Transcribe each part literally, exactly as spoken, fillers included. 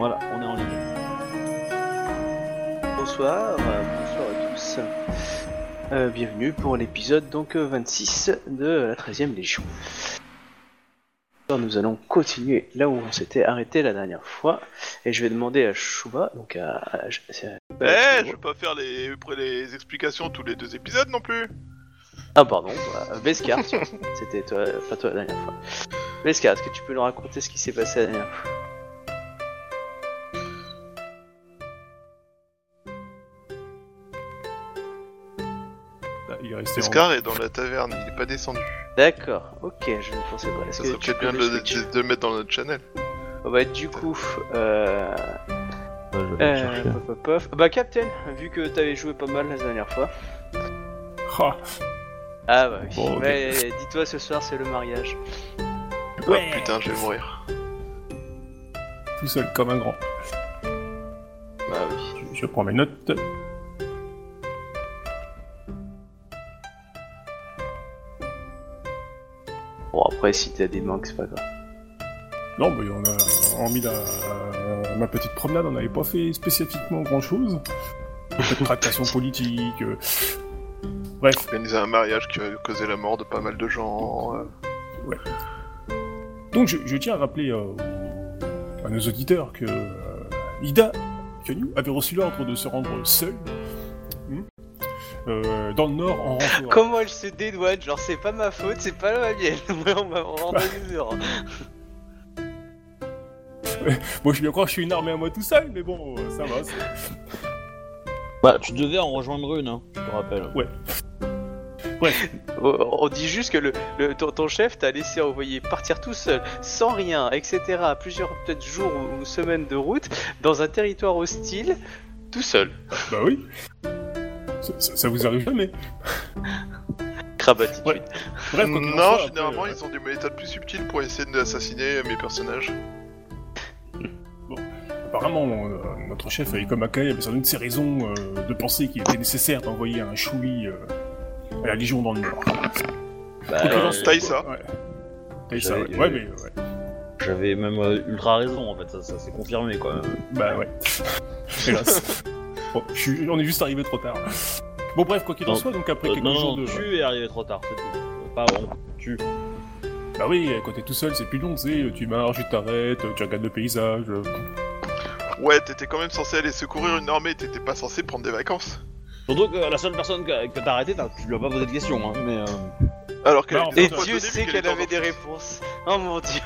Voilà, on est en ligne. Bonsoir, euh, bonsoir à tous. Euh, bienvenue pour l'épisode donc euh, vingt-six de la treizième Légion. Alors, nous allons continuer là où on s'était arrêté la dernière fois. Et je vais demander à Chouba, donc à... à, à, à Eh, hey, je veux pas faire les, les explications tous les deux épisodes non plus. Ah pardon, toi, Beskar, c'était toi, pas toi la dernière fois. Beskar, est-ce que tu peux nous raconter ce qui s'est passé la dernière fois? Beskar est dans la taverne, il est pas descendu. D'accord, ok, je ne pensais pas. Est-ce Ça que serait tu peut-être bien de, l'expliquer de, de le mettre dans notre channel. Oh bah du coup, euh... Ouais, je vais euh, chercher. pof, pof, pof. Bah Captain, vu que t'avais joué pas mal la dernière fois. Ah, Ah bah oui, Bon, ok. ouais, dis-toi ce soir c'est le mariage. ouais. Oh putain, je vais mourir. Tout seul comme un grand. Bah oui. Je, je prends mes notes. Bon après si t'as des manques c'est pas grave. Non, mais on a, hormis la, euh, ma petite promenade, on n'avait pas fait spécifiquement grand-chose. Pas de tractation politique. euh. Bref, Organiser un mariage qui a causé la mort de pas mal de gens. euh. donc je, je tiens à rappeler euh, à nos auditeurs que euh, Ida Fenu avait reçu l'ordre de se rendre seule hmm, euh, dans le nord en renfort. Comment elle se dédouane, genre c'est pas ma faute, c'est pas la mienne. Moi on m'a rendu mesure. Moi je suis bien croire que je suis une armée à moi tout seul, mais bon, euh, ça va. c'est- Bah, tu devais en rejoindre une, hein, je te rappelle. Ouais. Bref, On dit juste que le, le ton, ton chef t'a laissé envoyer partir tout seul, sans rien, et cetera. Plusieurs peut-être jours ou semaines de route dans un territoire hostile, tout seul. bah oui. Ça, ça- ça vous arrive jamais. Crabatitude. Ouais. Bref, quoi qu'il en Non, soit, généralement après, ils ont des méthodes plus subtiles pour essayer d'assassiner mes personnages. Apparemment, euh, notre chef Eko Makai avait sans doute ses raisons euh, de penser qu'il était nécessaire d'envoyer un chouli euh, à la Légion dans le Nord. Bah, Quoi qu'il en euh, soit, Taïsa. Ouais. Taïsa, J'avais- ouais. Ouais, mais ouais. J'avais même euh, ultra raison, en fait, ça, ça s'est confirmé, quoi. Bah ouais. Hélas. Bon, je suis- on est juste arrivé trop tard. Bon bref, quoi qu'il en Non. soit, donc après Euh, quelques non, jours non, de... tu es arrivé trop tard, c'est tout. Euh, Pas bon, tu. Bah oui, quand t'es tout seul, c'est plus long, tu sais, tu marches, tu t'arrêtes, tu regardes le paysage... euh, Ouais, t'étais quand même censé aller secourir une armée, t'étais pas censé prendre des vacances. Surtout que la seule personne que, que t'as arrêté, t'as- tu lui as pas posé de questions, hein, mais... Euh... Alors qu'elle Bah, en était Et fait, en Dieu au début sait qu'elle qu'elle était en avait des enfance. réponses. Oh mon Dieu.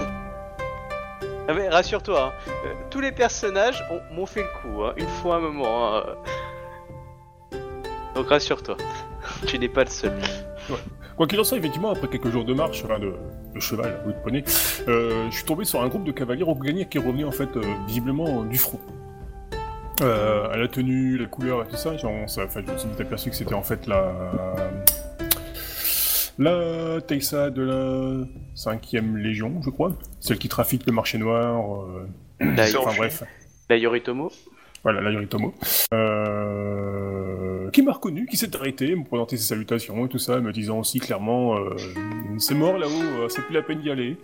Ah mais rassure-toi, hein, euh, tous les personnages ont- m'ont fait le coup, hein, une fois un moment. hein, euh. Donc rassure-toi, tu n'es pas le seul. Quoi qu'il en soit, effectivement, après quelques jours de marche, enfin de, de cheval ou de poney, euh, je suis tombé sur un groupe de cavaliers rouganiers qui revenaient en fait euh, visiblement euh, du front. Euh, à la tenue, la couleur et tout ça, genre, ça enfin, je me suis vite aperçu que c'était en fait la... La Taïsa de la cinquième Légion, je crois. Celle qui trafique le marché noir. Euh... La, C'est Enfin enfui. bref. la Yoritomo. Voilà, la Yoritomo. Euh... Qui m'a reconnu, qui s'est arrêté, me présentait ses salutations et tout ça, me disant aussi clairement euh, c'est mort là-haut, euh, c'est plus la peine d'y aller.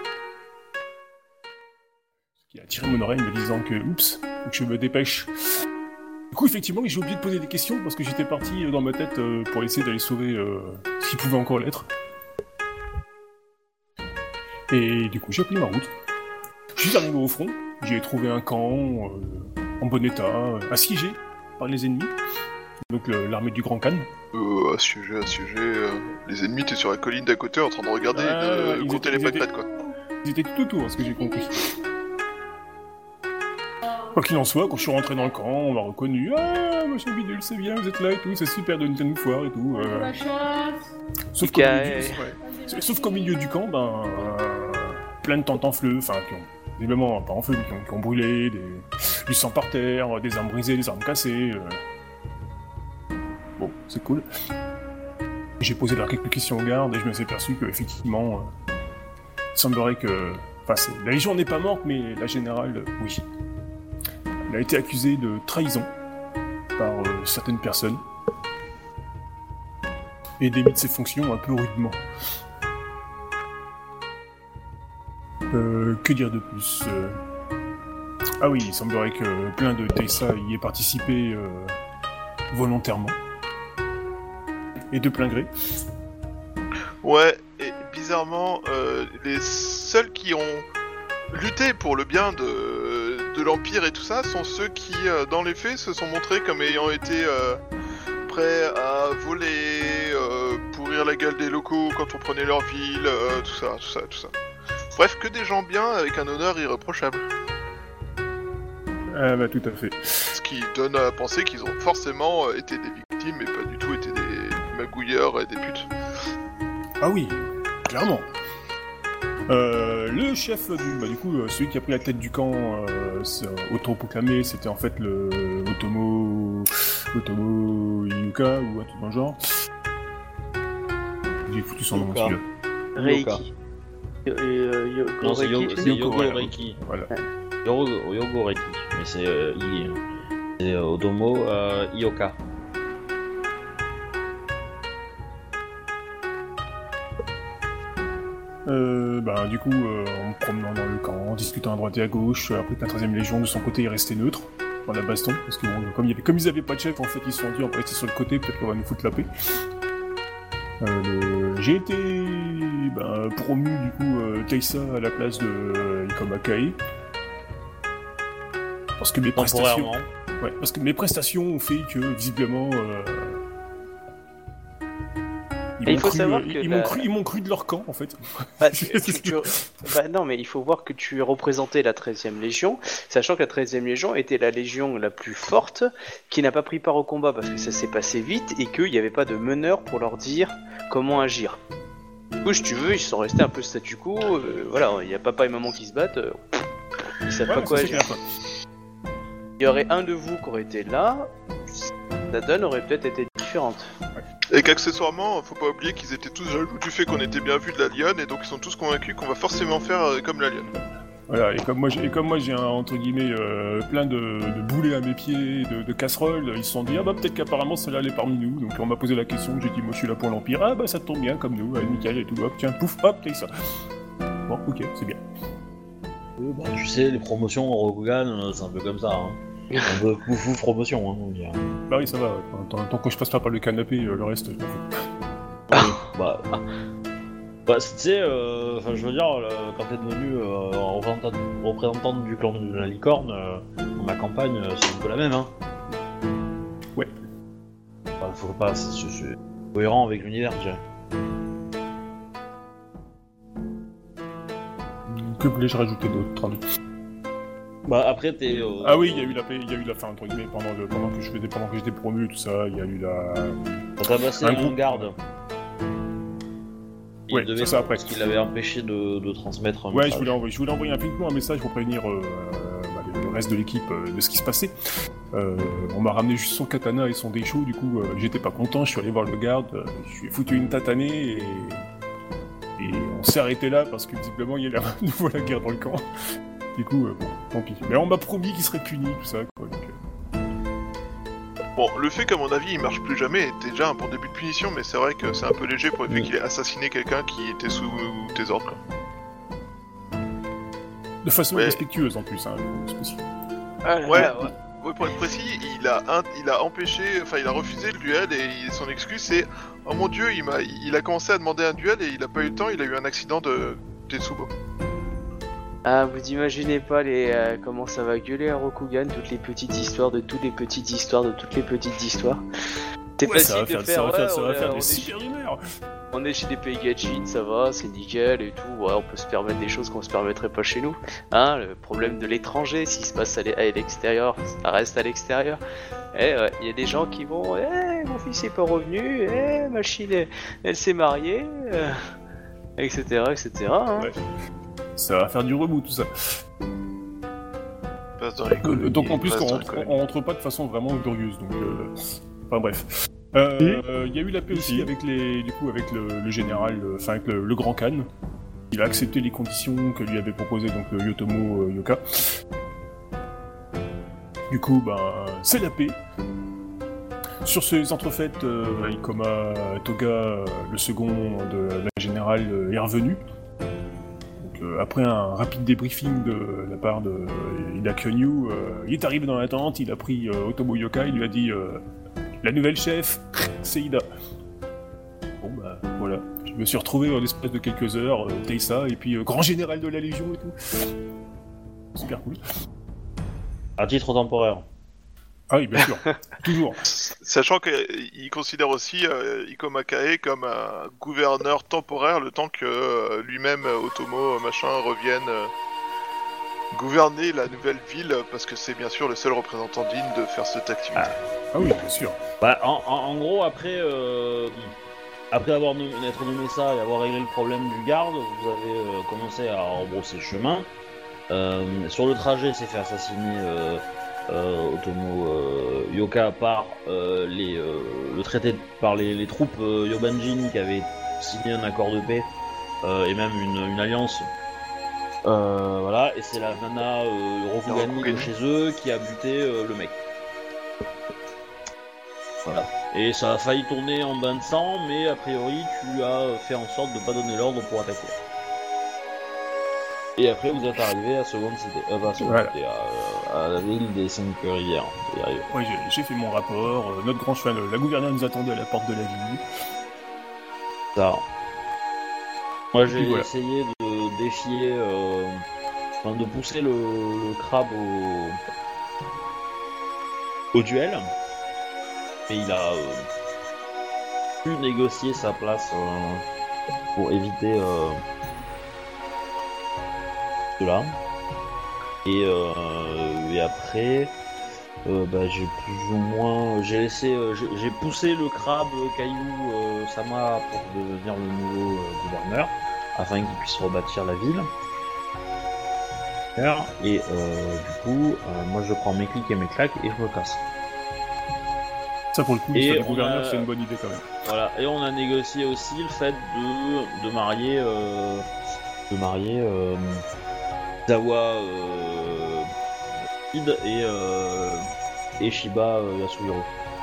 Ce qui a attiré mon oreille me disant que, oups, faut que je me dépêche. Du coup, effectivement, j'ai oublié de poser des questions parce que j'étais parti euh, dans ma tête euh, pour essayer d'aller sauver euh, ce qui pouvait encore l'être. Et du coup, j'ai pris ma route. Je suis arrivé au front, j'ai trouvé un camp euh, en bon état, euh, assiégé par les ennemis, donc le- l'armée du Grand Khan. Euh, assiégé, assiégé. Euh... Les ennemis, t'es sur la colline d'à côté en train de regarder, Ah, de ils compter étaient- les ils étaient- pâquerettes, quoi. Ils étaient tout autour, à ce que j'ai compris. Quoi qu'il en soit, quand je suis rentré dans le camp, on m'a reconnu. Ah, monsieur Bidule, c'est bien, vous êtes là et tout, c'est super de nous voir et tout. euh. La chasse. Sauf qu'au milieu, Carré. du... ouais. Sauf qu'au milieu du camp, ben, euh, plein de tentes en feu, enfin, qui ont, évidemment, pas en feu, mais qui ont, qui ont brûlé, des... du sang par terre, des armes brisées, des armes cassées. euh. Bon, c'est cool. J'ai posé là quelques questions aux gardes et je me suis aperçu qu'effectivement, euh, il semblerait que... Enfin, c'est... la Légion n'est pas morte, mais la générale, euh, oui. Elle a été accusée de trahison par euh, certaines personnes et démis de ses fonctions un peu rudement. Euh, que dire de plus euh... Ah oui, il semblerait que plein de Taissa y aient participé euh, volontairement. Et de plein gré. Ouais, et bizarrement, euh, les seuls qui ont lutté pour le bien de, de l'Empire et tout ça sont ceux qui, euh, dans les faits, se sont montrés comme ayant été euh, prêts à voler, euh, pourrir la gueule des locaux quand on prenait leur ville, euh, tout ça, tout ça, tout ça. Bref, que des gens bien avec un honneur irréprochable. Ah bah tout à fait. Ce qui donne à penser qu'ils ont forcément été des victimes et pas du tout été des magouilleurs et des putes. Ah oui, clairement. Euh, le chef du, bah, du coup, celui qui a pris la tête du camp, euh, autoproclamé, c'était en fait le Otomo, Otomo Yuka ou un truc dans le genre. J'ai foutu son nom celui-là. Reiki. Yo- yo- yo- Non, c'est Reiki, Yogo, tu c'est dis Yogo voilà. Reiki. Voilà. Yogo, Yogo Reiki. Mais c'est euh, I- c'est euh, Otomo euh, Ioka. Euh, bah, du coup, euh, en me promenant dans le camp, en discutant à droite et à gauche, après que la treizième Légion de son côté est restée neutre dans la baston, parce que bon, comme, il y avait, comme ils avaient pas de chef, en fait, ils se sont dit on va rester sur le côté, peut-être qu'on va nous foutre la paix. Euh, le... J'ai été bah, promu du coup euh, Taissa à la place de euh, Ikoma Kae. Parce que mes prestations, Temporairement. ouais, parce que mes prestations ont fait que visiblement euh... ils Et il m'ont faut cru, savoir euh, que ils la- m'ont cru, ils m'ont cru de leur camp en fait. Bah, tu- tu- tu- bah non, mais il faut voir que tu représentais la treizième Légion, sachant que la treizième Légion était la légion la plus forte, qui n'a pas pris part au combat parce que ça s'est passé vite et qu'il n'y avait pas de meneur pour leur dire comment agir. Du coup, si tu veux, ils sont restés un peu statu quo, euh, voilà, il y a papa et maman qui se battent, euh, ils savent Ouais, pas ça, quoi c'est agir. clair, quoi. Il y aurait un de vous qui aurait été là, la donne aurait peut-être été différente. Et qu'accessoirement, faut pas oublier qu'ils étaient tous jaloux du fait qu'on était bien vu de la lionne, et donc ils sont tous convaincus qu'on va forcément faire euh, comme la lionne. Voilà, et comme moi, j'ai, et comme moi j'ai un, entre guillemets, euh, plein de, de boulets à mes pieds, de, de casseroles, ils se sont dit, ah bah peut-être qu'apparemment celle-là elle est parmi nous, donc on m'a posé la question, j'ai dit, moi je suis là pour l'Empire, ah bah ça tombe bien comme nous, ouais, nickel et tout, hop, tiens, pouf, hop, t'as ça. Bon, ok, c'est bien. Euh, bah, tu sais, les promotions en Rokugan, euh, c'est un peu comme ça. Hein. Un peu foufou promotion. Hein, donc, euh, Bah oui, ça va, tant, tant que je passe pas par le canapé, euh, le reste, je m'en fous. oui, bah, bah, tu sais, euh, enfin, je veux dire, euh, quand t'es devenu euh, représentante, représentante du clan de la licorne, euh, dans ma campagne, euh, c'est un peu la même, hein. Ouais. Bah, faut pas, c'est, c'est, c'est cohérent avec l'univers, je dirais. Que voulais-je rajouter d'autre, Tradu ? Bah, après, t'es. Euh... Ah oui, il y a eu la paix, il y a eu la fin, entre guillemets, pendant, le, pendant que je faisais, pendant que j'étais promu et tout ça, il y a eu la... T'as tabassé Un un groupe. garde. Il Ouais, devait c'est ça, après. parce qu'il avait empêché de, de transmettre un Ouais, je message. voulais, envoyer, je voulais envoyer rapidement un message pour prévenir euh, bah, le, le reste de l'équipe euh, de ce qui se passait. Euh, on m'a ramené juste son katana et son déchaud, du coup, euh, j'étais pas content, je suis allé voir le garde, euh, je lui ai foutu une tatanée et... Et on s'est arrêté là parce que visiblement il y a de nouveau la guerre dans le camp. Du coup, euh, bon, tant pis. Mais on m'a promis qu'il serait puni, tout ça, quoi. Donc, euh... Bon, le fait qu'à mon avis il marche plus jamais était déjà un bon début de punition, mais c'est vrai que c'est un peu léger pour le fait Mm. qu'il ait assassiné quelqu'un qui était sous tes ordres, quoi. De façon Ouais. respectueuse en plus, hein, c'est possible. Ah là Ouais. là, ouais. Ouais, pour être précis, il a, un, il a empêché, enfin il a refusé le duel et il- son excuse c'est oh mon dieu, il, m'a, il a commencé à demander un duel et il a pas eu le temps, il a eu un accident de Tetsubo. Ah, vous imaginez pas les euh, comment ça va gueuler à Rokugan, toutes les petites histoires de toutes les petites histoires de toutes les petites histoires. C'est Ouais, ça facile va de faire, faire, ça va faire, ouais, ça on va est- faire on des est super rumeurs. On est chez des pays gadgets, ça va, c'est nickel et tout. Ouais, on peut se permettre des choses qu'on se permettrait pas chez nous. Hein, le problème de l'étranger, s'il se passe à l'e- à l'extérieur, ça reste à l'extérieur. Eh ouais, il y a des gens qui vont, eh, mon fils est pas revenu, eh, ma chine, elle, elle s'est mariée, euh, et cetera, et cetera. Hein. Ouais. Ça va faire du remous, tout ça. Passe dans les Euh, colonies, donc en plus, passe qu'on dans rentre, les on rentre pas de façon vraiment glorieuse. Donc, euh... enfin bref. Euh, euh, Il y a eu la paix aussi Si. avec les, du coup, avec le, le général, euh, enfin avec le, le grand Khan. Il a accepté les conditions que lui avait proposées donc le Yotomo euh, Yoka. Du coup, ben, c'est la paix. Sur ces entrefaites, euh, Ikoma Toga, euh, le second de la générale, euh, est revenu. Donc euh, après un rapide débriefing de la part de euh, Ida Kyonyu, euh, il est arrivé dans la tente, il a pris euh, Otomo Yoka, il lui a dit euh, la nouvelle chef, c'est Ida. Bon bah voilà, je me suis retrouvé en l'espace de quelques heures, euh, Teisa, et puis euh, grand général de la Légion et tout. Super cool. À titre temporaire. Ah oui, bien sûr, toujours. Sachant qu'il considère aussi euh, Iko Makae comme un gouverneur temporaire le temps que euh, lui-même, Otomo, machin, revienne euh, gouverner la nouvelle ville, parce que c'est bien sûr le seul représentant digne de faire cette activité. Ah, ah oui, bien sûr. Bah, en, en, en gros, après, euh, après avoir nommé, être nommé ça et avoir réglé le problème du garde, vous avez euh, commencé à rebrousser le chemin. Euh, sur le trajet, s'est fait assassiner euh, euh, Otomo euh, Yoka par euh, les, euh, le traité par les, les troupes euh, Yobanjin qui avaient signé un accord de paix euh, et même une, une alliance. Euh, voilà, et c'est la nana euh, Rokugani, Rokugani de chez eux qui a buté euh, le mec. Voilà. Et ça a failli tourner en bain de sang, mais a priori tu as fait en sorte de pas donner l'ordre pour attaquer. Et après vous êtes arrivé à Second City, euh, pas à Second Voilà. City, à, à la ville des cinq rivières. on va y arriver. Oui, j'ai, j'ai fait mon rapport, euh, notre grand cheval, la gouverneure nous attendait à la porte de la ville. Ça. Moi j'ai Voilà. essayé de défier, euh, enfin de pousser le, le crabe au, au duel. Et il a euh, pu négocier sa place euh, pour éviter euh, cela. Et, euh, et après, euh, bah, j'ai plus ou moins, j'ai laissé, euh, j'ai, j'ai poussé le crabe Caillou euh, Sama pour devenir le nouveau euh, gouverneur, afin qu'il puisse rebâtir la ville. Et euh, du coup, euh, moi je prends mes clics et mes claques et je me casse. Ça, pour le coup, Et le on gouverneur, a- c'est une bonne idée quand même. Voilà, et on a négocié aussi le fait de, de marier, euh, de marier euh, Zawa euh, Kid et, euh, et Shiba euh, Yasuhiro.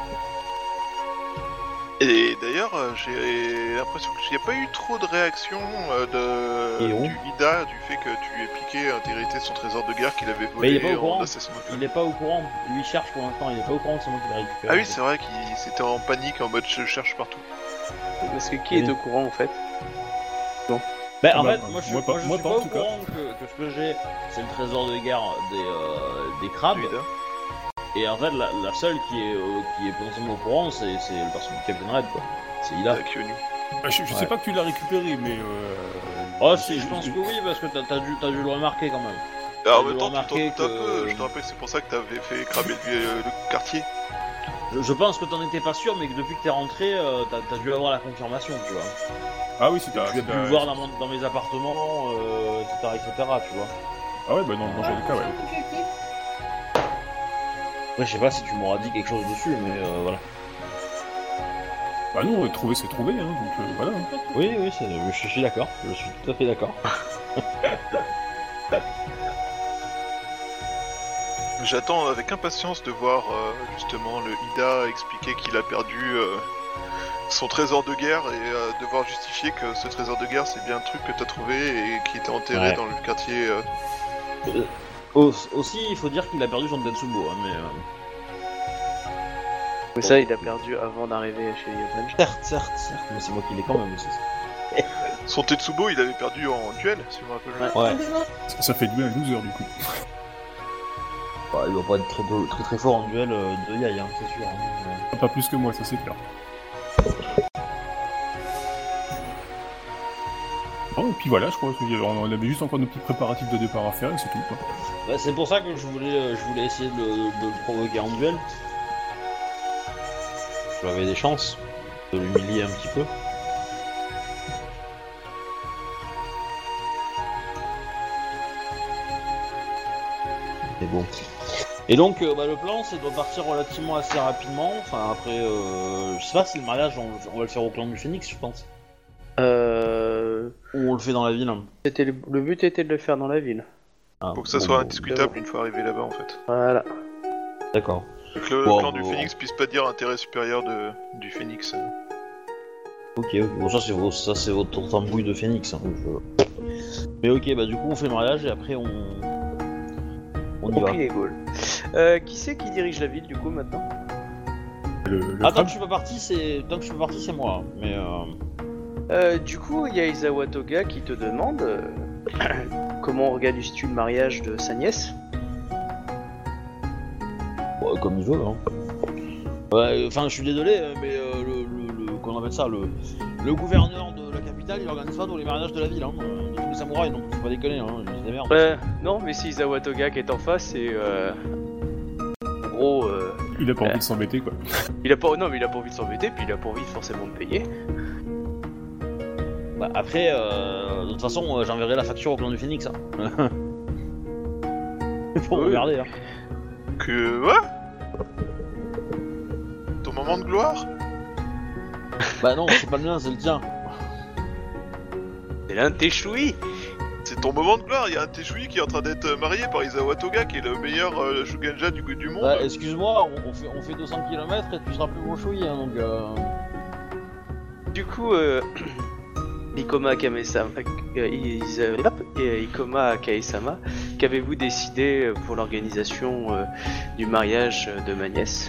Et d'ailleurs, euh, j'ai l'impression qu'il n'y a pas eu trop de réaction euh, de Et on du Ida du fait que tu aies piqué l'intégrité de son trésor de guerre qu'il avait Mais il volé est pas au en courant. assassinat. Il est pas au courant, lui il cherche pour l'instant, il est pas au courant que c'est moi qui l'ai récupéré. Ah oui, c'est vrai qu'il s'était en panique, en mode je cherche partout. Parce que qui est Oui. au courant en fait? Ben en Bah, fait, moi je suis, moi pas- moi, je moi suis pas, pas, en au tout cas. courant que, que ce que j'ai, c'est le trésor de guerre des, euh, des crabes. Du Ida. Et en fait, la, la seule qui est, euh, qui est potentiellement au courant, c'est, c'est le personnage de Captain Red, quoi. C'est Ida. Ida Kyonu. Bah, je je sais Ouais. pas que tu l'as récupéré, mais... Euh... Oh si, je pense que oui, parce que t'as, t'as, dû, t'as dû le remarquer quand même. Alors, en J'ai même temps, tu t'en remarqué doutes un que- peu. Je te rappelle que c'est pour ça que t'avais fait cramer le, euh, le quartier. Je, je pense que t'en étais pas sûr, mais que depuis que t'es rentré, euh, t'as, t'as dû avoir la confirmation, tu vois. Ah oui, si t'as... Tu as si pu t'as- le voir dans, mon- dans mes appartements, euh, et cetera, et cetera, tu vois. Ah ouais, bah non, dans le cas, ouais. Après, je sais pas si tu m'auras dit quelque chose dessus, mais euh, voilà. Bah non, euh, trouver c'est trouver, hein, donc euh, voilà. hein. Oui, oui, c'est, je, je suis d'accord, je suis tout à fait d'accord. J'attends avec impatience de voir euh, justement le Ida expliquer qu'il a perdu euh, son trésor de guerre et euh, devoir justifier que ce trésor de guerre c'est bien un truc que t'as trouvé et qui était enterré Ouais. dans le quartier. euh. Au- aussi, il faut dire qu'il a perdu son Tetsubo, hein, mais... Euh... Mais ça, il a perdu avant d'arriver chez les Yobanji. Certes, certes, certes, mais c'est moi qui l'ai quand même aussi. Son Tetsubo il avait perdu en duel, si je me rappelle bien. Ouais. Ça, ça fait de lui un loser, du coup. Bah, il doit pas être très, très très fort en duel euh, de Yai, hein, c'est sûr. Hein, mais- Pas plus que moi, ça c'est clair. Bon, et puis voilà, je crois qu'on avait juste encore nos petits préparatifs de départ à faire et c'est tout, quoi. Bah, c'est pour ça que je voulais, euh, je voulais essayer de, le- de le provoquer en duel. J'avais des chances de l'humilier un petit peu. Mais bon. Et donc, euh, bah, le plan, c'est de partir relativement assez rapidement. Enfin, après, euh, je sais pas si le mariage, on, on va le faire au clan du Phénix, je pense. Euh... Ou on le fait dans la ville. Hein. C'était le... le but était de le faire dans la ville. Ah, Pour que ça bon, soit bon, indiscutable une fois arrivé là-bas en fait. Voilà. D'accord. Que le Bon, clan du bon. Phénix puisse pas dire intérêt supérieur de... du Phénix. Ok, ok. Bon, ça c'est, vos- ça, c'est votre tambouille de Phénix. Hein. Je- Mais ok, bah du coup on fait le mariage et après on. On y va. Compris les Gaules. Euh, qui c'est qui dirige la ville du coup maintenant? Le, le Ah, tant crabe. que je suis pas parti, c'est tant que je suis pas parti, c'est moi. hein. Mais euh... Euh, du coup, il y a Izawa Toga qui te demande euh, comment organises-tu le mariage de sa nièce? bon, comme il veut. Hein. Ouais, enfin, je suis désolé, mais euh, le, le, le- comment on appelle ça, le, le gouverneur de la capitale, il organise pas tous les mariages de la ville. Hein. Euh, De tous les samouraïs, donc faut pas déconner. Hein. Je dis des merdes. Euh, non, mais c'est Izawa Toga qui est en face et euh, en gros, euh, Il a pas envie de s'embêter, quoi. il a pas, non, mais il a pas envie de s'embêter, puis il a pas envie forcément de payer. Bah, après, euh, de toute façon, euh, j'enverrai la facture au clan du Phénix. Hein. Faut Oui. regarder. Hein. Que... Ouais. Ton moment de gloire. Bah non, c'est pas le mien, c'est le tien. C'est l'un de tes chouilles. C'est ton moment de gloire. Il y a un Teshui qui est en train d'être marié par Izawa Toga, qui est le meilleur euh, Shugenja du, du monde. Bah, excuse-moi, on, on fait, on fait deux cents kilomètres et tu seras plus mon chouï, hein, donc... Euh... Du coup, euh, Ikoma Kame-sama, euh, Isa- hop, et Ikoma Kae-sama, qu'avez-vous décidé pour l'organisation euh, du mariage de ma nièce?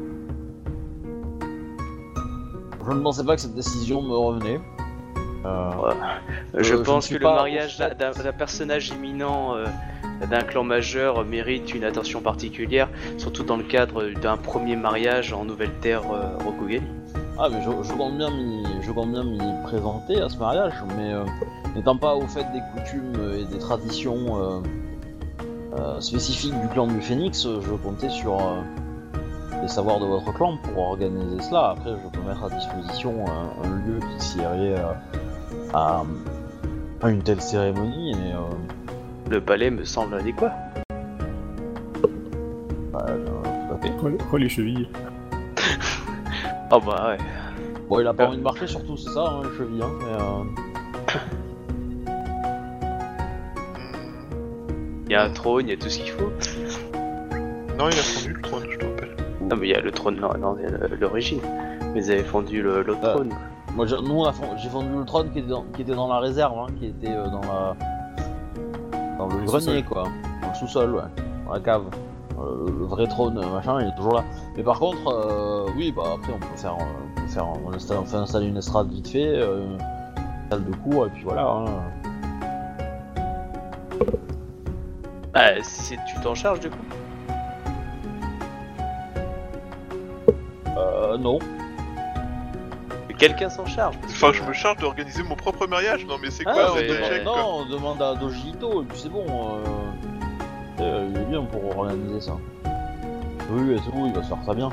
Je ne pensais pas que cette décision me revenait. Euh... Je je pense ne suis que le pas mariage au fait. d'un d'un personnage éminent euh, d'un clan majeur mérite une attention particulière, surtout dans le cadre d'un premier mariage en nouvelle terre euh, Rokugeni. Ah mais je, je compte bien m'y, je compte bien m'y présenter à ce mariage, mais euh, n'étant pas au fait des coutumes et des traditions euh, euh, spécifiques du clan du Phénix, je comptais sur euh, les savoirs de votre clan pour organiser cela. Après, je peux mettre à disposition un, un lieu qui s'irait euh, à, à une telle cérémonie, et euh, Le palais me semble adéquat. bah, euh, tout à fait. Oh, les- oh, les chevilles. Oh bah ouais. Bon, il a pas Euh. envie de marcher surtout, c'est ça, hein, les chevilles, hein, mais euh, Hmm. Il y a un trône, il y a tout ce qu'il faut. Non, il a fondu le trône, je te rappelle. Non mais il y a le trône, non, non, il y a le- l'origine. Mais ils avaient fondu le- l'autre Euh. trône. moi, j'ai- nous, on a fond- j'ai fondu le trône qui était dans, qui était dans la réserve, hein, qui était euh, dans la, dans le le grenier, sous-sol. quoi, dans le sous-sol, ouais, dans la cave. Euh, le, le vrai trône, euh, machin, il est toujours là. Mais par contre, euh, oui, bah après, on peut faire, euh, on peut faire, on, installe, on fait installer une estrade vite fait, euh, une salle de cours, et puis voilà. Hein. Ah, c'est tu t'en charges du coup? Euh, non. Que quelqu'un s'en charge. parce que- Enfin, je me charge d'organiser mon propre mariage. Non, mais c'est Ah, quoi ouais, ce ouais, échec, ouais. quoi? Non, on demande à Dojito, et puis c'est bon. Euh, euh, il est bien pour organiser ça. Oui, et tout, il va se faire très bien.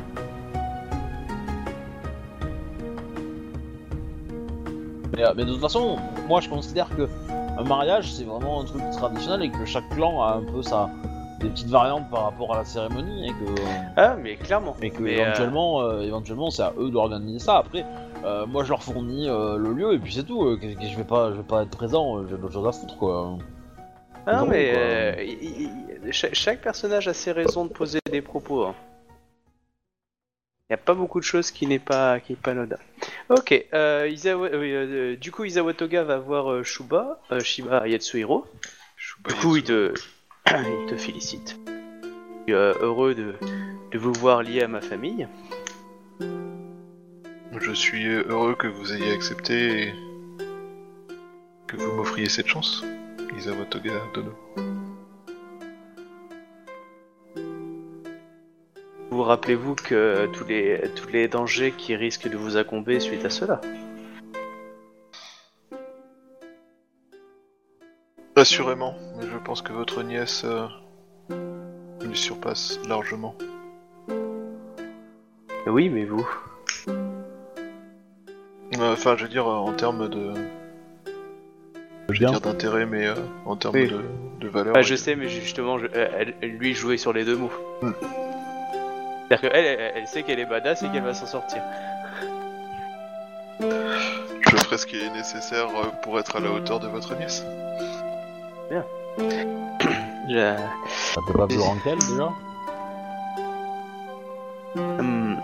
Mais, euh, mais de toute façon, moi je considère que un mariage c'est vraiment un truc traditionnel et que chaque clan a un peu sa des petites variantes par rapport à la cérémonie et que Ah mais clairement. mais que Mais, euh, éventuellement euh, éventuellement c'est à eux d'organiser ça. Après euh, moi je leur fournis euh, le lieu et puis c'est tout. Euh, que, que je vais pas je vais pas être présent, euh, j'ai d'autres choses à foutre quoi. Ah non drôle, mais quoi. euh, il- il- il- chaque, chaque personnage a ses raisons de poser des propos. Hein. Il n'y a pas beaucoup de choses qui n'est pas qui est pas anodin. Ok, euh, Izawa- euh, euh, du coup Izawa Toga va voir euh, Shuba, euh, Shiba Yatsuhiro. Je suis Du pas coup il te, il te félicite. Je suis euh, heureux de, de vous voir lié à ma famille. Je suis heureux que vous ayez accepté et que vous m'offriez cette chance, Izawa Toga Dono. Vous rappelez-vous que tous les tous les dangers qui risquent de vous incomber suite à cela. Assurément, mais je pense que votre nièce euh, lui surpasse largement. Oui mais vous. Euh, Enfin, je veux dire, euh, en termes de... Je veux Bien. dire d'intérêt, mais euh, en termes Oui. de, de valeur... Bah, et je de- sais, mais justement, je- euh, elle, elle lui jouait sur les deux mots. Hmm. C'est-à-dire qu'elle, elle, elle sait qu'elle est badass et qu'elle va s'en sortir. Je ferai ce qui est nécessaire euh, pour être à la hauteur de votre nièce. Je- Ça t'es pas plus grand qu'elle déjà? Hmm.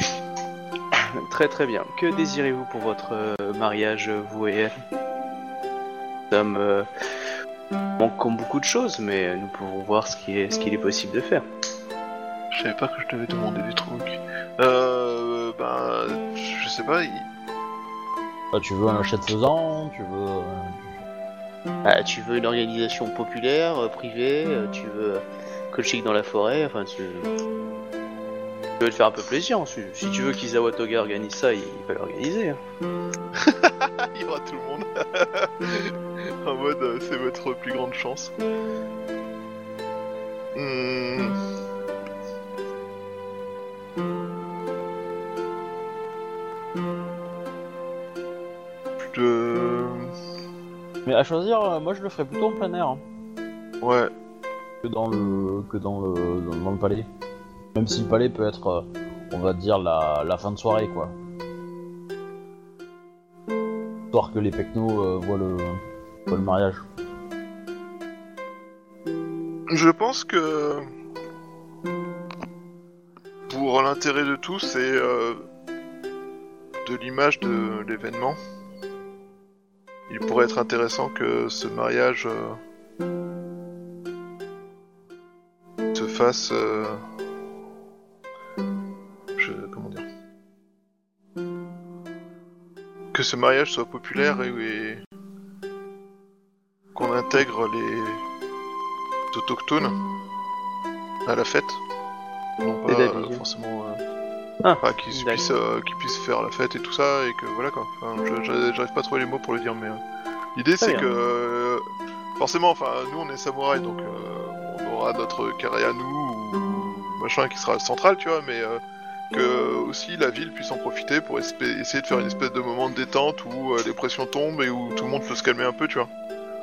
Très très bien. Que désirez-vous pour votre euh, mariage, vous et elle? Ça me manque beaucoup de choses, mais nous pouvons voir ce qu'il est, ce qu'il est possible de faire. Je savais pas que je devais demander des trucs. Euh... Ben... Je sais pas, il... Bah, tu veux un achat de faisant, tu veux... euh, Ah, tu veux une organisation populaire, euh, privée, euh, tu veux euh, coaching dans la forêt, enfin tu... tu veux te faire un peu plaisir. Si, si tu veux qu'Izawa Toga organise ça, il, il va l'organiser. Hein. il y aura tout le monde. En mode, euh, c'est votre plus grande chance. Hmm. Je... Mais à choisir, euh, moi je le ferais plutôt en plein air, hein, Ouais. que dans le que dans le dans, dans le palais. Même si le palais peut être, euh, on va dire, la, la fin de soirée, quoi. Histoire que les pecnos euh, voient, le, voient le mariage. Je pense que... Pour l'intérêt de tous, c'est euh, de l'image de l'événement. Il pourrait être intéressant que ce mariage euh, se fasse... Euh, je, comment dire que ce mariage soit populaire et, et qu'on intègre les autochtones à la fête. Non pas euh, forcément... Euh, Ah, enfin, qu'ils puissent, euh, qu'ils puissent faire la fête et tout ça, et que voilà quoi. Enfin, je- je- j'arrive pas à trouver les mots pour le dire, mais... euh, l'idée c'est bien. que... euh, forcément, enfin, nous on est samouraïs, donc euh, on aura notre carré à nous, ou machin qui sera central, tu vois, mais... Euh, que aussi la ville puisse en profiter pour espé- essayer de faire une espèce de moment de détente où euh, les pressions tombent et où tout le monde peut se calmer un peu, tu vois.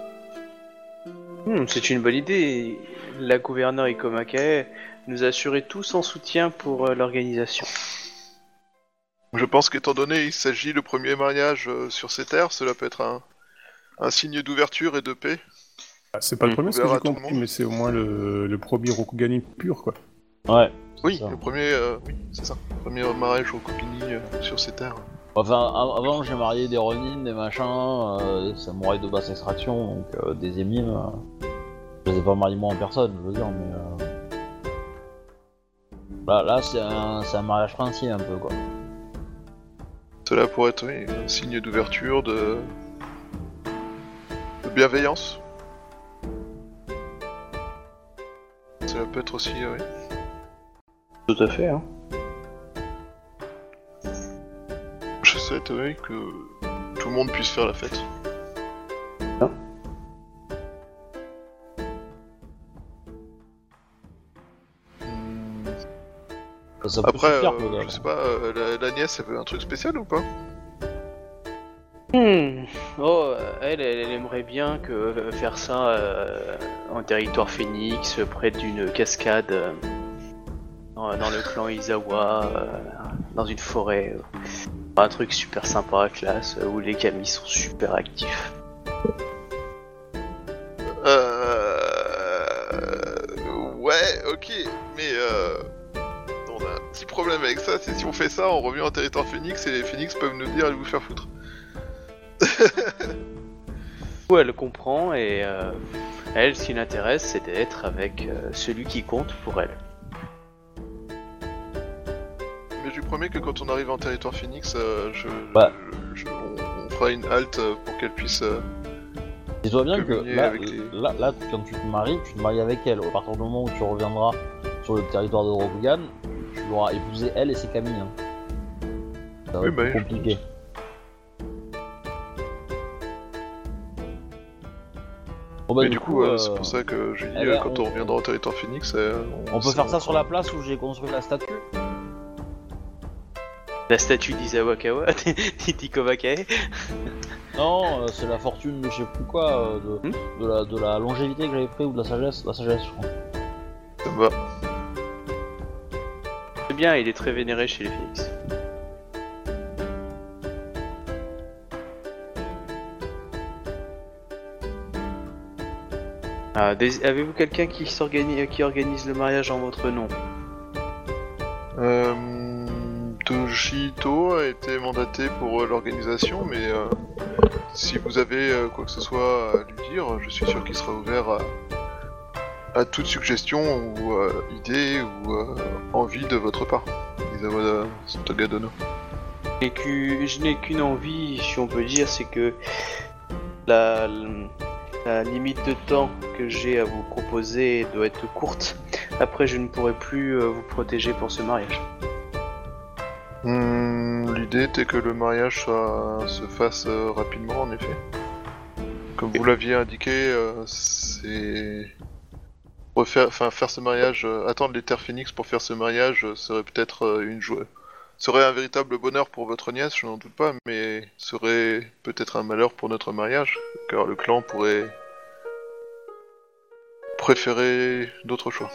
Hmm, c'est une bonne idée. La gouverneure Ikomakae nous a assuré tout son soutien pour euh, l'organisation. Je pense qu'étant donné il s'agit le premier mariage euh, sur ces terres, cela peut être un, un signe d'ouverture et de paix. Ah, c'est pas le Mm. premier, ce que Ouvert j'ai à tout le compris, monde. mais c'est au moins le, le premier Rokugani pur, quoi. Ouais. Oui, ça. le premier, euh, oui, c'est ça. Le premier mariage au Kokini euh, sur ces terres. Enfin, a- avant j'ai marié des Ronin, des machins, euh, des samouraïs de basse extraction, donc euh, des émimes. Euh, je les ai pas mariés moi en personne, je veux dire, mais... Euh... Là, là c'est un, c'est un mariage princier un peu, quoi. Cela pourrait être oui, un signe d'ouverture, de... de bienveillance. Cela peut être aussi, oui. Tout à fait, hein. Je serais étonné que tout le monde puisse faire la fête. Non. Hmm. Ça peut Après, suffire, euh, peut-être. je sais pas, euh, la, la nièce, elle veut un truc spécial ou pas? Hmm. Oh, euh, elle, elle, elle aimerait bien que euh, faire ça euh, en territoire phénix, près d'une cascade, euh, dans, dans le clan Izawa, euh, dans une forêt. euh. Un truc super sympa, classe, euh, où les kamis sont super actifs. Euh... Ouais, ok, mais euh... on a un petit problème avec ça, c'est si on fait ça, on revient en territoire phénix et les phénix peuvent nous dire allez vous faire foutre. Où elle comprend et euh, elle, ce qui l'intéresse, c'est d'être avec euh, celui qui compte pour elle. Mais je lui promets que quand on arrive en territoire phénix, euh, je, Bah. je- je- on, on fera une halte euh, pour qu'elle puisse... euh, Dis-toi bien que communier là, avec les- là, là, quand tu te maries, tu te maries avec elle. À partir du moment où tu reviendras sur le territoire de Rokugan, tu l'auras épousé elle et ses Camille. Hein. Ça va Oui, être bah plus oui, je compliqué. Bon, bah, Mais du coup, euh, euh, c'est pour ça que j'ai dit, eh euh, ben, quand on, on- reviendra au territoire phénix... euh, on peut ça- faire ça sur la place où j'ai construit la statue. La statue d'Izawa Kawa, d'Ikomakae. Non, euh, c'est la fortune de je sais plus quoi, euh, de, Hmm de, la, de la longévité que j'avais pris ou de la sagesse, la sagesse je crois. Ça me va. C'est bien, il est très vénéré chez les phénix. Ah, des- avez-vous quelqu'un qui s'organise, qui organise le mariage en votre nom? Euh, Dojito et été mandaté pour euh, l'organisation, mais euh, si vous avez euh, quoi que ce soit à lui dire, je suis sûr qu'il sera ouvert à, à toute suggestion ou euh, idée ou euh, envie de votre part. Isawa Tagadono. Je n'ai qu'u- je n'ai qu'une envie, si on peut dire, c'est que la, la limite de temps que j'ai à vous proposer doit être courte. Après, je ne pourrai plus euh, vous protéger pour ce mariage. Hmm, L'idée était que le mariage soit, se fasse euh, rapidement, en effet. Comme vous l'aviez indiqué, euh, c'est refaire, enfin faire ce mariage, euh, attendre les Terres Phoenix pour faire ce mariage euh, serait peut-être euh, une joie, serait un véritable bonheur pour votre nièce, je n'en doute pas, mais serait peut-être un malheur pour notre mariage, car le clan pourrait préférer d'autres choix.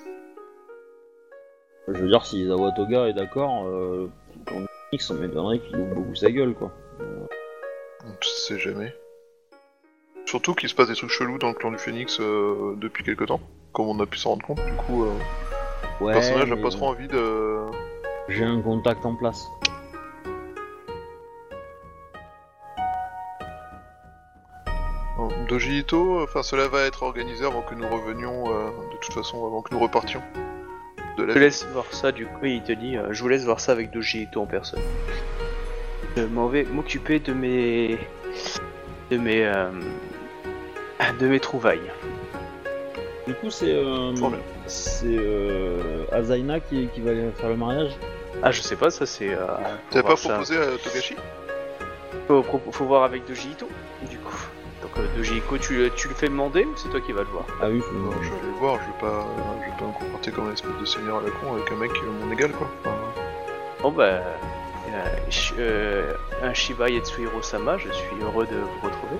Je veux dire, si Isawa Toga est d'accord, euh, quand X, ça m'étonnerait qu'il ouvre beaucoup sa gueule, quoi. On ne sait jamais. Surtout qu'il se passe des trucs chelous dans le clan du Phénix euh, depuis quelque temps, comme on a pu s'en rendre compte. Du coup, euh, Ouais, le personnage n'a mais pas trop envie de... j'ai un contact en place. Bon, Doji Ito, enfin cela va être organisé avant que nous revenions, euh, de toute façon, avant que nous repartions. De la Je te laisse voir ça, du coup, il te dit, euh, je vous laisse voir ça avec Doji Ito en personne. Je m'en vais m'occuper de mes... de mes... euh, de mes trouvailles. Du coup, c'est euh, Fort bien. c'est euh, Azaina qui, qui va aller faire le mariage. Ah, je sais pas, ça c'est... Euh, faut T'avais pas voir ça. proposé à Togashi? Faut, faut- faut voir avec Doji Ito, du coup. Donc euh, Doji Ito, tu, tu le fais demander ou c'est toi qui vas le voir? Ah oui, faut... Bon, je vais aller le voir, je vais pas, je vais pas me comporter comme un espèce de seigneur à la con avec un mec euh, mon égal, quoi. Enfin, Bon bah... euh, Sh- euh, un Shiba Yetsuhiro-sama, je suis heureux de vous retrouver.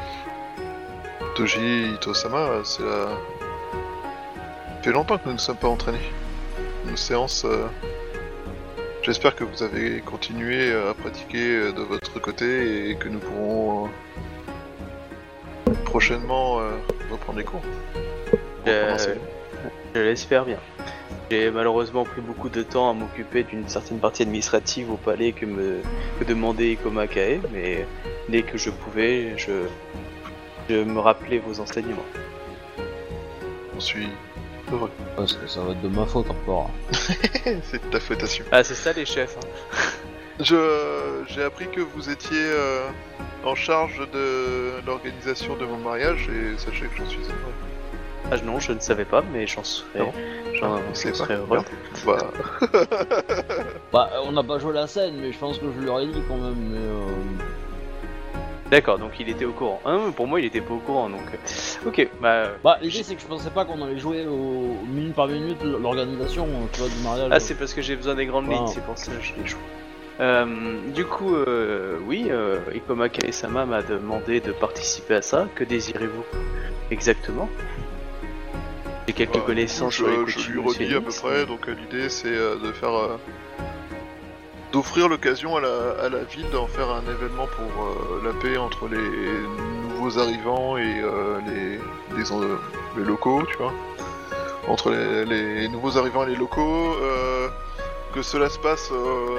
Toji Ito-sama, c'est la... Ça fait longtemps que nous ne sommes pas entraînés. Une séance... euh, J'espère que vous avez continué à pratiquer euh, de votre côté et que nous pourrons euh, prochainement euh, reprendre les cours. Euh, Recommencer. Je l'espère bien. J'ai malheureusement pris beaucoup de temps à m'occuper d'une certaine partie administrative au palais que me que demandait Ikoma Kae, mais dès que je pouvais, je, je me rappelais vos enseignements. J'en suis heureux. Parce que ça va être de ma faute encore. C'est de ta faute à Ah, c'est ça les chefs. Hein. Je j'ai appris que vous étiez euh, en charge de l'organisation de mon mariage et sachez que j'en suis heureux. Ah non, je ne savais pas, mais j'en serais, Non. j'en, C'est j'en serais pas- heureux. Bah, Bah, on n'a pas joué la scène, mais je pense que je lui aurais dit quand même. Mais euh... D'accord, donc il était au courant. Ah, non, pour moi, il était pas au courant, donc. euh, Ok, bah. Bah, l'idée c'est que je pensais pas qu'on allait jouer au minute par minute l'organisation, tu vois, du mariage. Ah, c'est parce que j'ai besoin des grandes Wow. lignes, c'est pour ça que je l'ai joué. Euh, du coup, euh, oui, euh, Ikoma Kae-sama m'a demandé de participer à ça. Que désirez-vous exactement? J'ai quelques bah, connaissances je, sur les je coutumes lui redis à peu phénix, près, donc euh, l'idée c'est euh, de faire... euh, d'offrir l'occasion à la, à la ville d'en faire un événement pour euh, la paix entre les nouveaux arrivants et euh, les, les, en- les locaux, tu vois. Entre les, les nouveaux arrivants et les locaux, euh, que cela se passe euh,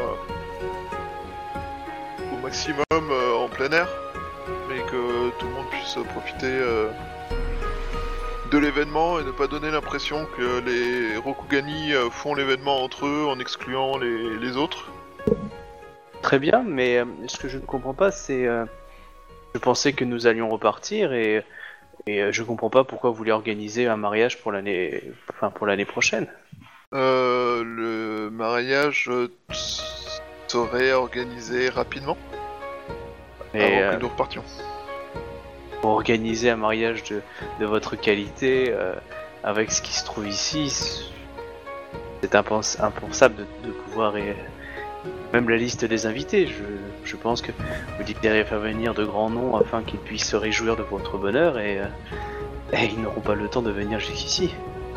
au maximum euh, en plein air, mais que tout le monde puisse profiter euh, de l'événement et ne pas donner l'impression que les Rokugani euh, font l'événement entre eux en excluant les, les autres. Très bien, mais euh, ce que je ne comprends pas, c'est... euh, je pensais que nous allions repartir et, et euh, je comprends pas pourquoi vous voulez organiser un mariage pour l'année, enfin pour l'année prochaine. Euh, le mariage euh, serait organisé rapidement Et avant euh, que nous repartions. pour organiser un mariage de, de votre qualité euh, avec ce qui se trouve ici, c'est impens- impensable de, de pouvoir... et- Même la liste des invités, je, je pense que vous désirez faire venir de grands noms afin qu'ils puissent se réjouir de votre bonheur et, euh, et ils n'auront pas le temps de venir jusqu'ici.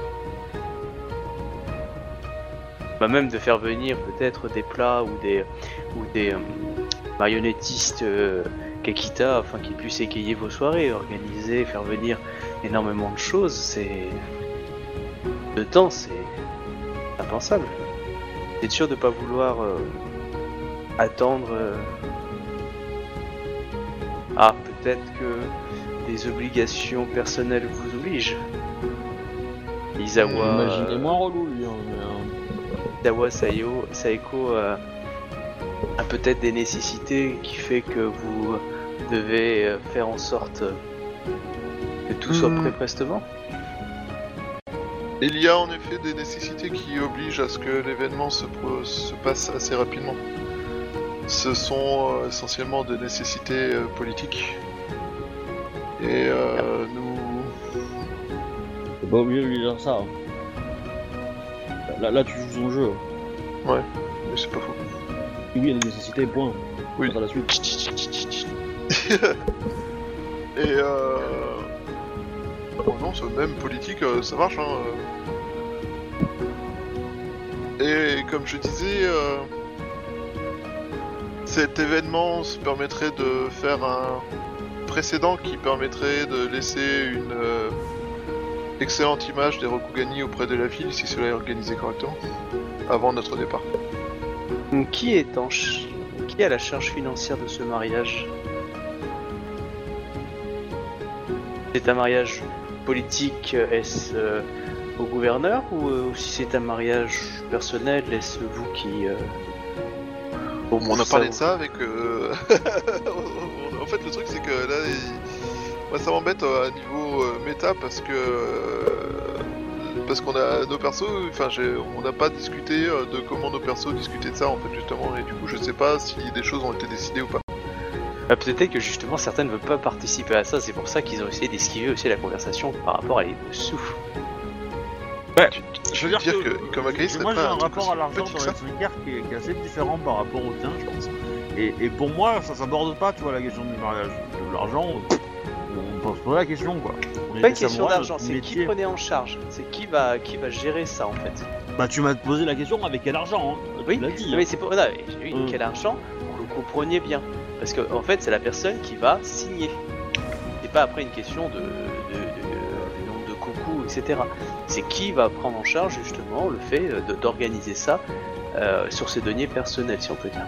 Bah même de faire venir peut-être des plats ou des, ou des euh, marionnettistes euh, Kakita afin qu'ils puissent égayer vos soirées, organiser, faire venir énormément de choses, c'est... Le temps, c'est impensable. Vous êtes sûr de pas vouloir euh, attendre. Euh... Ah, peut-être que des obligations personnelles vous obligent. Izawa. Imaginez moins relou lui. Hein, mais, euh... Izawa Sayo, Saeko euh, a peut-être des nécessités qui fait que vous devez euh, faire en sorte que tout soit Mmh. prêt prestement. Il y a en effet des nécessités qui obligent à ce que l'événement se, pro- se passe assez rapidement. Ce sont euh, essentiellement des nécessités euh, politiques. Et euh, nous... T'es pas obligé de lui dire ça. Hein. Là, là, tu joues son jeu. Ouais, mais c'est pas faux. Oui, il y a des nécessités, point. Oui. On passe à la suite. Et euh... Oh non, c'est même politique, euh, ça marche, hein. euh. Et comme je disais, euh... cet événement se permettrait de faire un précédent qui permettrait de laisser une euh, excellente image des Rokugani auprès de la ville si cela est organisé correctement, avant notre départ. Qui est en ch... qui a la charge financière de ce mariage? C'est un mariage politique, est-ce euh, au gouverneur ou euh, si c'est un mariage personnel, est-ce vous qui... Euh... Bon, on a parlé de ça avec... Euh... en fait, le truc c'est que là, il... moi ça m'embête euh, à niveau euh, méta parce que... Euh... Parce qu'on a nos persos, enfin j'ai... on n'a pas discuté euh, de comment nos persos discutaient de ça en fait justement, et du coup je sais pas si des choses ont été décidées ou pas. Ah, peut-être que justement certains ne veulent pas participer à ça, c'est pour ça qu'ils ont essayé d'esquiver aussi la conversation par rapport à les sous. Ouais, Je veux dire que, que comme Akai serait moi j'ai pas un un truc rapport aussi à l'argent petit dans que ça. les Sneakers qui, est- qui est assez différent par rapport au tien, je pense. Et, et pour moi, ça s'aborde pas, tu vois, la question du mariage. De l'argent, on pose pas la question, quoi. On est Pas une des question samouraïs, d'argent, notre c'est métier. qui prenait en charge, c'est qui va qui va gérer ça en fait. Bah, tu m'as posé la question avec quel argent, hein. Oui, Tu l'as dit. Non, hein. mais c'est pour non, mais j'ai eu Mm. quel argent pour que vous compreniez bien, parce que en fait c'est la personne qui va signer. C'est pas après une question de, de, de, de nombre de coucou, et cetera. C'est qui va prendre en charge justement le fait de- d'organiser ça euh, sur ses deniers personnels, si on peut dire.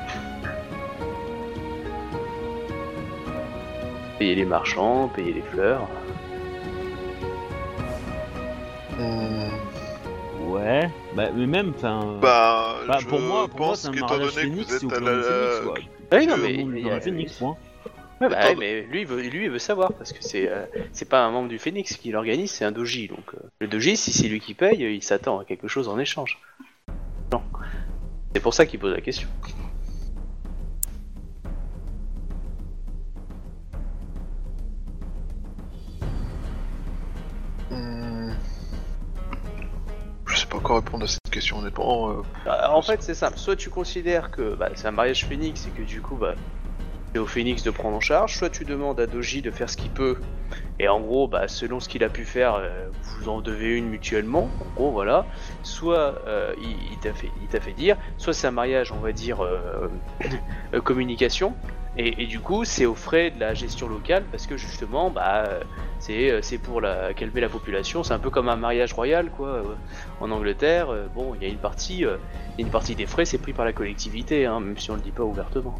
Payer les marchands, payer les fleurs. Hmm. Ouais, bah, mais même, enfin. Bah, bah, je pour moi, pour moi, pense c'est un qu'étant mariage donné que phénix, vous c'est au êtes à clan du phénix, la... quoi. Ah oui, non, Que mais le nom du il y clan a- du phénix, point. Ouais, bah, Attends, ouais, mais lui il, veut, lui, il veut savoir, parce que c'est euh, c'est pas un membre du Phénix qui l'organise, c'est un doji. Donc, euh, le doji, si c'est lui qui paye, il s'attend à quelque chose en échange. Non. C'est pour ça qu'il pose la question. Hmm. Je sais pas quoi répondre à cette question, honnêtement. euh. Bah, en fait, c'est simple. Soit tu considères que bah, c'est un mariage Phénix et que du coup, bah, c'est au Phénix de prendre en charge, soit tu demandes à Doji de faire ce qu'il peut, et en gros, bah, selon ce qu'il a pu faire, euh, vous en devez une mutuellement, en gros, voilà. Soit euh, il, il t'a fait, il t'a fait dire, soit c'est un mariage, on va dire, euh, euh, communication, et, et du coup, c'est aux frais de la gestion locale, parce que justement, bah, c'est, c'est pour la, calmer la population, c'est un peu comme un mariage royal, quoi, euh, en Angleterre. Euh, bon, il y a une partie, euh, une partie des frais, c'est pris par la collectivité, hein, même si on le dit pas ouvertement.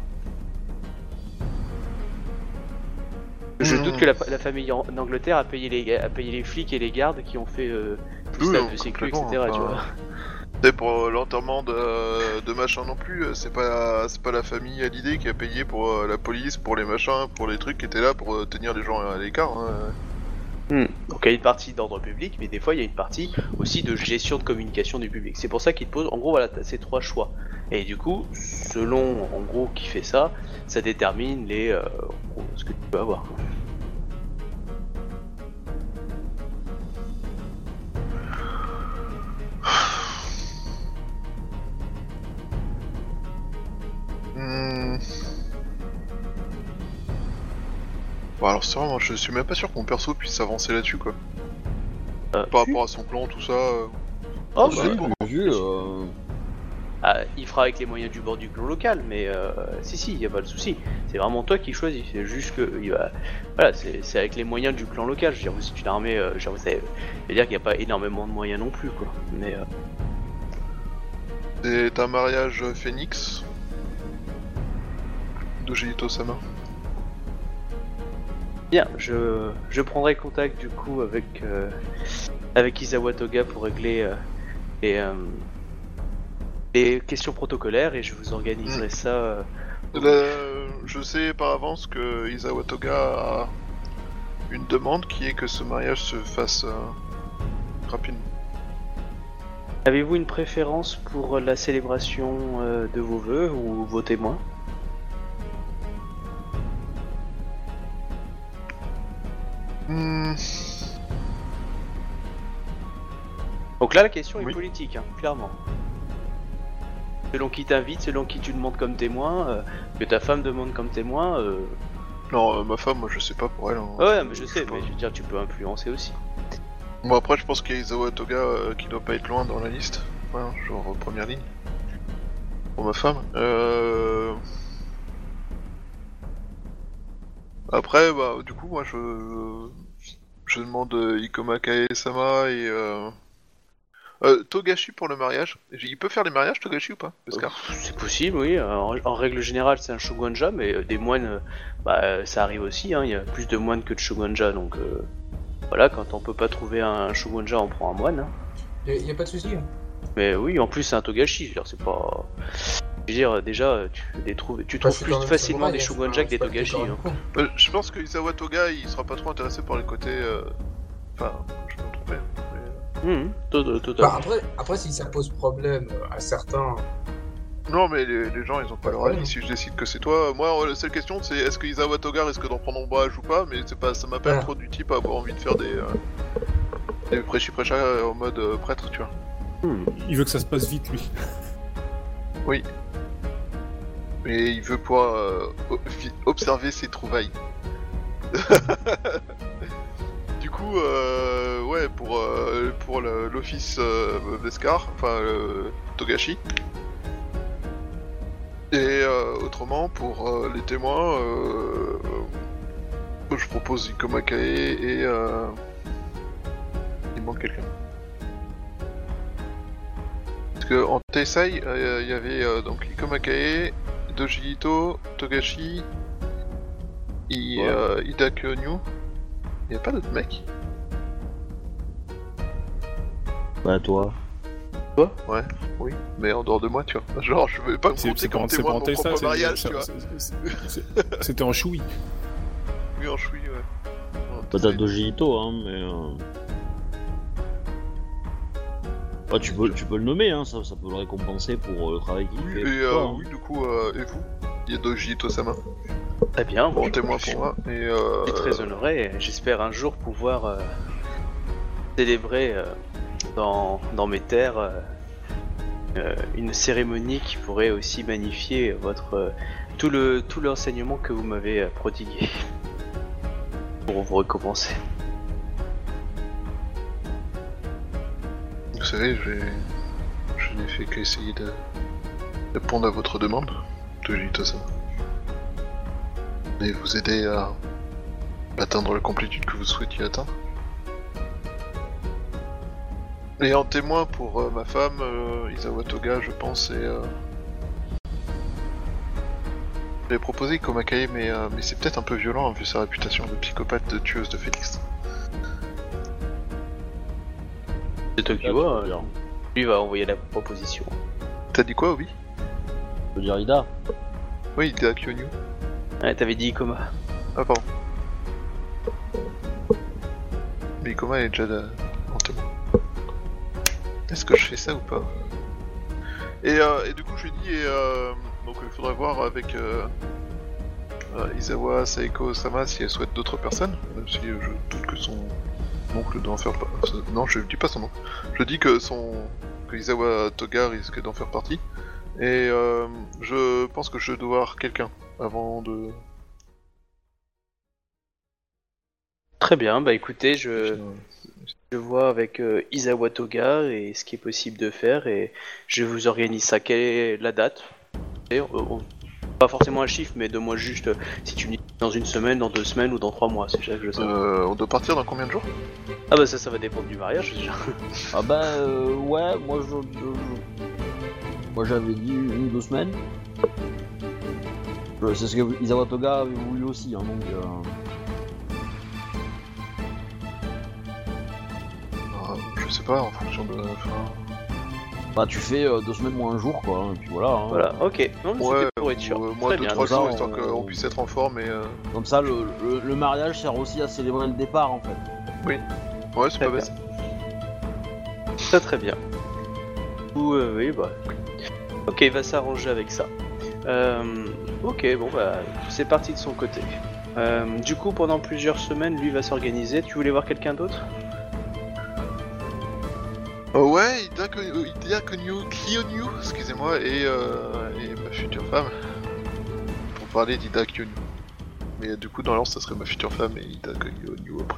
Je Mmh. doute que la, la famille en en Angleterre a payé, les, a payé les flics et les gardes qui ont fait euh, tout Oui, ça non, de sécu, et complètement, cetera. Tu enfin, vois. Et pour l'enterrement de, de machin non plus, euh, c'est pas c'est pas la famille à l'idée qui a payé pour euh, la police, pour les machins, pour les trucs qui étaient là pour euh, tenir les gens à l'écart. Hein. Hmm. Donc il y a une partie d'ordre public, mais des fois il y a une partie aussi de gestion de communication du public. C'est pour ça qu'il te pose, en gros voilà, t'as ces trois choix. Et du coup, selon en gros qui fait ça, ça détermine les euh, en gros, ce que tu peux avoir. quoi. Hmm. Bon alors c'est vrai, moi je suis même pas sûr que mon perso puisse avancer là-dessus quoi. Euh, Par si. rapport à son clan, tout ça. euh. Oh, Bah, bah, oui, bien vu, euh, ah, il fera avec les moyens du bord du clan local, mais euh, si si, y a pas de souci. C'est vraiment toi qui choisis. C'est juste que il va, voilà, c'est c'est avec les moyens du clan local. Je veux dire, c'est une armée. Euh, je veux dire, dire qu'il n'y a pas énormément de moyens non plus, quoi. Mais euh, C'est un mariage phénix. Dojito-sama. Bien, je, je prendrai contact du coup avec, euh, avec Izawa Toga pour régler euh, les, euh, les questions protocolaires et je vous organiserai ça. Euh... Là, je sais par avance que Izawa Toga a une demande qui est que ce mariage se fasse euh, rapidement. Avez-vous une préférence pour la célébration euh, de vos vœux ou vos témoins? Hmm. Donc là, la question Oui. est politique, hein, clairement. Selon qui t'invite, selon qui tu demandes comme témoin, euh, que ta femme demande comme témoin. Euh... Non, euh, ma femme, moi je sais pas pour elle. Hein. Ouais, mais je sais, sais pas. mais je veux dire, tu peux influencer aussi. Bon, après, je pense qu'il y a Izawa Toga euh, qui doit pas être loin dans la liste. Voilà, genre euh, première ligne. Pour ma femme. Euh... Après, bah, du coup, moi je. Je demande euh, Ikoma Kae-sama et. Euh... Euh, Togashi pour le mariage. Il peut faire les mariages, Togashi, ou pas Beskar Euh, C'est possible, oui. En, en règle générale, c'est un shogunja, mais euh, des moines, euh, bah, euh, ça arrive aussi. Hein. Il y a plus de moines que de shogunja, donc euh, voilà, quand on peut pas trouver un shogunja, on prend un moine. Hein. Y a, y a pas de souci. Mais oui, en plus, c'est un togashi. Je veux dire, c'est pas. Je veux dire, déjà, tu, les trouves, tu trouves Parce que plus quand même, facilement c'est des pareil, shogunja que des c'est pas- togashi. c'est pas Hein. le coup. Euh, Je pense que Izawa Toga, il sera pas trop intéressé par les côtés. Euh... Enfin, je peux me tromper. Mais... Mmh, to- to- Bah, totalement. après, après, si ça pose problème à certains, Non, mais les, les gens, ils ont pas leur avis. Si je décide que c'est toi, moi, euh, la seule question, c'est est-ce que Izawa Toga risque d'en prendre ombrage ou pas. Mais c'est pas, ça m'appelle Ah. trop du type à avoir envie de faire des, euh, des prêchi-prêcha euh, en mode euh, prêtre, tu vois. Mmh. Il veut que ça se passe vite, lui. Oui. Mais il veut pouvoir euh, o- vi- observer ses trouvailles. Du coup, euh, ouais, pour, euh, pour le- l'office euh, Beskar, enfin euh, Togashi. Et euh, autrement, pour euh, les témoins, euh, euh, je propose Ikoma Kae et... Euh, il manque quelqu'un. Parce que en Teisai, euh, il y avait euh, donc Ikoma Kae, Doji Ito, Togashi, et Ouais. euh, Ida Kyonyu. Il y a pas d'autres mecs? Bah toi. Oui, mais en dehors de moi, tu vois. Genre, je vais pas me C'est compter c'est comme pas c'est pas témoin en de mon Taïsa, propre c'est- mariage, c'est- tu vois. c'est- c'est- c'est- C'était en choui. Oui, en choui, ouais. Bah t'as Doji Ito, hein, mais... Euh... Bah, tu, peux, tu peux le nommer, hein, ça, ça peut le récompenser pour euh, le travail qu'il Oui, fait. et pour euh, toi, hein. oui, du coup, euh, et vous? Il y a Doji Ito-sama, Très bien, bon, bon, témoin je, pour moi, et euh... je suis très honoré et j'espère un jour pouvoir euh, célébrer euh, dans, dans mes terres euh, euh, une cérémonie qui pourrait aussi magnifier votre euh, tout le tout l'enseignement que vous m'avez euh, prodigué pour vous récompenser. Vous savez, j'ai... je n'ai fait qu'essayer de répondre à votre demande, Doji Ito-sama. Et vous aider à atteindre la complétude que vous souhaitiez atteindre. Et en témoin pour euh, ma femme, euh, Izawa Toga, je pense, et... Euh... J'avais proposé Ikoma Kae, mais, euh, mais c'est peut-être un peu violent, hein, vu sa réputation de psychopathe de tueuse de Félix. C'est toi qui Là, tu vois, peux euh, dire- lui va envoyer la proposition. T'as dit quoi, oui? tu peux dire Ida. Oui, il était à Kyonyu. Ouais, t'avais dit Ikoma. Ah, pardon. Mais Ikoma est déjà de... en témoin. Est-ce que je fais ça ou pas? Et, euh, et du coup, je lui dis, et, euh, donc il faudrait voir avec euh, euh, Izawa Saeko-sama si elle souhaite d'autres personnes, même si euh, je doute que son oncle doit en faire partie. Non, je dis pas son nom. Je dis que son que Izawa Toga risque d'en faire partie. Et euh, je pense que je dois voir quelqu'un avant de... Très bien, bah écoutez, je, je vois avec euh, Izawa Toga et ce qui est possible de faire et je vous organise ça. Quelle est la date? Et, euh, on- Pas forcément un chiffre, mais de moi juste euh, si tu me dis dans une semaine, dans deux semaines ou dans trois mois, c'est ça que je sais. Euh, on doit partir dans combien de jours? Ah bah ça, ça va dépendre du mariage déjà. Ah bah euh, ouais, moi je... je- Moi j'avais dit une ou deux semaines. Euh, C'est ce que Isawa Toga avait voulu aussi, hein, donc... Euh... Ah, je sais pas, en fonction de... Enfin... Bah tu fais euh, deux semaines moins un jour, quoi, et puis voilà. Hein. Voilà, ok. Non, mais Ouais, c'était pour être sûr. ou, euh, moi Très deux bien. trois ça, jours, on- histoire qu'on puisse être en forme et... Euh... Comme ça, le, le, le mariage sert aussi à célébrer le départ, en fait. Ouais, c'est Très pas bien. bête. Très très bien. Ou euh, oui, bah. Ok, il va s'arranger avec ça. Euh, ok, bon bah, c'est parti de son côté. Euh, du coup, pendant plusieurs semaines, lui va s'organiser. Tu voulais voir quelqu'un d'autre? Oh ouais, Ida Konyu, Ida Konyu, Kyonyu, excusez-moi, et, euh, et ma future femme. Pour parler d'Ida Kyonyu. Mais euh, du coup, dans l'ordre, ça serait ma future femme et Ida Kyonyu après.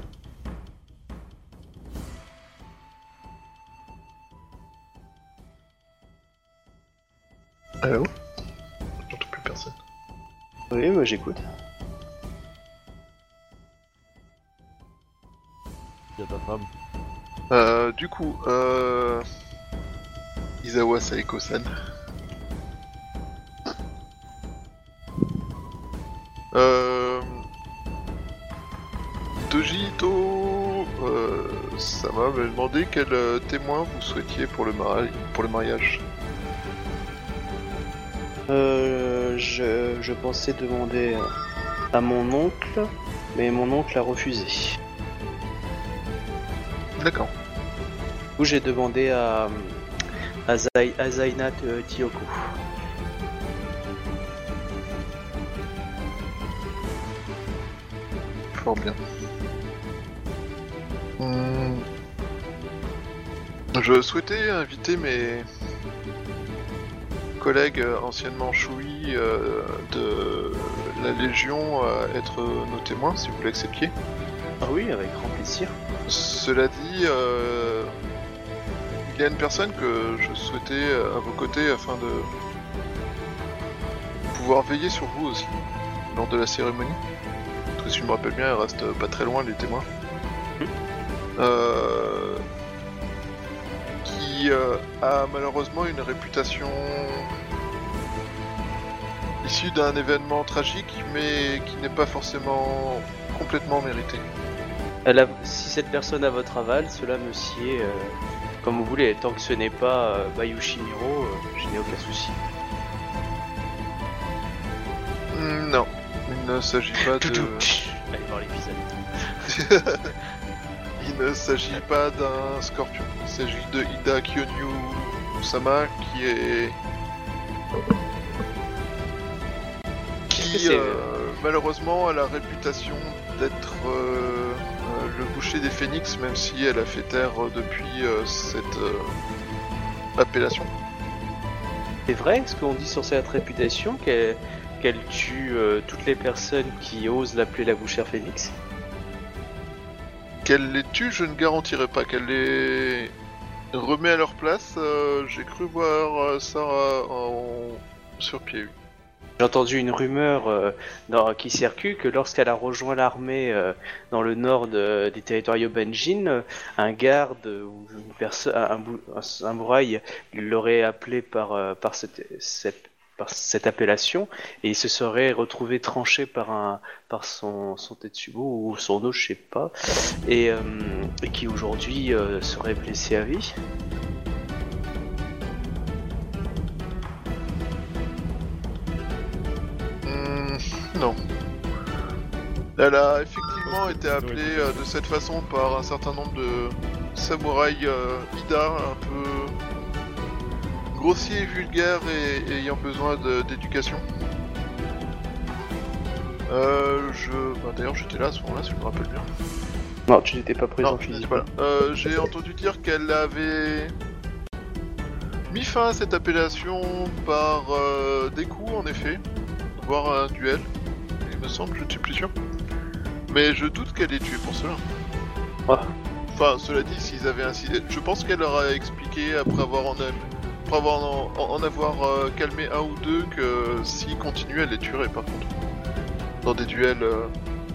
Allô? J'entends plus personne. Oui, moi j'écoute. Y'a ta femme. Euh, du coup, euh... Izawa Saeko-san. Euh... Toji Ito... Euh... Sama m'a demandé quel euh, témoin vous souhaitiez pour le, mari... pour le mariage. Euh, je, je pensais demander à mon oncle, mais mon oncle a refusé. D'accord. Du coup, j'ai demandé à, à, Zai, à Zainat euh, Tioku. Fort bien. Hmm. Je souhaitais inviter mes collègues euh, anciennement Shui euh, de la Légion à être nos témoins, si vous l'acceptiez. Ah oui, avec grand plaisir. Cela dit, euh, il y a une personne que je souhaitais euh, à vos côtés afin de pouvoir veiller sur vous aussi lors de la cérémonie. Parce que si je me rappelle bien, elle reste pas très loin, les témoins. Euh, qui euh, a malheureusement une réputation issue d'un événement tragique, mais qui n'est pas forcément complètement mérité. Elle a- si cette personne a votre aval, cela me sied euh, comme vous voulez. Tant que ce n'est pas euh, Bayushi Miro, euh, je n'ai aucun souci. Hmm, Non, il ne s'agit pas de... Allez voir l'épisode. Il ne s'agit pas d'un scorpion, il s'agit de Ida Kyonyu Sama qui est... Qu'est-ce que qui c'est, euh, malheureusement a la réputation d'être euh, euh, le boucher des phénix, même si elle a fait taire euh, depuis euh, cette euh, appellation. C'est vrai ce qu'on dit sur cette réputation, qu'elle qu'elle tue euh, toutes les personnes qui osent l'appeler la bouchère phénix? Qu'elle les tue, je ne garantirai pas. Qu'elle les remet à leur place, euh, j'ai cru voir euh, ça en... sur pied. Oui. J'ai entendu une rumeur euh, dans- qui circule que lorsqu'elle a rejoint l'armée euh, dans le nord de- des territoires Yobanjin, euh, un garde ou une personne, un, bou- un samouraï l'aurait appelé par, euh, par, cette, cette, par cette appellation et il se serait retrouvé tranché par, un, par son, son Tetsubo ou son os, je sais pas, et, euh, et qui aujourd'hui euh, serait blessé à vie. Hmm, non. Elle a effectivement été appelée euh, de cette façon par un certain nombre de samouraïs euh, Ida, un peu grossiers, vulgaires et, et ayant besoin de- d'éducation. Euh, je... Bah, d'ailleurs j'étais là à ce moment-là, si je me rappelle bien. Non, tu n'étais pas présent Non, je n'étais physiquement. pas là. Euh, j'ai entendu dire qu'elle avait mis fin à cette appellation par euh, des coups, en effet, voire un duel. Il me semble, je ne suis plus sûr. Mais je doute qu'elle ait tué pour cela. Ah. Enfin, cela dit, s'ils avaient incidé, je pense qu'elle leur a expliqué après avoir en, après avoir en, en- en avoir euh, calmé un ou deux que s'ils continuaient, elle les tuerait par contre. Dans des duels. euh,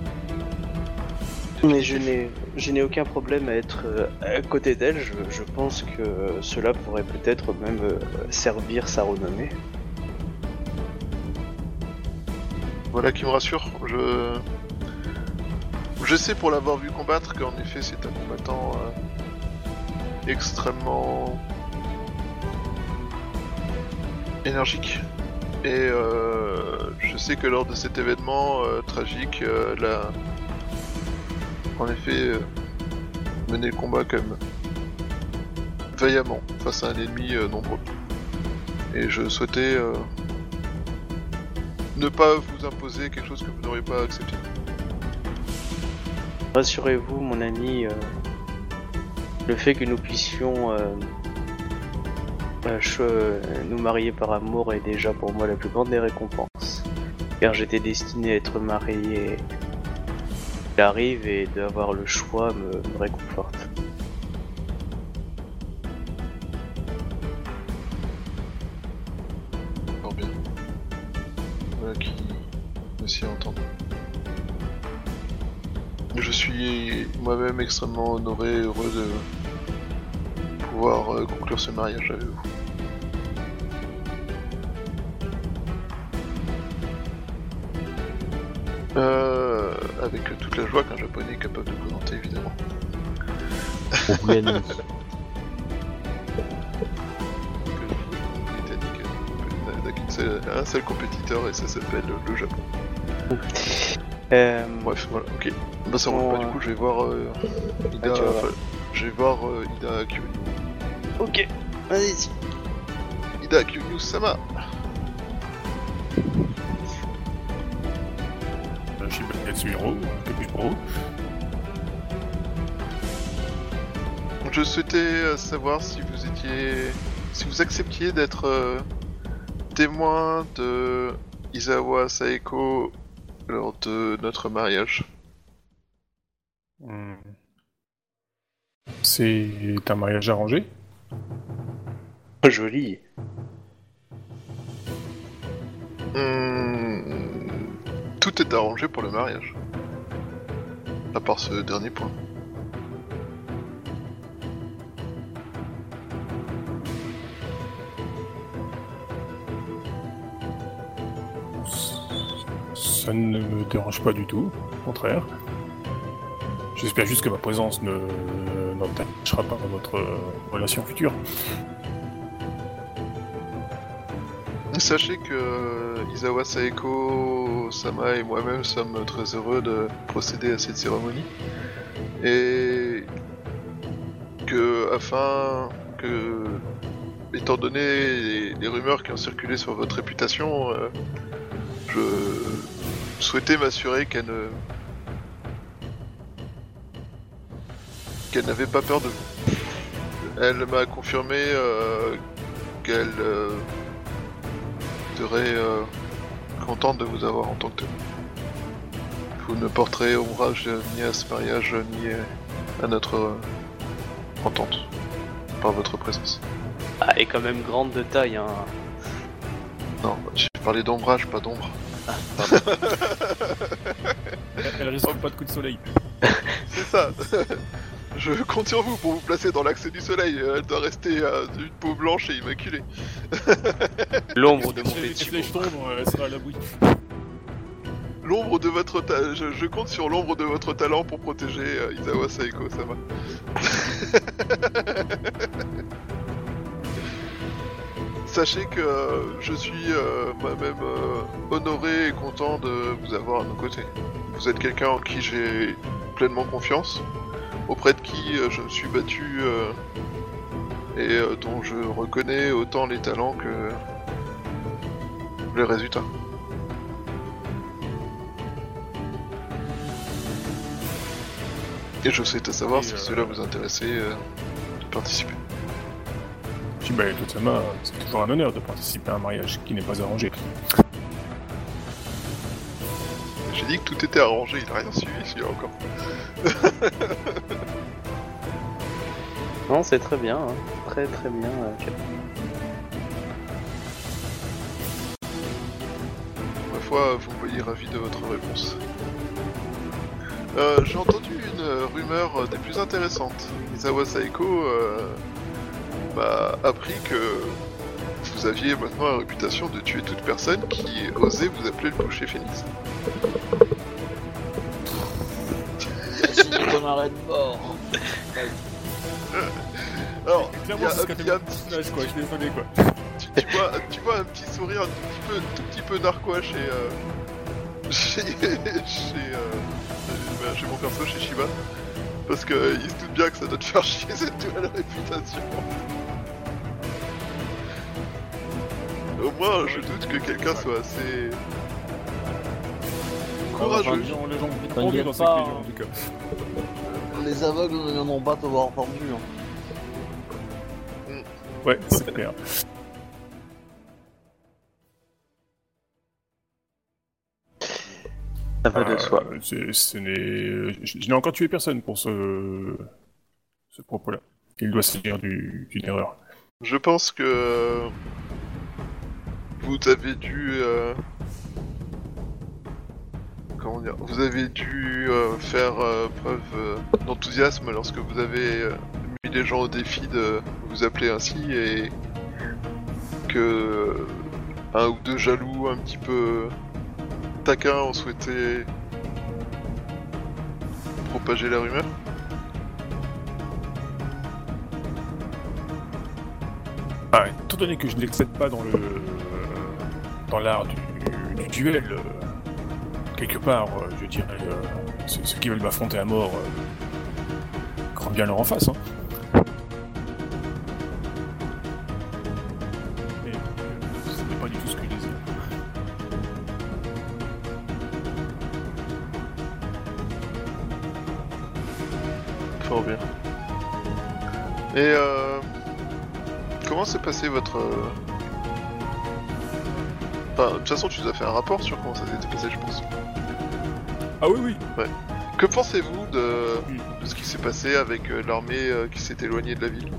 Mais je n'ai, je n'ai aucun problème à être euh, à côté d'elle. Je, je pense que cela pourrait peut-être même euh, servir sa renommée. voilà qui me rassure. Je... Je sais pour l'avoir vu combattre qu'en effet c'est un combattant euh, extrêmement énergique. Et euh, je sais que lors de cet événement euh, tragique, euh, elle a en effet euh, mené le combat quand même vaillamment face à un ennemi euh, nombreux. Et je souhaitais euh, ne pas vous imposer quelque chose que vous n'auriez pas accepté. Rassurez-vous, mon ami, euh, le fait que nous puissions euh, euh, ch- euh, nous marier par amour est déjà pour moi la plus grande des récompenses. Car j'étais destiné à être marié. Il arrive et d'avoir le choix me, me réconforte. Fort bien. Voilà qui me s'y entend. Je suis moi-même extrêmement honoré et heureux de pouvoir euh, conclure ce mariage avec vous. Euh, avec toute la joie qu'un japonais est capable de présenter, évidemment. Pour vous gagner. Il n'y a qu'un seul- un seul compétiteur et ça s'appelle le Japon. Euh, Bref, voilà, ok. Bah ça Bon, va pas, euh, du coup je vais voir euh, Ida... Ah, tu vas enfin, je vais voir euh, Ida Kyunyu. Ok, vas-y. Ida Kyunyu-sama. Shiba Katsuhiro, que puis-je pour vous? Je souhaitais euh, savoir si vous étiez... si vous acceptiez d'être euh, témoin de Isawa Saeko lors de notre mariage. Hmm. C'est un mariage arrangé? Joli. Hum, Tout est arrangé pour le mariage. À part ce dernier point. Ça ne me dérange pas du tout, au contraire. J'espère juste que ma présence ne n'entachera pas votre euh, relation future. Sachez que Isawa Saeko Sama et moi-même sommes très heureux de procéder à cette cérémonie. Et que afin que, étant donné les, les rumeurs qui ont circulé sur votre réputation, euh, je souhaitais m'assurer qu'elle ne... qu'elle n'avait pas peur de vous. Elle m'a confirmé euh, qu'elle euh, serait euh, contente de vous avoir en tant que tel. Vous ne porterez ombrage ni à ce mariage ni à notre euh, entente par votre présence. Ah, elle est quand même grande de taille, hein. Non, j'ai parlé d'ombrage, pas d'ombre. Elle, elle risque pas de coup de soleil. C'est ça. Je compte sur vous pour vous placer dans l'axe du soleil. Elle doit rester euh, d'une peau blanche et immaculée. L'ombre de mon Si les petit flèches tombent, elle sera à l'abri. L'ombre de votre ta... je, je compte sur l'ombre de votre talent pour protéger euh, Isawa Saeko Sama. Sachez que euh, je suis euh, moi-même euh, honoré et content de vous avoir à nos côtés. Vous êtes quelqu'un en qui j'ai pleinement confiance, auprès de qui euh, je me suis battu euh, et euh, dont je reconnais autant les talents que les résultats. Et je souhaite savoir Et, si euh, cela vous intéressait euh, de participer. Shiba Totsama, c'est toujours un honneur de participer à un mariage qui n'est pas arrangé. J'ai dit que tout était arrangé, il a rien suivi celui-là encore. Non, c'est très bien, hein. Très très bien. euh, Cap- Ma foi, vous me voyez ravi de votre réponse. Euh, j'ai entendu une euh, rumeur euh, des plus intéressantes. Isawa Saeko euh, m'a appris que vous aviez maintenant la réputation de tuer toute personne qui osait vous appeler le boucher phénix. Yacine, ton arrêt de mort. Alors, il y Clairement, a, c'est ce qu'a fait il y a mon un petit, personnage, quoi, je suis désolé, quoi. tu, tu vois, tu vois un petit sourire un tout petit peu, tout petit peu narquois chez, euh, chez, chez, euh, bah, chez mon perso, chez Shiba, parce que euh, il se doute bien que ça doit te faire chier cette nouvelle réputation. Au moins, je doute que quelqu'un soit assez courageux. Enfin, Les gens, les gens vont T'inquiète prendre dans cette pas, région, hein. en tout cas. Les aveugles ne viendront pas te voir pendu. Hein. Ouais, c'est clair. Ça va de soi. Euh, c'est- ce n'est... Je, je n'ai encore tué personne pour ce, ce propos-là. Il doit s'agir du- d'une erreur. Je pense que vous avez dû, euh, comment dire, vous avez dû euh, faire euh, preuve euh, d'enthousiasme lorsque vous avez euh, mis les gens au défi de vous appeler ainsi et que un ou deux jaloux un petit peu taquins ont souhaité propager la rumeur. Ah, étant donné que je n'excède pas dans le dans l'art du, du duel, euh, quelque part, euh, je dirais, euh, ceux, ceux qui veulent m'affronter à mort, euh, grand bien leur en face. Hein. Mais euh, ce n'est pas du tout ce que je désire. Fort bien. Et euh... comment s'est passé votre... euh, Enfin, de toute façon, tu nous as fait un rapport sur comment ça s'était passé, je pense. Ah oui, oui. Que pensez-vous de... de ce qui s'est passé avec euh, l'armée euh, qui s'est éloignée de la ville?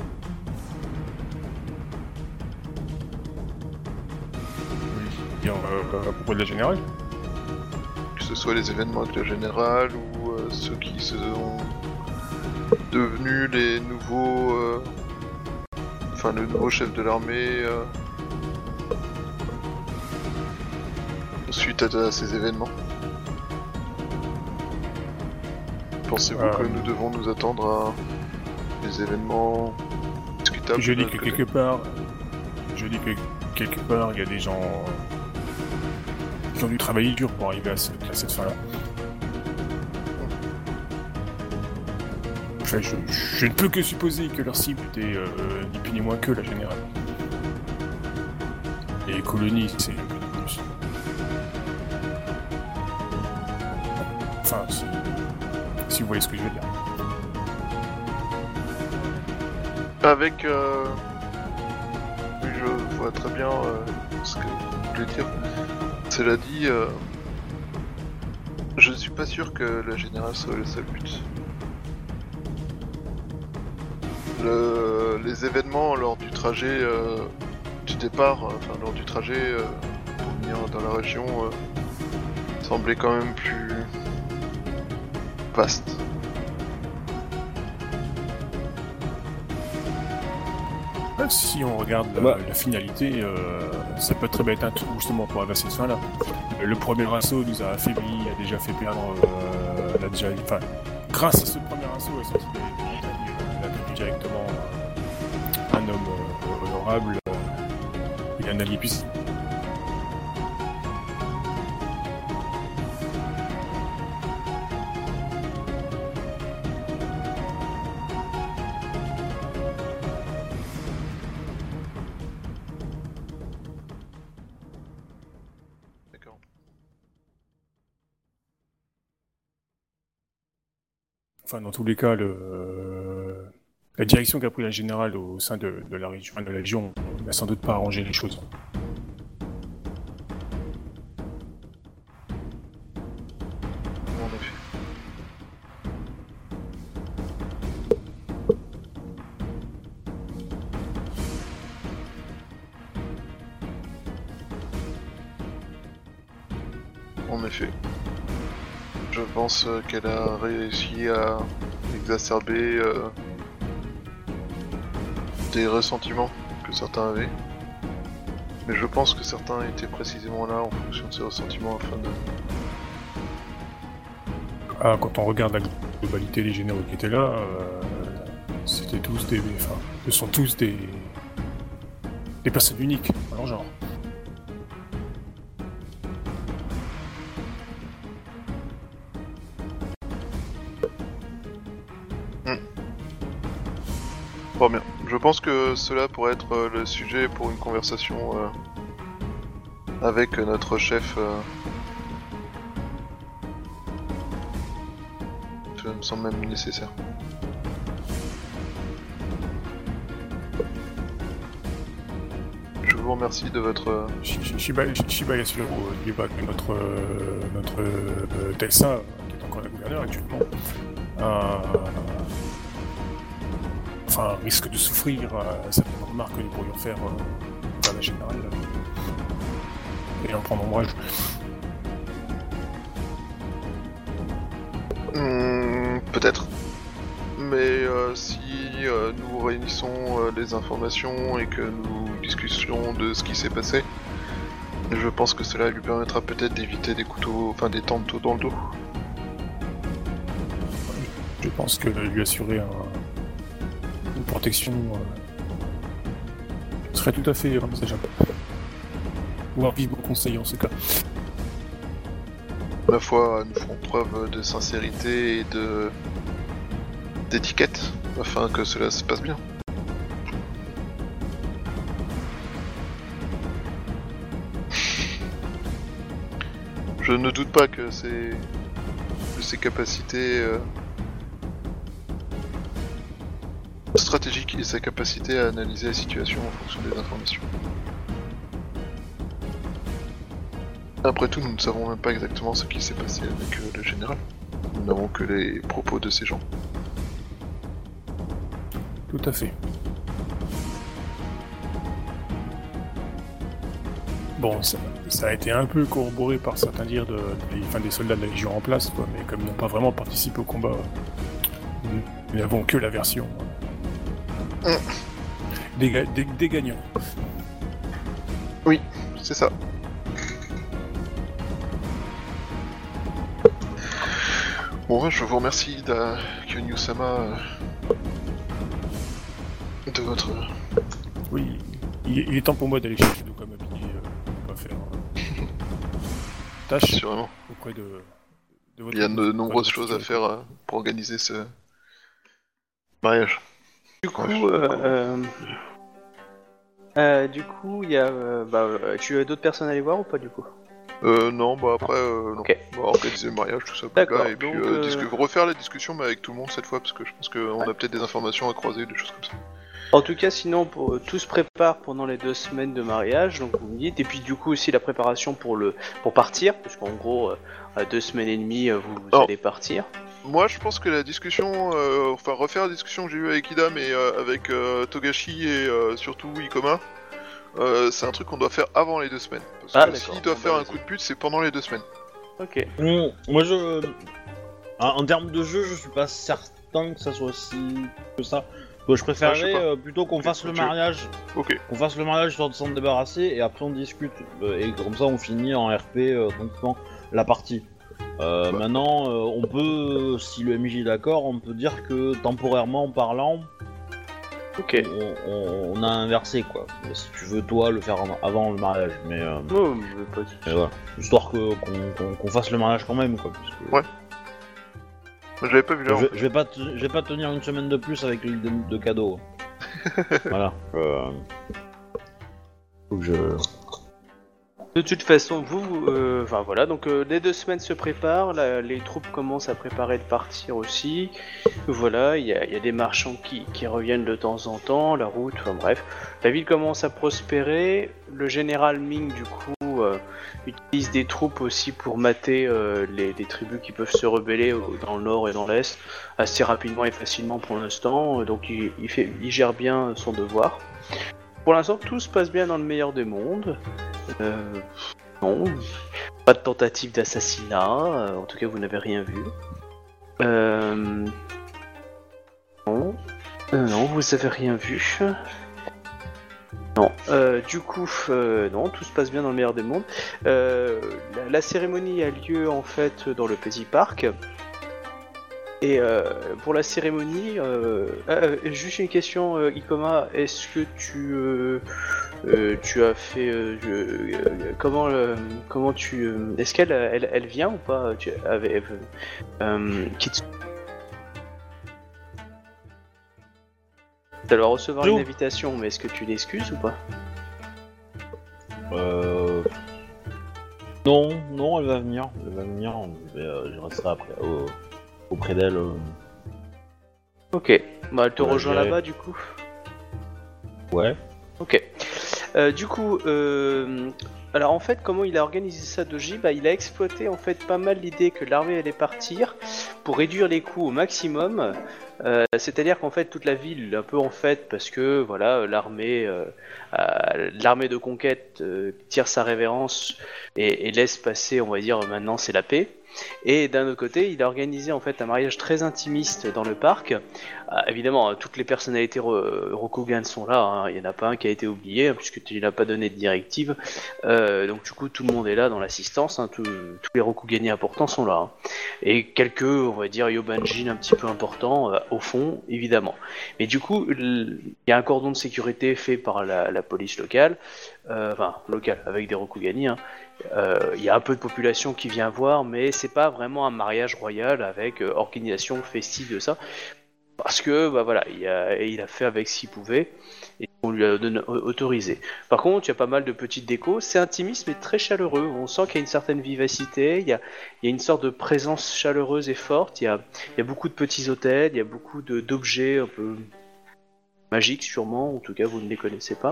Bien, euh, à propos de la générale. Que ce soit les événements avec le général ou euh, ceux qui sont devenus les nouveaux... euh, Enfin, le nouveau chef de l'armée... euh, suite à, à ces événements. Pensez-vous Euh. que nous devons nous attendre à des événements discutables? Je de dis notre que côté quelque part, je dis que quelque part, il y a des gens qui ont dû travailler dur pour arriver à cette, à cette fin-là. Enfin, je, je ne peux que supposer que leur cible était euh, ni plus ni moins que la générale. Et les colonies, c'est un peu de plus. Enfin, si, si vous voyez ce que je veux dire. Avec... Euh... Oui, je vois très bien euh, ce que vous voulez dire. Cela dit, euh... je ne suis pas sûr que la générale soit le seul but. Le... Les événements lors du trajet euh, du départ, euh, enfin lors du trajet euh, pour venir dans la région, euh, semblaient quand même plus vastes. Ah, si on regarde la, Bah. la finalité, euh, ça peut très bien être un tout justement pour arriver à cette fin-là. Le premier assaut nous a affaiblis, a déjà fait perdre, euh, elle a déjà, enfin, grâce à ce premier assaut, elle a sorti des des montagnes, elle a perdu directement euh, un homme euh, honorable euh, et un allié puissant. D'accord. Enfin, dans tous les cas, le, euh, la direction qu'a pris la générale au sein de, de la région, de la Légion n'a sans doute pas arrangé les choses. En effet. En effet. Je pense euh, qu'elle a réussi à exacerber euh, des ressentiments que certains avaient. Mais je pense que certains étaient précisément là en fonction de ses ressentiments afin de... Ah, quand on regarde la globalité des généraux qui étaient là, euh, c'était tous des... Enfin, ce sont tous des... des personnes uniques, dans leur genre. Très bien. Je pense que cela pourrait être euh, le sujet pour une conversation euh, avec notre chef. Euh... Ça me semble même nécessaire. Je vous remercie de votre... euh, Shiba Shiba Yasuhiro dit pas que notre, euh, notre euh, Telsa, qui est encore la gouverneure actuellement, euh, enfin, risque de souffrir à certaines remarques que nous pourrions faire euh, vers la générale euh, et en prendre ombrage. Hmm, peut-être. Mais euh, si euh, nous réunissons euh, les informations et que nous discutions de ce qui s'est passé, je pense que cela lui permettra peut-être d'éviter des couteaux, enfin des tantos dans le dos. Je pense que lui assurer un, une protection euh, serait tout à fait envisageable. Ou un vivre conseil en ce cas. Ma foi, nous ferons preuve de sincérité et de d'étiquette afin que cela se passe bien. Je ne doute pas que ses, que ses capacités euh, stratégiques et sa capacité à analyser la situation en fonction des informations. Après tout, nous ne savons même pas exactement ce qui s'est passé avec euh, le général. Nous n'avons que les propos de ces gens. Tout à fait. Bon, ça, ça a été un peu corroboré par certains dires de, de, enfin, des soldats de la Légion en place, quoi, mais comme ils n'ont pas vraiment participé au combat, nous, nous n'avons que la version euh, Mm. des, des, des gagnants. Oui, c'est ça. Bon, je vous remercie d'Akyonyu-sama euh, de votre... Oui, il, il est temps pour moi d'aller chercher de quoi m'habiller, euh, on va faire euh, tâche Sûrement. auprès de, de votre... Il y a de auprès nombreuses votre choses à futur. faire euh, pour organiser ce mariage. Du coup, Ouais, euh, euh, euh, du coup, il y a, euh, bah, euh, tu as d'autres personnes à aller voir ou pas du coup? Euh, non, bah après, euh, non. Ok. On va organiser le mariage, tout ça. D'accord, Là, et puis donc, euh, euh, discu- refaire la discussion mais avec tout le monde cette fois, parce que je pense qu'on Ouais. a peut-être des informations à croiser, des choses comme ça. En tout cas, sinon, pour, tout se prépare pendant les deux semaines de mariage, donc vous me dites, et puis du coup aussi la préparation pour le pour partir, parce qu'en gros, euh, à deux semaines et demie, euh, vous, vous Oh. allez partir. Moi, je pense que la discussion, euh, enfin refaire la discussion que j'ai eue avec Ida, mais euh, avec euh, Togashi et euh, surtout Ikoma, euh, c'est un truc qu'on doit faire avant les deux semaines. Parce Ah, que d'accord. s'il doit Bon, faire bah, un coup de pute, c'est pendant les deux semaines. Ok. Mmh, moi je. En, en termes de jeu, je suis pas certain que ça soit aussi que ça. Moi, je Ah, je sais préférerais pas. euh, plutôt qu'on fasse le Tu- mariage, Ok. qu'on fasse le mariage histoire de s'en débarrasser et après on discute. Euh, et comme ça on finit en R P euh, tranquillement la partie. Euh, Ouais. Maintenant, euh, on peut, si le M J est d'accord, on peut dire que temporairement parlant, Ok. on, on- on a inversé quoi. Mais si tu veux toi le faire en- avant le mariage, mais, euh, Oh, mais pas de soucis. mais voilà, histoire que qu'on qu'on- qu'on fasse le mariage quand même quoi. Parce que, Ouais. Moi, j'avais pas vu l'heure. Je, je vais pas, te- je vais pas tenir une semaine de plus avec l'île de, de cadeaux. Voilà. Euh... Faut que je. De toute façon, vous, euh, enfin voilà, donc euh, les deux semaines se préparent, la- les troupes commencent à préparer de partir aussi. Voilà, il y, a- il y a des marchands qui, qui reviennent de temps en temps, la route, enfin bref. La ville commence à prospérer. Le général Ming, du coup, euh, utilise des troupes aussi pour mater euh, les, les tribus qui peuvent se rebeller au- dans le nord et dans l'est assez rapidement et facilement pour l'instant. Donc il, il fait, il gère bien son devoir. Pour l'instant, tout se passe bien dans le meilleur des mondes. Euh, non, pas de tentative d'assassinat, euh, en tout cas vous n'avez rien vu. Euh, non, Euh, non, vous avez rien vu. Non. Euh, du coup, euh, non, tout se passe bien dans le meilleur des mondes. Euh, la, la cérémonie a lieu en fait dans le petit parc. Et euh, pour la cérémonie, euh, euh, juste une question, euh, Ikoma, est-ce que tu euh, euh, tu as fait euh, euh, comment euh, comment tu euh, est-ce qu'elle elle, elle vient ou pas tu, avec euh, Kitsu. Tu dois recevoir Jo. une invitation, mais est-ce que tu l'excuses ou pas? Euh... Non, non, elle va venir. Elle va venir. Mais, euh, je resterai après au- auprès d'elle. euh. Ok, bah elle te Ouais, rejoint je dirais. là-bas du coup. Ouais. Ok. Euh, du coup, euh, alors en fait, comment il a organisé ça, Doji? Bah, il a exploité en fait pas mal l'idée que l'armée allait partir pour réduire les coûts au maximum. Euh, c'est-à-dire qu'en fait, toute la ville, un peu en fait, parce que voilà, l'armée, euh, euh, l'armée de conquête euh, tire sa révérence et, et laisse passer, on va dire, maintenant c'est la paix. Et d'un autre côté, il a organisé en fait un mariage très intimiste dans le parc. Euh, évidemment, toutes les personnalités Ro- Rokugan sont là, hein. Il n'y en a pas un qui a été oublié, hein, puisque tu n'as pas donné de directive. Euh, donc du coup, tout le monde est là dans l'assistance, hein, tout- tous les Rokugani importants sont là. Hein. Et quelques, on va dire, Yobanjin un petit peu importants, euh, au fond, évidemment. Mais du coup, il y a un cordon de sécurité fait par la, la police locale, euh, enfin, locale, avec des Rokugani, hein. Il euh, y a un peu de population qui vient voir, mais c'est pas vraiment un mariage royal avec euh, organisation festive de ça, parce que bah voilà, il a, il a fait avec ce qu'il pouvait et on lui a donné, autorisé. Par contre, il y a pas mal de petites décos, c'est intimiste mais très chaleureux. On sent qu'il y a une certaine vivacité, il y a, il y a une sorte de présence chaleureuse et forte. Il y a, il y a beaucoup de petits hôtels, il y a beaucoup de, d'objets un peu magiques sûrement, en tout cas vous ne les connaissez pas.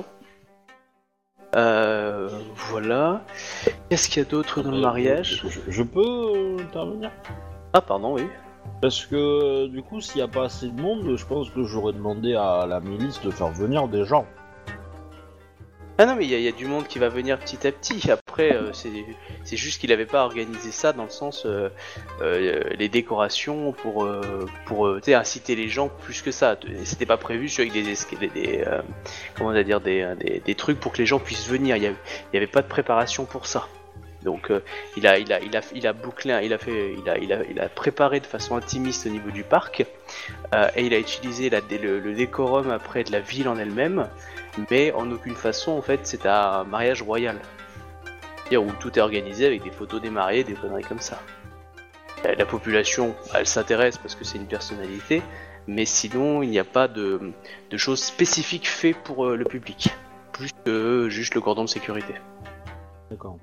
Euh, voilà. Qu'est-ce qu'il y a d'autre dans le Euh, mariage? Je, je- je peux euh, intervenir? Ah pardon, oui. Parce que euh, du coup, s'il n'y a pas assez de monde, je pense que j'aurais demandé à la milice de faire venir des gens. Ah non, mais il y, a- il y a du monde qui va venir petit à petit. Après, euh, c'est, c'est juste qu'il n'avait pas organisé ça dans le sens euh, euh, les décorations pour euh, pour euh, tu sais, inciter les gens plus que ça. C'était pas prévu sur avec des, esca- des, des euh, comment on va dire des, des, des trucs pour que les gens puissent venir. Il y avait, il y avait pas de préparation pour ça. Donc euh, il a il a il a il a bouclé, il a fait il a il a il a préparé de façon intimiste au niveau du parc euh, et il a utilisé la, le, le décorum après de la ville en elle-même. Mais en aucune façon, en fait, c'est un mariage royal. C'est-à-dire où tout est organisé avec des photos des mariés, des conneries comme ça. La population, elle s'intéresse parce que c'est une personnalité, mais sinon, il n'y a pas de, de choses spécifiques faites pour le public. Plus que juste le cordon de sécurité. D'accord.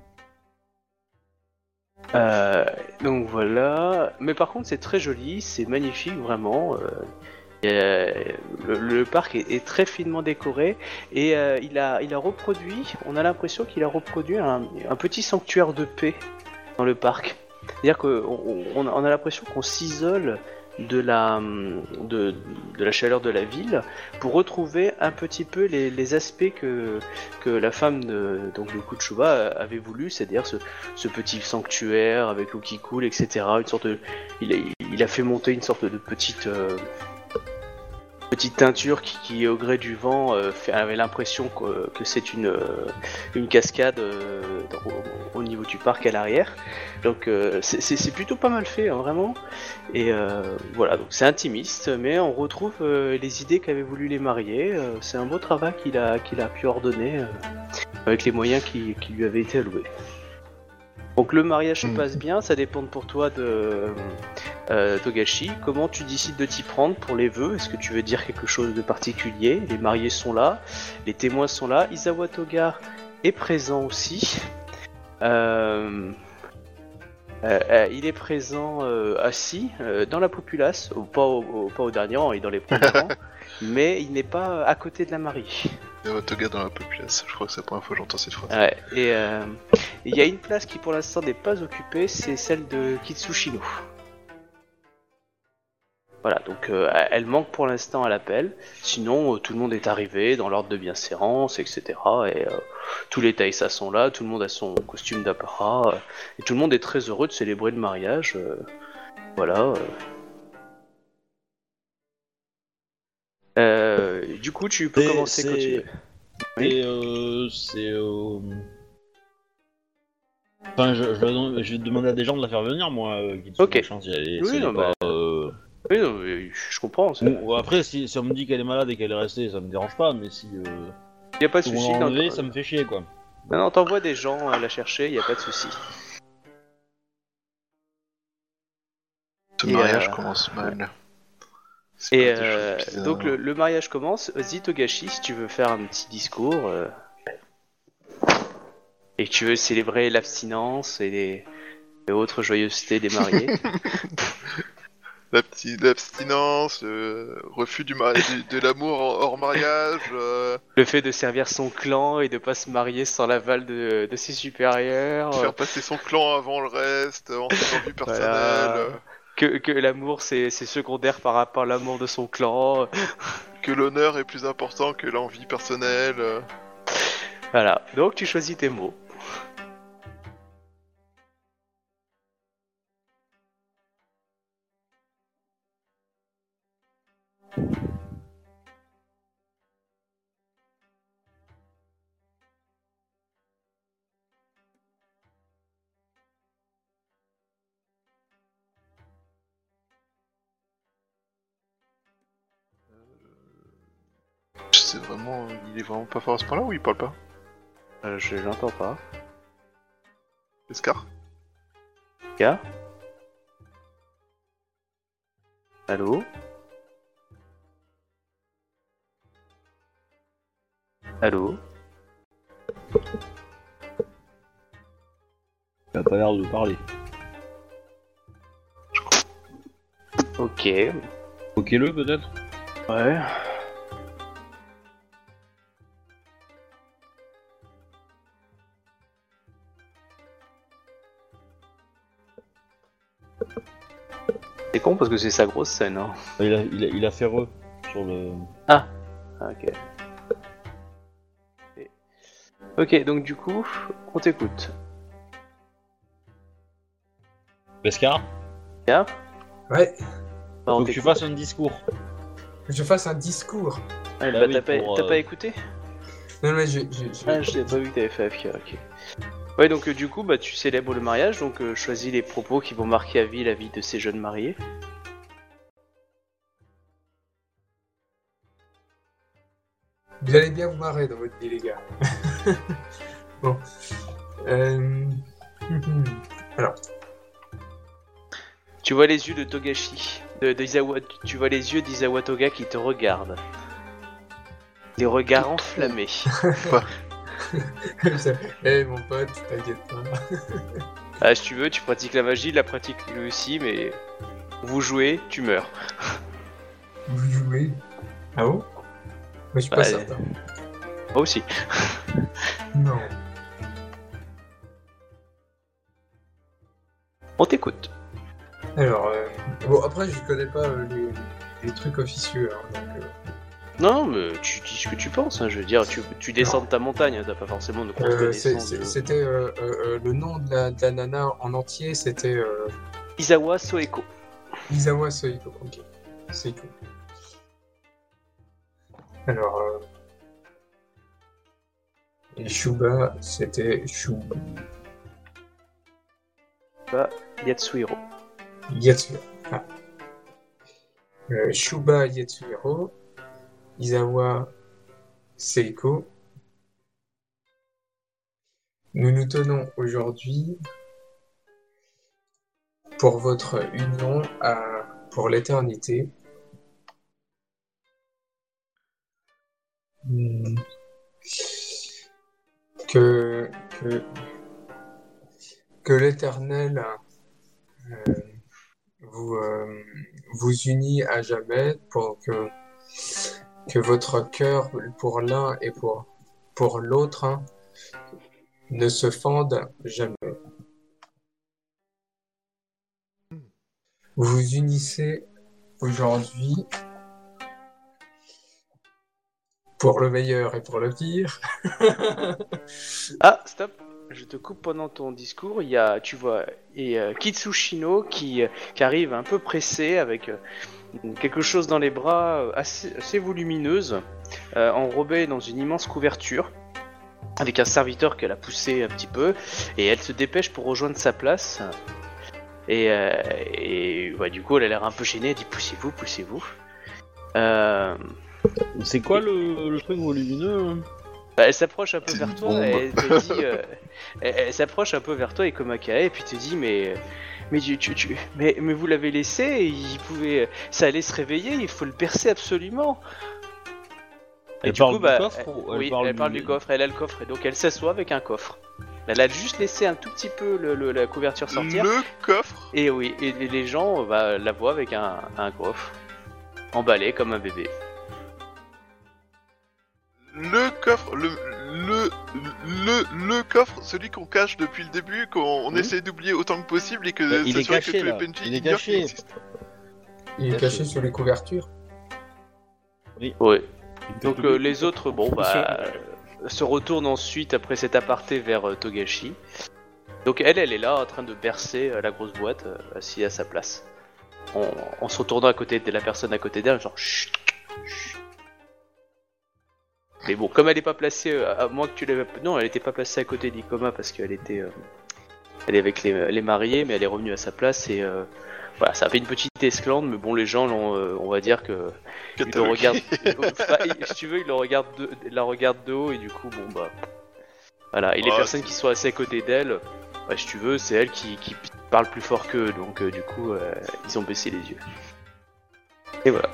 Euh, donc voilà. Mais par contre, c'est très joli, c'est magnifique, vraiment. Euh, Euh, le, le parc est, est très finement décoré et euh, il, a, il a reproduit, on a l'impression qu'il a reproduit un, un petit sanctuaire de paix dans le parc. C'est-à-dire qu'on on, on a l'impression qu'on s'isole de la, de, de la chaleur de la ville pour retrouver un petit peu les, les aspects que, que la femme de, donc de Kuchuba avait voulu, c'est-à-dire ce, ce petit sanctuaire avec l'eau qui coule, et cetera. Une sorte de, il, a, il a fait monter une sorte de petite... Euh, petite teinture qui, qui au gré du vent euh, fait, avait l'impression que, que c'est une, euh, une cascade euh, au, au niveau du parc à l'arrière. Donc euh, c'est, c'est, c'est plutôt pas mal fait, hein, vraiment. Et euh, voilà, donc c'est intimiste, mais on retrouve euh, les idées qu'avaient voulu les mariés. Euh, c'est un beau travail qu'il a, qu'il a pu ordonner euh, avec les moyens qui, qui lui avaient été alloués. Donc le mariage se passe bien, ça dépend pour toi de euh, Togashi. Comment tu décides de t'y prendre pour les vœux? Est-ce que tu veux dire quelque chose de particulier? Les mariés sont là, les témoins sont là, Izawa Toga est présent aussi. Euh, euh, euh, il est présent euh, assis euh, dans la populace, ou pas au, au, pas au dernier rang, il est dans les premiers rangs, mais il n'est pas à côté de la mariée. Il y a Toga dans la populace, je crois que c'est la première fois que j'entends cette phrase. Ouais, et euh, il y a une place qui pour l'instant n'est pas occupée, c'est celle de Kitsushino. Voilà, donc euh, elle manque pour l'instant à l'appel, sinon euh, tout le monde est arrivé dans l'ordre de bienséance, et cetera. Et euh, tous les taïsas sont là, tout le monde a son costume d'apparat, euh, et tout le monde est très heureux de célébrer le mariage. Euh, voilà. Euh. Euh, du coup, tu peux C'est- commencer quand tu c'est- veux. Oui. Et euh, c'est. euh, Enfin, je, je, vais- je vais demander à des gens de la faire venir, moi, euh, qui Ok. machin, si elle est- Oui, si elle est non, pas, bah, euh, Oui, non, mais je comprends. Il Bon, après, si, si on me dit qu'elle est malade et qu'elle est restée, ça me dérange pas, mais si euh, n'y a pas de on souci. l'a Non, enlevée, non, ça me fait chier, quoi. non, non, t'envoies des gens à la chercher, il n'y a pas de souci. Ce Et, mariage euh, commence mal. C'est Et pas des euh, choses bizarres. donc le, le mariage commence. Vas-y Togashi, si tu veux faire un petit discours euh, et que tu veux célébrer l'abstinence et les, et autres joyeusetés des mariés. La petite l'abstinence, le refus du mari- du- de l'amour hors hors mariage. euh, Le fait de servir son clan et de pas se marier sans l'aval de, de ses supérieurs. euh, Faire passer son clan avant le reste, en ses envies personnelles. Voilà. euh, Que, que l'amour c'est, c'est secondaire par rapport à l'amour de son clan. Que l'honneur est plus important que l'envie personnelle. euh. Voilà. Donc tu choisis tes mots. Je sais vraiment, il est vraiment pas fort à ce point-là ou il parle pas? Euh, je l'entends pas. Escar? Gars? Allô? Allô? Il a pas l'air de parler. Ok. Ok, le peut-être. Ouais. C'est con parce que c'est sa grosse scène, hein. Il a, il a, il a fait re sur le. Ah, ok. Ok. Ok, donc du coup, on t'écoute. Beskar, Bien? Ouais, Bah, on faut que tu t'écoute. fasses un discours. que je fasse un discours. Ah, Bah bah, oui, t'as pas, pour, t'as euh, pas écouté? Non, mais je. je, je- Ah, je n'ai pas vu que t'avais fait A F K, ok. Ouais, donc euh, du coup, bah, tu célèbres le mariage, donc euh, choisis les propos qui vont marquer à vie la vie de ces jeunes mariés. Vous allez bien vous marrer dans votre vie, les gars. Bon. Euh... Alors, Tu vois les yeux de Togashi, de, de Izawa, tu vois les yeux d'Izawa Toga qui te regardent. Des regards enflammés. eh mon pote, t'inquiète pas. Ah, si tu veux, tu pratiques la magie, il la pratique lui aussi, mais vous jouez, tu meurs. Vous jouez. Ah bon? Moi, je suis Bah, pas certain. Moi aussi. Non. On t'écoute. Alors, euh, bon, après, je connais pas euh, les, les trucs officieux. Hein, donc, euh, Non, mais tu dis ce que tu penses, hein, je veux dire, tu, tu descends de ta montagne, hein, t'as pas forcément de grosses euh, c'est- connaissances. c'est- de- C'était euh, euh, euh, le nom de la, de la nana en entier, c'était euh, Izawa Soeko. Isawa Soiko. Ok, Soiko. Alors, euh, et Shuba, c'était Shu Yatsuhiro. Yatsuhiro. Ah. Euh, Shuba Yatsuhiro, Isawa Seiko. Nous nous tenons aujourd'hui pour votre union à, pour l'éternité. Hmm. Que, que, que l'Éternel euh, vous, euh, vous unit à jamais pour que, que votre cœur pour l'un et pour, pour l'autre hein, ne se fende jamais. Vous vous unissez aujourd'hui pour le meilleur et pour le pire. Ah, stop. Je te coupe pendant ton discours. Il y a, tu vois, et euh, Kitsushino qui, euh, qui arrive un peu pressé avec euh, quelque chose dans les bras euh, assez, assez volumineuse. euh, enrobée dans une immense couverture, avec un serviteur qu'elle a poussé un petit peu, et elle se dépêche pour rejoindre sa place. Et, euh, et bah, du coup, elle a l'air un peu gênée, elle dit poussez-vous, poussez-vous. Euh... C'est quoi le, le truc volumineux? Bah, elle s'approche un peu vers toi et elle te dit, euh, elle, elle s'approche un peu vers toi et Komakae et puis te dit mais mais tu, tu, tu mais mais vous l'avez laissé, il pouvait, ça allait se réveiller, il faut le percer absolument. Et Elle du parle coup, du bah, coffre elle- ou oui, elle parle elle du- parle du coffre, elle a le coffre et donc elle s'assoit avec un coffre. Elle a juste laissé un tout petit peu le, le- la couverture sortir Le coffre. et oui, et, et les gens bah, la voient avec un, un coffre emballé comme un bébé. Le coffre, le, le, le, le coffre, celui qu'on cache depuis le début, qu'on on Mhm. essaie d'oublier autant que possible et que Bah, il est s'assurer caché, que tous là. les P N J Il est ignorent qu'il caché. existe. Il est caché sous les couvertures. Oui. Une tête Donc de euh, bébé. les autres, bon bah, euh, se retournent ensuite après cet aparté vers euh, Togashi. Donc elle, elle est là en train de bercer euh, la grosse boîte, euh, assise à sa place. En, en se retournant à côté de la personne à côté d'elle, genre chut, chut. Mais bon, comme elle est pas placée, euh, à moins que tu l'aies... Non, elle était pas placée à côté d'Ikoma parce qu'elle était... euh, Elle est avec les, les mariés, mais elle est revenue à sa place et... euh, Voilà, ça a fait une petite esclandre, mais bon, les gens, l'ont, euh, on va dire que... Ils le Catalogue. regardent... Enfin, il- si tu veux, ils le regardent de, la regardent de haut et du coup, bon bah... Voilà, et les Ah, personnes c'est- qui sont assez à côté d'elle, bah, si tu veux, c'est elle qui, qui parle plus fort qu'eux, donc euh, du coup, euh, ils ont baissé les yeux. Et voilà.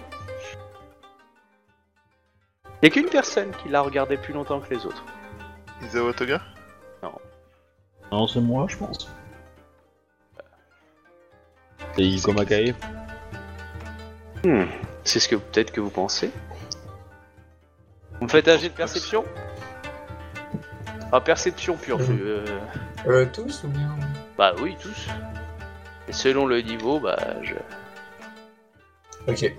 Il n'y a qu'une personne qui l'a regardé plus longtemps que les autres. Izawa Toga. Non, c'est moi, je pense. C'est Ikomakae. Hmm, c'est ce que peut-être que vous pensez. Vous me faites un jet de perception? Ah, perception pure. Mhm. euh, Euh, tous ou bien? Bah oui, tous. Et selon le niveau, bah je... Ok.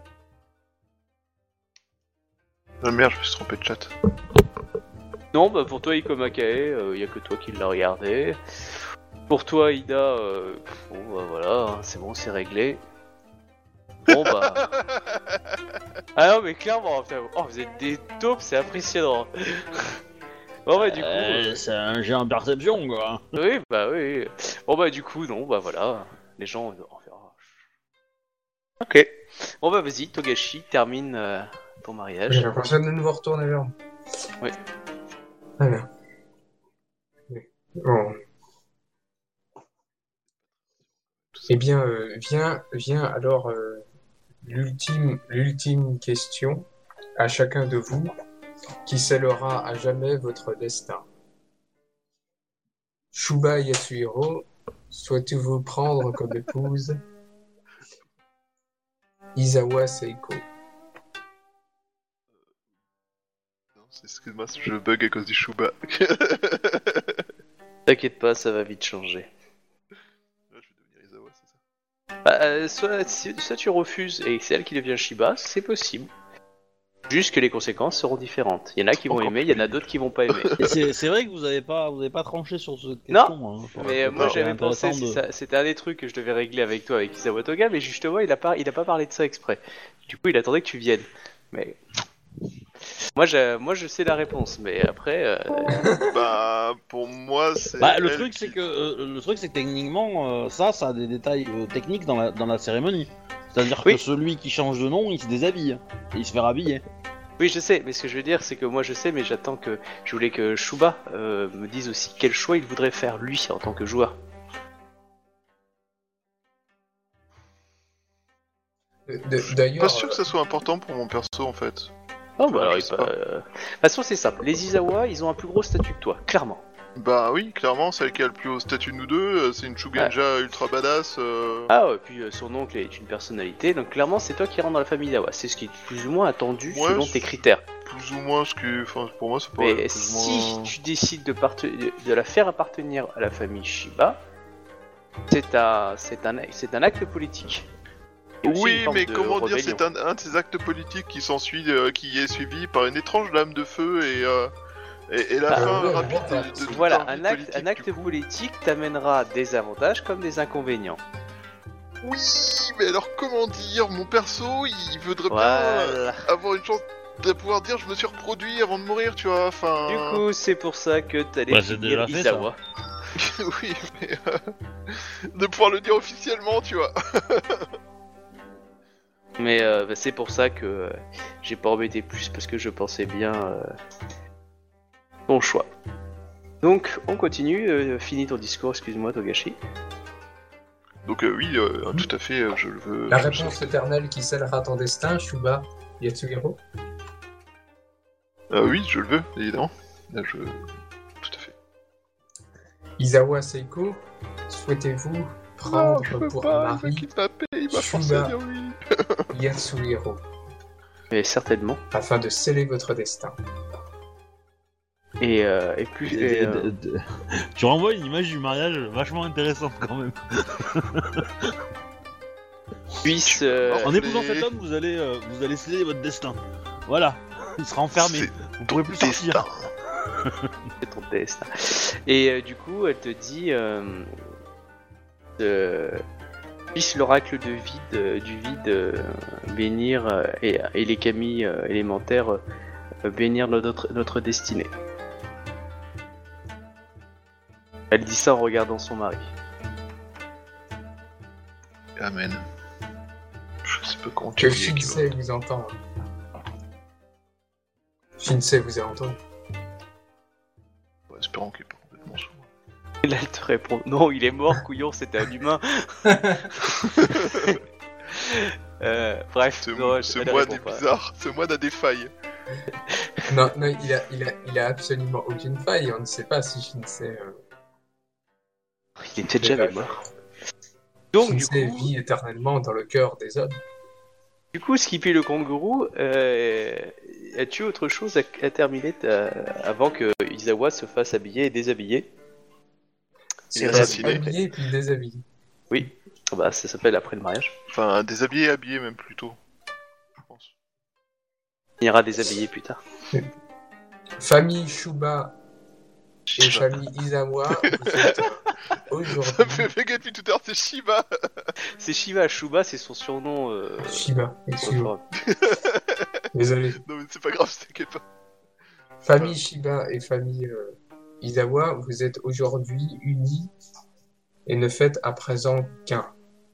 Ah merde, je me suis trompé de chat. Non, bah pour toi, Ikomakae, il y a que toi qui l'as regardé. Pour toi, Ida, euh, bon bah voilà, hein, c'est bon, c'est réglé. Bon bah... Ah non, mais clairement, putain, oh, vous êtes des taupes, c'est impressionnant. Bon bah du coup... Euh, euh, c'est un jet en perception, quoi. Oui, bah oui. Bon bah du coup, non, bah voilà. Les gens, on verra. Ok. Bon bah vas-y, Togashi, termine euh, ton mariage. J'ai l'impression de nous retourner vers nous. Oui. Alors. Bon. Eh bien, euh, vient, vient alors euh, l'ultime, l'ultime question à chacun de vous qui scellera à jamais votre destin. Shuba Yasuhiro, souhaitez vous prendre comme épouse Izawa Seiko? Non, c'est- excuse-moi, je bug à cause du Shuba. T'inquiète pas, ça va vite changer. Là, je vais devenir Izawa, c'est ça. Bah, euh, soit, si- soit tu refuses et c'est elle qui devient Shiba, c'est possible. Juste que les conséquences seront différentes. Il y en a qui vont Encore aimer, il y en a d'autres qui vont pas aimer. Et c'est, c'est vrai que vous avez pas, vous avez pas tranché sur cette question. Hein. Mais euh, moi Non, j'avais c'est pensé, intéressant c'est de- ça- c'était un des trucs que je devais régler avec toi, avec Isawa Toga, mais justement il a pas, il a pas parlé de ça exprès. Du coup il attendait que tu viennes. Mais moi je, moi je sais la réponse, mais après, euh, Bah, pour moi, c'est. Bah, le elle truc, qui- c'est que euh, le truc, c'est que techniquement, euh, ça, ça a des détails euh, techniques dans la, dans la cérémonie. C'est-à-dire Oui. que celui qui change de nom, il se déshabille. Et il se fait rhabiller. oui je sais, mais ce que je veux dire c'est que moi je sais, mais j'attends que, je voulais que Shuba euh, me dise aussi quel choix il voudrait faire lui en tant que joueur. De- de- D'ailleurs, Pas sûr que ça soit important pour mon perso en fait. Oh bah Ouais, alors je il sais pas. pas. euh, De toute façon c'est simple, les Izawa ils ont un plus gros statut que toi, clairement. Bah oui, clairement, celle qui a le plus haut statut de nous deux, euh, c'est une Shugenja ultra badass. euh, Ah ouais, puis euh, son oncle est une personnalité, donc clairement c'est toi qui rentre dans la famille Izawa. C'est ce qui est plus ou moins attendu Ouais, selon c'est- tes critères. Plus ou moins ce que. Enfin, pour moi, c'est pas. Mais plus ou si moins- tu décides de, parte- de la faire appartenir à la famille Shiba, c'est un, c'est un, c'est un acte politique. Et aussi une Oui, forme mais de comment dire, rébellion. c'est un, un de ces actes politiques qui s'ensuit, euh, qui est suivi par une étrange lame de feu et, euh, et, et la Bah, fin ouais, rapide ouais, de, de toute Voilà, leur vie un acte, politique, un acte du coup. politique t'amènera des avantages comme des inconvénients. Oui, mais alors comment dire, mon perso, il voudrait bien euh, Voilà. avoir une chance de pouvoir dire je me suis reproduit avant de mourir, tu vois, enfin... Du coup, c'est pour ça que t'allais Bah, c'est finir déjà fait, Izawa. oui, mais... Euh... de pouvoir le dire officiellement, tu vois. Mais euh, bah, c'est pour ça que euh, j'ai pas embêté plus, parce que je pensais bien euh, ton choix. Donc, on continue. Euh, finis ton discours, excuse-moi, Togashi. Donc euh, oui, euh, tout à fait, euh, je le veux... La je le réponse sais. éternelle qui scellera ton destin, Shuba Yatsuhiro. Euh, oui, je le veux, évidemment. Là, je... Tout à fait. Izawa Seiko, souhaitez-vous prendre Non, je peux pour pas, il m'a mari kidnappé, il m'a forcé Shuba. à dire oui. Yatsuhiro, Mais certainement. afin de sceller votre destin? Et, euh, et plus... et, euh, Tu renvoies une image du mariage vachement intéressante quand même. puisse... euh, Non, En je épousant l'ai- cet homme, vous allez, euh, vous allez sceller votre destin. Voilà, il sera enfermé. C'est Vous pourrez plus sortir. destin. c'est ton destin. Et euh, du coup, elle te dit... Euh, euh, puisse l'oracle de vide, euh, du vide euh, bénir euh, et, et les kami euh, élémentaires euh, bénir notre, notre destinée. Elle dit ça en regardant son mari. Amen. Je sais pas comment tu Que dis, Akiba. Shinsei vous entend. Shinsei vous a entendu. Ouais, espérons qu'il est pas complètement sourd. Et là, elle te répond non, il est mort, couillon, c'était un humain. euh, bref, Ce, non, ce elle moine répond est pas. bizarre, ce moine a des failles. Non, non, il a, il a, il a absolument aucune faille. On ne sait pas si Shinsei, euh, Il est peut-être jamais mort. Donc, du Shinsei coup, vit éternellement dans le cœur des hommes. du coup, Skippy le kangourou, euh, as-tu autre chose à, à terminer ta- avant que Izawa se fasse habiller et déshabiller? Il Et est Il reste assassiné. habillé et puis déshabillé. Oui, bah ça s'appelle après le mariage. Enfin, déshabillé et habillé même plutôt. Je pense. Il ira déshabiller plus tard. Famille Shuba et Shiba. famille Izawa, vous êtes Ça me aujourd'hui fait méga depuis tout à l'heure, c'est Shiba. C'est Shiva, Shuba, c'est son surnom. Euh... Shiba, excuse-moi. Désolé. Non mais c'est pas grave, t'inquiète pas. Famille Shiba et famille euh, Izawa, vous êtes aujourd'hui unis et ne faites à présent qu'un.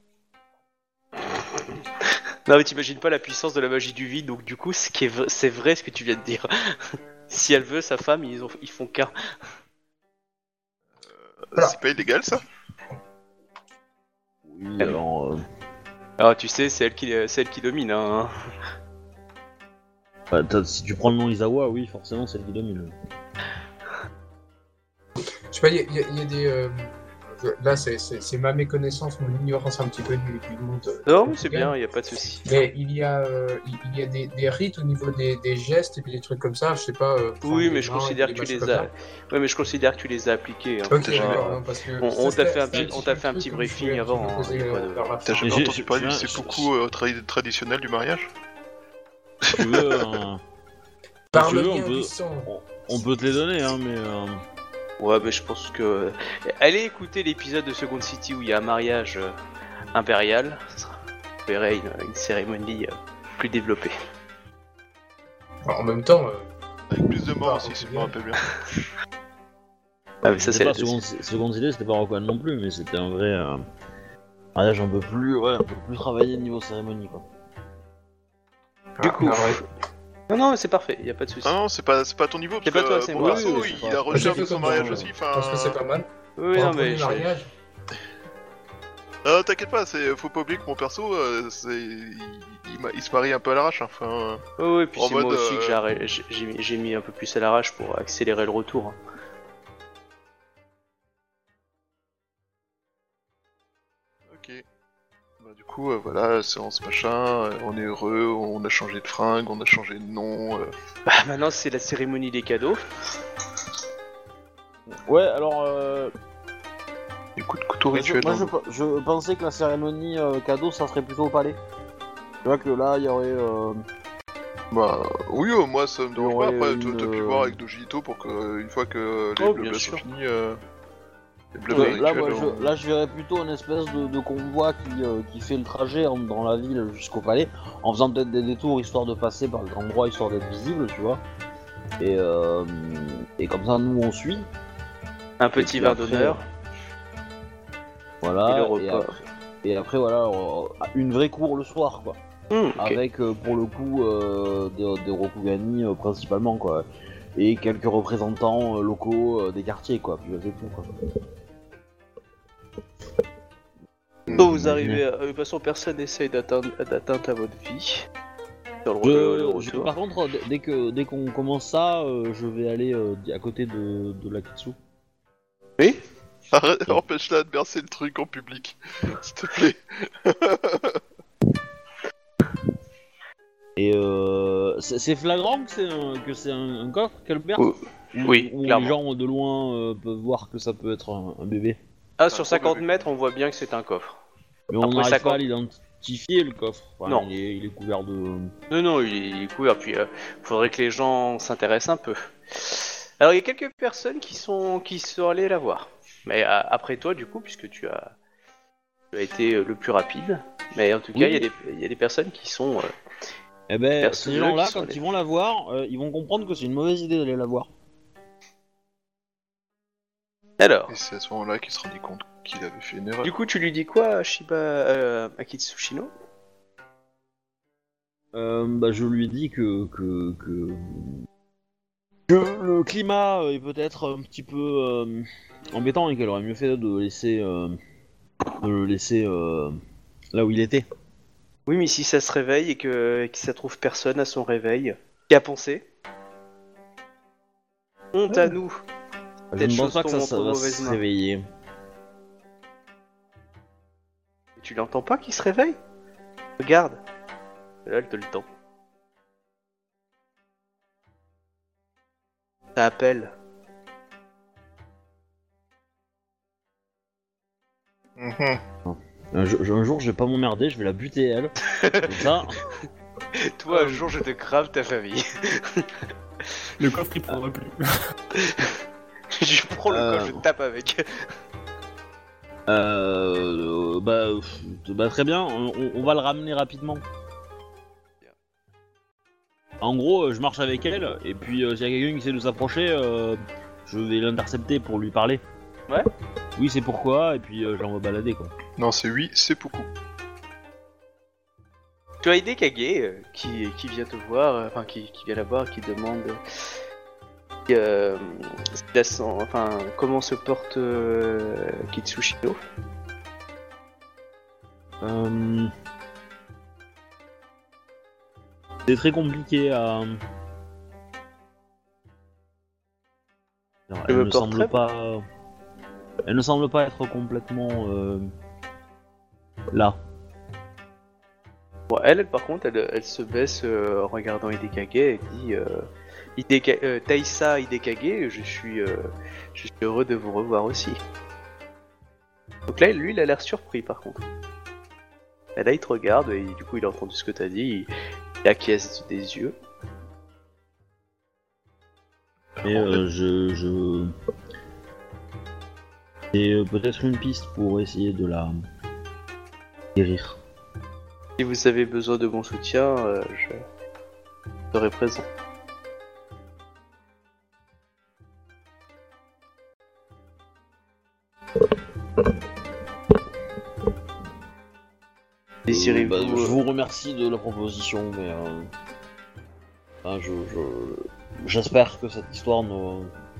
Non mais t'imagines pas la puissance de la magie du vide, donc du coup, ce qui est v- c'est vrai ce que tu viens de dire. Si elle veut sa femme, ils, ont... ils font qu'un. Voilà. C'est pas illégal ça? Oui, alors, euh, Ah, tu sais, c'est elle qui, c'est elle qui domine, hein. bah, t'as- si tu prends le nom Izawa, oui, forcément, c'est le qui domine. Je sais pas, il y, a- il y a- il y a des. euh, là, c'est- c'est c'est ma méconnaissance, mon ignorance un petit peu du, du monde. euh, Non, mais c'est portugais. bien, y a pas de souci. Mais il y a, euh, il il y a des, des rites au niveau des, des gestes et puis des trucs comme ça, je sais pas. euh, prendre Oui, les mais je mains considère et que tu machins les comme as. ça. Ouais, mais je considère que tu les as appliqués. Hein. Ok, T'as jamais- d'accord, non, parce que. on- on ça, t'a c'était- fait un c'était petit- on t'a fait un truc petit que je briefing voulais- avant, je voulais hein, poser, y a pas euh, de- vers la T'as fin. jamais j'ai- entendu j'ai- parler du j'ai- seppuku euh, tra- traditionnel du mariage? Si tu veux, un- Par si tu le veux, on lien peut, du sang. on peut te les donner, hein, mais... euh, Ouais, mais je pense que. Allez écouter l'épisode de Second City où il y a un mariage euh, impérial. Ça sera- Vous verrez une, une cérémonie euh, plus développée. En même temps, euh, Avec plus de morts Bah, aussi, si je me bien. rappelle bien. Ah, mais ça, c'était c'est la pas seconde, seconde idée, c'était pas Rockman non plus, mais c'était un vrai euh, mariage un peu plus, ouais, un peu plus travaillé niveau cérémonie, quoi. Du ah, coup. ah, ouais. Non, non, mais c'est parfait, y a pas de souci. Non, non, c'est pas, c'est pas à ton niveau. C'est parce pas toi, que, c'est mon moi. perso, Oui, oui, il, c'est il pas- a reçu J'ai un fait peu son comme mariage ça, aussi. Je Enfin, pense que c'est pas mal. Oui, Pour un non, mais. premier je- mariage, Euh, t'inquiète pas, c'est, faut pas oublier que mon perso, euh, c'est, il, il m'a- il se marie un peu à l'arrache. hein. Enfin, Oh, oui, puis En c'est moi mode, aussi euh, que j'ai arrêt- j'ai- j'ai mis- j'ai mis un peu plus à l'arrache pour accélérer le retour. ok. Bah, du coup, euh, voilà, séance machin, euh, on est heureux, on a changé de fringue, on a changé de nom. euh. Bah, maintenant, c'est la cérémonie des cadeaux. Ouais, alors, euh, Écoute, couteau moi, je, rituel. moi, hein. je, je pensais que la cérémonie euh, cadeau, ça serait plutôt au palais. Tu vois que là, il y aurait... Euh, Bah, oui, euh, moi ça me dérange Ouais, pas. Après, une, toi, t'as pu euh, voir avec Dojito pour que, une fois que les Oh, bleus bien sont sûr. finis, euh, Bleu Euh, véhicule, là, moi, on- je, là, je verrais plutôt une espèce de, de convoi qui, euh, qui fait le trajet en- dans la ville jusqu'au palais, en faisant peut-être des détours histoire de passer par des endroits histoire d'être visible, tu vois. Et, euh, et comme ça, nous, on suit. Un petit Et puis verre après, d'honneur. Voilà. Et le Et repas. après, et après, voilà, euh, une vraie cour le soir, quoi. Hmm, ok. Avec, euh, pour le coup, euh, des, des Rokugani euh, principalement, quoi. Et quelques représentants euh, locaux euh, des quartiers, quoi. Puis c'est tout, quoi. Quand vous arrivez, à... de toute façon, personne n'essaye d'atteindre d'atteindre à votre vie. Dans le, le- le Je, je- retour. par contre, d- dès que dès qu'on commence ça, euh, je vais aller euh, à côté de, de la Kitsu. Oui. Arrête, empêche-la de bercer le truc en public, s'il te plaît. Et euh, c'est c'est flagrant que c'est un, que c'est un, un coffre qu'elle berce. Oui. Ou- Oui, où clairement. les gens de loin euh, peuvent voir que ça peut être un, un bébé. Ah, sur cinquante mètres, on voit bien que c'est un coffre. Mais on Après n'arrive cinquante pas à l'identifier le coffre. Enfin, Non. Il est, il est couvert de. Non, non, il est, il est couvert. Puis, euh, faudrait que les gens s'intéressent un peu. Alors, il y a quelques personnes qui sont qui sont allées la voir. Mais euh, après toi, du coup, puisque tu as, tu as été euh, le plus rapide. Mais en tout cas, Oui. il y a des il y a des personnes qui sont. euh, Eh ben, Personne ces là gens-là, qui sont quand allés. ils vont la voir, euh, ils vont comprendre que c'est une mauvaise idée d'aller la voir. Alors, Et c'est à ce moment-là qu'il se rendit compte qu'il avait fait une erreur. du coup, tu lui dis quoi, Shiba euh, Akitsushino? Euh, bah, je lui dis que, que, que, que le climat est peut-être un petit peu euh, embêtant et qu'elle aurait mieux fait de laisser, euh, de le laisser euh, là où il était. Oui, mais si ça se réveille et que, et que ça trouve personne à son réveil, qui a pensé? Honte à nous. Je Telle ne pense chose pas que ça, tombe ça entre va mauvaises se mains. réveiller. Tu l'entends pas qu'il se réveille? Regarde. Et là, elle te le tend. Ça appelle. Mhm. Un, jo- un jour, je vais pas m'emmerder, je vais la buter elle. Comme ça. Toi, un jour, je te crave ta famille. Le coffre il prendra plus. Je prends le Euh. coffre, je tape avec. Euh, bah, pff, bah, très bien, on, on va le ramener rapidement. En gros, euh, je marche avec elle, et puis euh, s'il y a quelqu'un qui essaie de s'approcher, euh, je vais l'intercepter pour lui parler. Ouais. Oui, c'est pourquoi, et puis euh, je l'envoie balader, quoi. Non, c'est oui, c'est beaucoup. Tu as Hidekage euh, qui, qui vient te voir, euh, enfin qui, qui vient la voir, qui demande euh, si la sent- enfin, comment se porte euh, Kitsushino. Euh... C'est très compliqué à... Alors, Je elle me ne porte semble très pas... Elle ne semble pas être complètement... euh, là. Bon, elle, par contre, elle, elle se baisse euh, en regardant Hidekage et dit euh, Hideka- euh, Taisa Hidekage, je suis, euh, je suis heureux de vous revoir aussi. Donc là, lui, il a l'air surpris par contre. Et là, il te regarde et du coup, il a entendu ce que t'as dit, il, il acquiesce des yeux. Mais euh, je... je... C'est euh, peut-être une piste pour essayer de la... guérir. Si vous avez besoin de mon soutien, euh, je serai présent. Désirez-vous... Euh, bah, je euh, vous remercie de la proposition, mais... Euh... enfin, je... je- J'espère que cette histoire ne...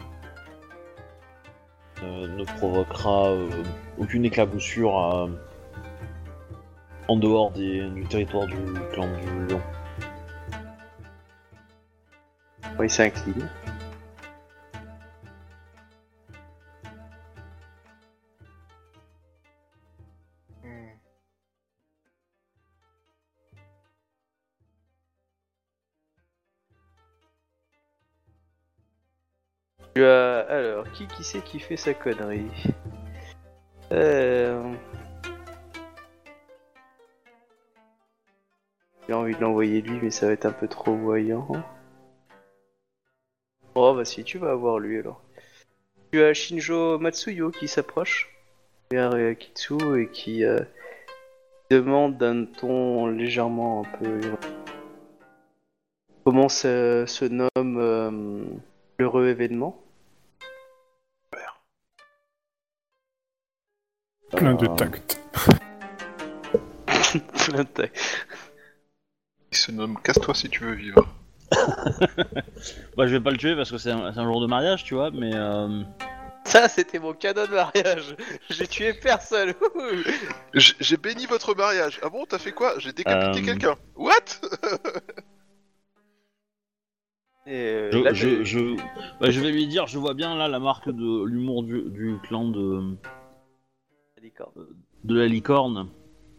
euh, ne provoquera euh, aucune éclaboussure à- en dehors des- du territoire du clan du Lion. Oui, c'est incliné. Hmm. Tu as... Alors, qui qui c'est qui fait sa connerie euh... J'ai envie de l'envoyer lui, mais ça va être un peu trop voyant. Oh bah si, tu vas avoir lui alors. Tu as Shinjo Matsuyo qui s'approche vers euh, Kitsu et qui euh, demande d'un ton légèrement un peu... Comment ça se nomme euh, l'heureux événement? Plein de Euh, tact. Plein de tact. Il se nomme Casse-toi si tu veux vivre. Bah, je vais pas le tuer parce que c'est un, c'est un jour de mariage, tu vois, mais. Euh... Ça, c'était mon cadeau de mariage. J'ai tué personne. J- J'ai béni votre mariage. Ah bon, t'as fait quoi? J'ai décapité Euh. quelqu'un. What? Et euh, Je, là, je, t'as- je... Bah, je vais lui dire, je vois bien là la marque de l'humour du, du clan de, de la licorne.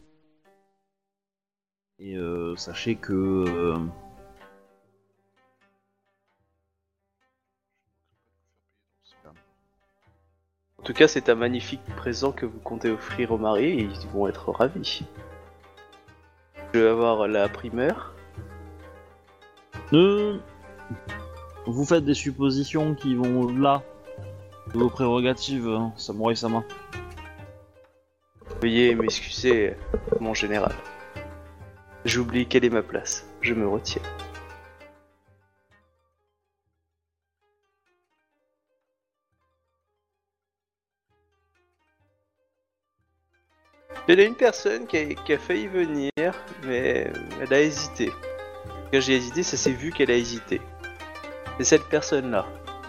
Et euh, sachez que. Euh... En tout cas, c'est un magnifique présent que vous comptez offrir au mari et ils vont être ravis. Je vais avoir la primeur. Ne... Vous faites des suppositions qui vont au-delà de vos prérogatives, hein, Samurai-sama. Veuillez m'excuser, mon général. J'oublie quelle est ma place. Je me retiens. Il y a une personne qui a, qui a failli venir, mais elle a hésité. Quand j'ai hésité, ça s'est vu qu'elle a hésité. C'est cette personne-là.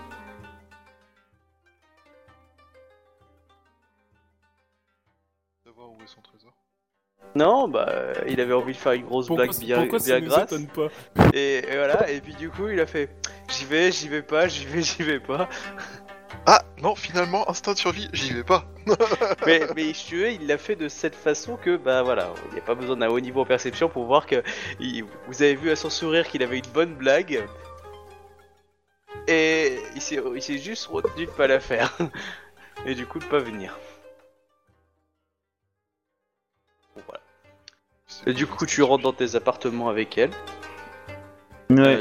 Savoir où est son trésor. Non, bah, il avait envie de faire une grosse Pourquoi, blague bien, pourquoi bien ça nous grasse. étonne pas? Et, et voilà, et puis du coup, il a fait j'y vais, j'y vais pas, j'y vais, j'y vais pas. Ah non, finalement, instinct de survie, j'y vais pas. mais, mais je te il l'a fait de cette façon que, bah voilà, il n'y a pas besoin d'un haut niveau en perception pour voir que il- vous avez vu à son sourire qu'il avait une bonne blague. Et il s'est, il s'est juste retenu de pas la faire. Et du coup, de pas venir. Bon, voilà. Et du coup, tu rentres dans tes appartements avec elle. Ouais. Euh,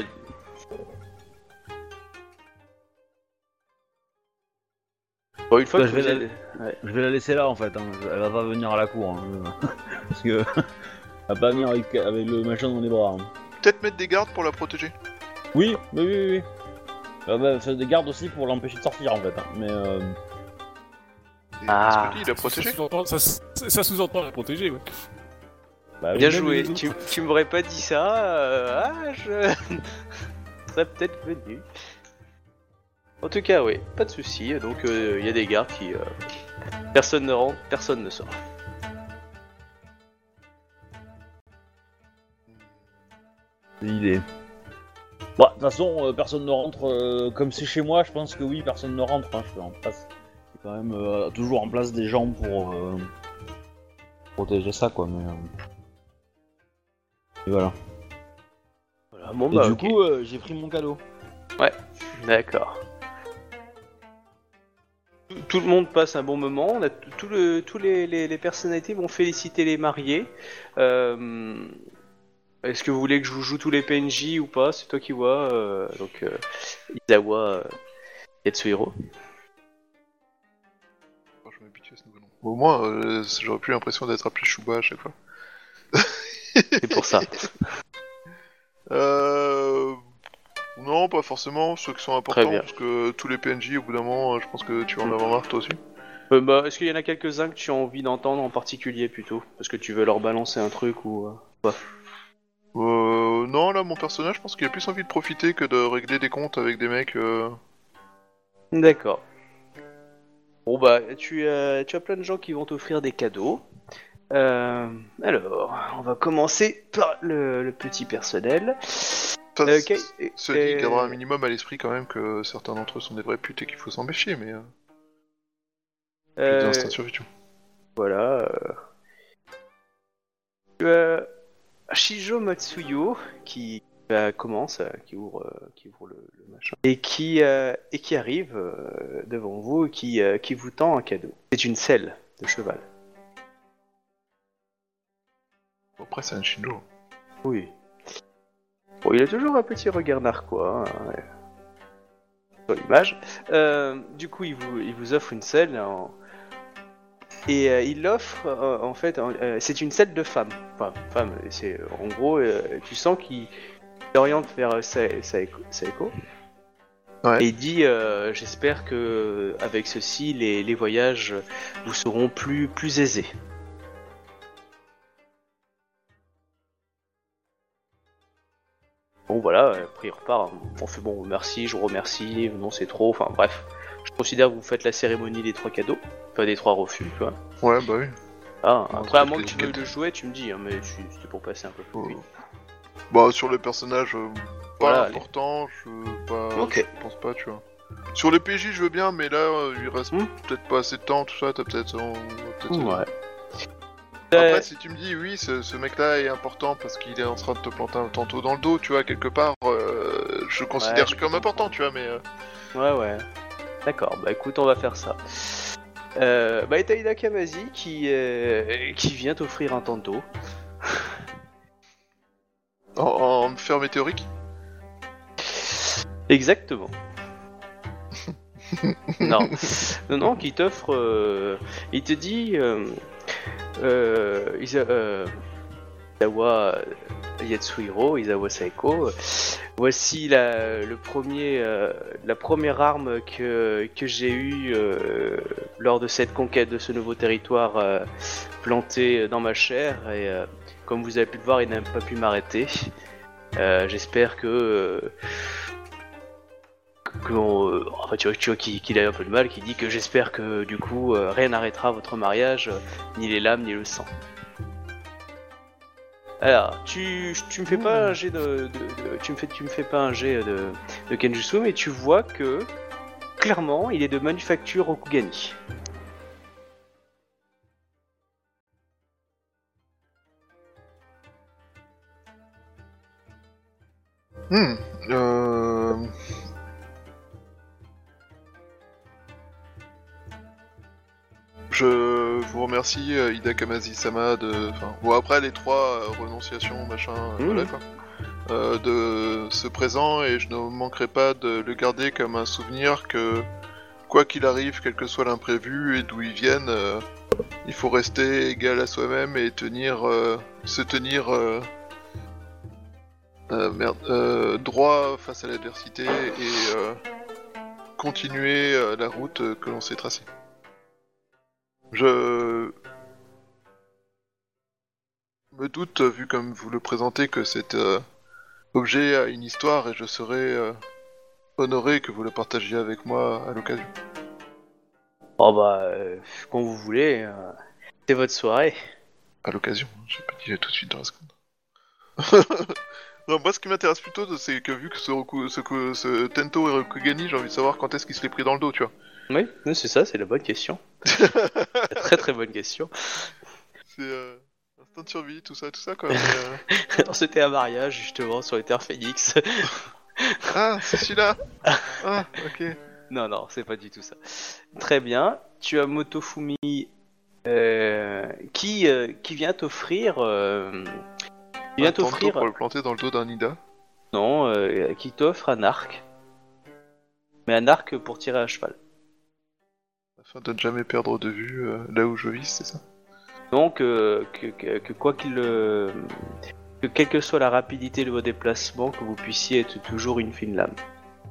Bon, une fois Bah, que je vais vous la- allez- ouais. Je vais la laisser là en fait, hein. Elle va pas venir à la cour. Hein. Parce que. Elle va pas venir avec, avec le machin dans les bras. Hein. Peut-être mettre des gardes pour la protéger. Oui, oui, oui, oui. Euh, bah, faire des gardes aussi pour l'empêcher de sortir en fait. Hein. Mais. Euh... Et Ah. Spotty, il a Ça protégé. sous-entend, ça, ça sous-entend la protéger, ouais. Bah, oui. Bien même joué, les tu, autres. tu m'aurais pas dit ça, euh, ah, je serais peut-être venu. En tout cas, oui, pas de soucis. Donc, il euh, y a des gardes qui. Euh... Personne ne rentre, personne ne sort. C'est l'idée. Bah, de toute façon, euh, personne ne rentre. euh, comme c'est chez moi, je pense que oui, personne ne rentre. Hein, je suis en place. Il y a quand même euh, toujours en place des gens pour euh, protéger ça, quoi. Mais. Euh... Et voilà. Voilà, bon Et bah, du ok. coup, euh, j'ai pris mon cadeau. D'accord. Tout, tout le monde passe un bon moment. On a t- tout le, tous les, les, les personnalités vont féliciter les mariés. Euh, Est-ce que vous voulez que je vous joue tous les P N J ou pas? C'est toi qui vois. euh, donc, euh, Izawa, euh, Yatsuhiro. Oh, je m'habitue à ce nouveau nom. Au moins, euh, j'aurais plus l'impression d'être appelé Chouba à chaque fois. C'est pour ça. Euh... Non, pas forcément, ceux qui sont importants, bien. parce que tous les P N J, au bout d'un moment, euh, je pense que tu vas en avoir marre toi aussi. Euh, bah, est-ce qu'il y en a quelques-uns que tu as envie d'entendre en particulier plutôt? Parce que tu veux leur balancer un truc ou... euh, pas. Euh... Non, là, mon personnage, je pense qu'il a plus envie de profiter que de régler des comptes avec des mecs... Euh... D'accord. Bon bah, tu, as- tu as plein de gens qui vont t'offrir des cadeaux. Euh, alors, on va commencer par le, le petit personnel. Ça, Euh, c- Kay- Cela dit, euh, gardera un minimum à l'esprit quand même que certains d'entre eux sont des vrais putes et qu'il faut s'en méfier, mais... Euh... J'ai des euh, instincts de survie, tu vois. voilà. euh. Tu as Shijo Matsuyo qui euh, commence, euh, qui ouvre, euh, qui ouvre le, le machin, et qui, euh, et qui arrive euh, devant vous et qui, euh, qui vous tend un cadeau. C'est une selle de cheval. Bon, après, c'est un Shinjo. Oui. Bon, il a toujours un petit regard narquois. Hein, ouais. sur l'image. Euh, du coup, il vous, il vous offre une selle en... et euh, il l'offre euh, en fait. Euh, c'est une selle de femme. Enfin, femme. C'est en gros, euh, tu sens qu'il oriente vers Sa- Saeko. Saeko. Ouais. Et il dit euh, j'espère que avec ceci, les, les voyages vous seront plus plus aisés. Bon voilà, après il repart, on fait bon merci, je vous remercie, non c'est trop, enfin bref. Je considère que vous faites la cérémonie des trois cadeaux, enfin des trois refus, tu vois. Ouais, bah oui. Ah, Non, après à c'est moins que tu veux nickel. le jouer, tu me dis, hein, mais je- c'était pour passer un peu plus Oh. vite. Bah, sur les personnages, euh, pas Voilà, allez. important, je, pas, Ok. je pense pas, tu vois. Sur les P J, je veux bien, mais là, euh, il reste Hmm. peut-être pas assez de temps, tout ça, t'as peut-être... euh, peut-être, euh, Ouais. Après, Euh, si tu me dis, oui, ce, ce mec-là est important parce qu'il est en train de te planter un tantôt dans le dos, tu vois, quelque part, euh, je le considère je comme peux important, tu vois, mais... euh, Ouais, ouais. D'accord, bah écoute, on va faire ça. Euh, bah, et t'as Ida Kamazi qui, euh, qui vient t'offrir un tanto. en, en fer météorique. Exactement. non. non, non, qui t'offre. Euh, il te dit. Euh, euh, Isa, euh, Isawa Yatsuhiro, Isawa Saeko. Voici la, le premier, euh, la première arme que, que j'ai eue euh, lors de cette conquête de ce nouveau territoire euh, planté dans ma chair. Et euh, comme vous avez pu le voir, il n'a pas pu m'arrêter. Euh, j'espère que. Euh, que on, euh, enfin, tu vois, tu vois qu'il, qu'il a un peu de mal, qu'il dit que j'espère que du coup euh, rien n'arrêtera votre mariage, euh, ni les lames, ni le sang. Alors, tu, tu me fais pas un jet de, de, de- tu me fais, tu me fais pas un jet de, de Kenjutsu, mais tu vois que clairement, il est de manufacture Rokugani. Hmm, euh... Je vous remercie, euh, Ida Kamazi-sama, de... Enfin, bon, après les trois euh, renonciations, machin, euh, Mhm. voilà quoi. Euh, de ce présent, et je ne manquerai pas de le garder comme un souvenir que, quoi qu'il arrive, quel que soit l'imprévu et d'où ils viennent, euh, il faut rester égal à soi-même et tenir, euh, se tenir euh, euh, merde, euh, droit face à l'adversité et euh, continuer euh, la route euh, que l'on s'est tracée. Je me doute, vu comme vous le présentez, que cet euh, objet a une histoire et je serais euh, honoré que vous le partagiez avec moi à l'occasion. Oh bah, euh, quand vous voulez, euh, c'est votre soirée. À l'occasion, hein, j'ai pas dit tout de suite dans la seconde. Non, moi, ce qui m'intéresse plutôt, c'est que vu que ce, Roku- ce, ce, ce Tento et Rokugani, j'ai envie de savoir quand est-ce qu'il se l'est pris dans le dos, tu vois. Oui, oui, c'est ça, c'est la bonne question. Très très bonne question. C'est euh, instinct de survie, tout ça, tout ça, quoi. Mais, euh, Alors, c'était un mariage justement sur les terres Phoenix. Ah, c'est celui-là. Ah, ok. non, non, c'est pas du tout ça. Très bien. Tu as Motofumi euh, qui, euh, qui vient t'offrir. Euh, qui vient Un tantôt t'offrir. pour le planter dans le dos d'un Nida. Non, euh, qui t'offre un arc. Mais un arc pour tirer à cheval. Afin de ne jamais perdre de vue euh, là où je vis, c'est ça? Donc, euh, que, que, que quoi qu'il. Euh, que quelle que soit la rapidité de vos déplacements, que vous puissiez être toujours une fine lame.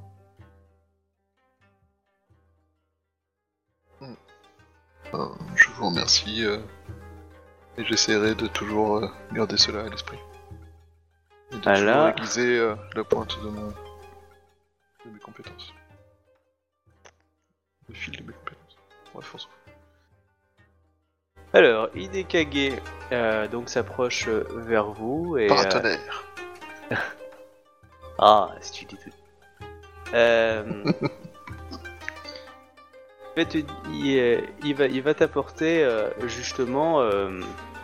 Euh, je vous remercie euh, et j'essaierai de toujours euh, garder cela à l'esprit. Et de Voilà. toujours aiguiser euh, la pointe de mon de mes compétences. Le fil de mes compétences. Bref, on s'en fout. Alors, Hidekage euh, donc s'approche euh, vers vous et. euh, Paratonnerre. Ah, si tu dis tout. Euh... en fait, il, euh, il va, il va t'apporter euh, justement euh,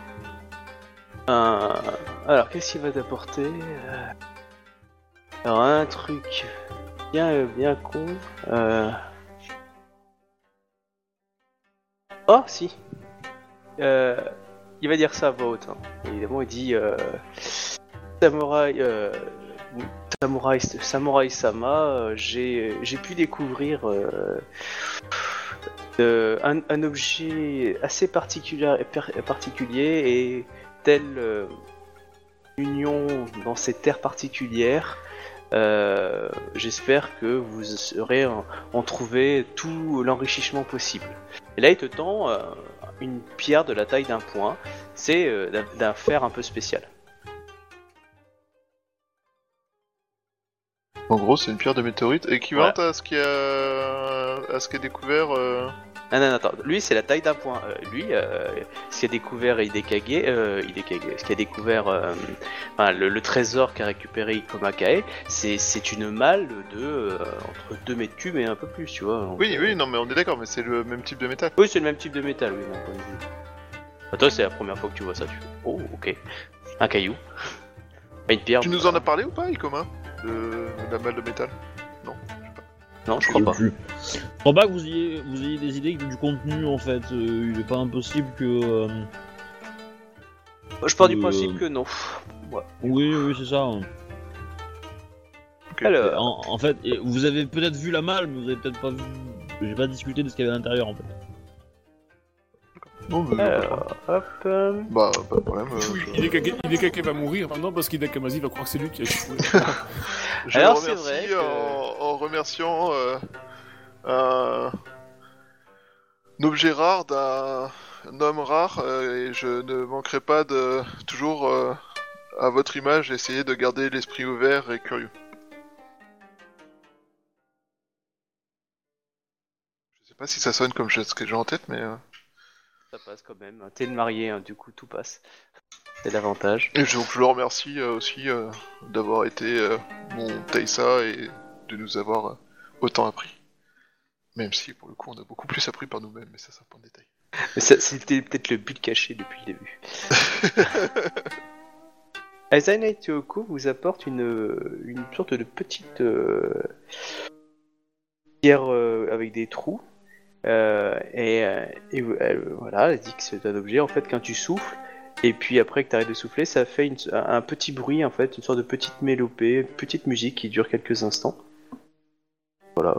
un. Alors, qu'est-ce qu'il va t'apporter euh... Alors, un truc bien, bien con. Euh... Oh, si. Euh... Il va dire ça à voix haute. Hein. Évidemment, il dit euh... Samouraï. Euh... Samurai, Samurai Sama, euh, j'ai, j'ai pu découvrir euh, euh, un, un objet assez particulier, particulier et telle euh, union dans ces terres particulières. Euh, j'espère que vous saurez en, en trouver tout l'enrichissement possible. Et là, il te tend euh, une pierre de la taille d'un point. C'est euh, d'un, d'un fer un peu spécial. En gros, c'est une pierre de météorite équivalente ouais. à ce qui a à ce qui est découvert. Euh... Non, non, non, attends. Lui, c'est la taille d'un point. Euh, lui, euh, ce qui a découvert Hidekage, euh, Hidekage, ce qui a découvert euh, enfin, le, le trésor qu'a récupéré Ikomakae, c'est c'est une malle de euh, entre deux mètres cubes et un peu plus, tu vois. Donc, oui, euh... oui, non, mais on est d'accord, mais c'est le même type de métal. Oui, c'est le même type de métal, oui, d'un point de vue. Bah, toi, c'est la première fois que tu vois ça, tu fais. Oh, ok. Un caillou. Une pierre. Tu nous en as parlé ou pas, Ikoma, de la malle de métal? Non. Non, je crois pas. Je crois pas que vous ayez, vous ayez des idées du contenu en fait. Euh, il est pas impossible que. Euh, je pars du euh, principe que non. Ouais. Oui, oui, c'est ça. Okay. Alors... En, en fait, vous avez peut-être vu la malle, mais vous avez peut-être pas vu. J'ai pas discuté de ce qu'il y avait à l'intérieur en fait. Non, mais Alors, hop. Euh... Bah, pas de problème. Euh, oui, je... Hidekage va mourir maintenant parce qu'Hidekamazi va croire que c'est lui qui a échoué. Je Alors, le remercie c'est vrai que... en, en remerciant euh, un... un objet rare d'un un homme rare euh, et je ne manquerai pas de toujours euh, à votre image essayer de garder l'esprit ouvert et curieux. Je sais pas si ça sonne comme ce que j'ai en tête, mais... Euh... Ça passe quand même. T'es le marié, hein, du coup tout passe. C'est l'avantage. Et donc je le remercie euh, aussi euh, d'avoir été euh, mon Taïsa et de nous avoir euh, autant appris. Même si pour le coup on a beaucoup plus appris par nous-mêmes, mais ça c'est un point de détail. Mais ça, c'était peut-être le but caché depuis le début. Aizaina Itoku vous apporte une, une sorte de petite euh, pierre euh, avec des trous. Euh, et, et euh, voilà, elle dit que c'est un objet en fait quand tu souffles et puis après que tu arrêtes de souffler, ça fait une, un petit bruit en fait, une sorte de petite mélopée, une petite musique qui dure quelques instants. Voilà.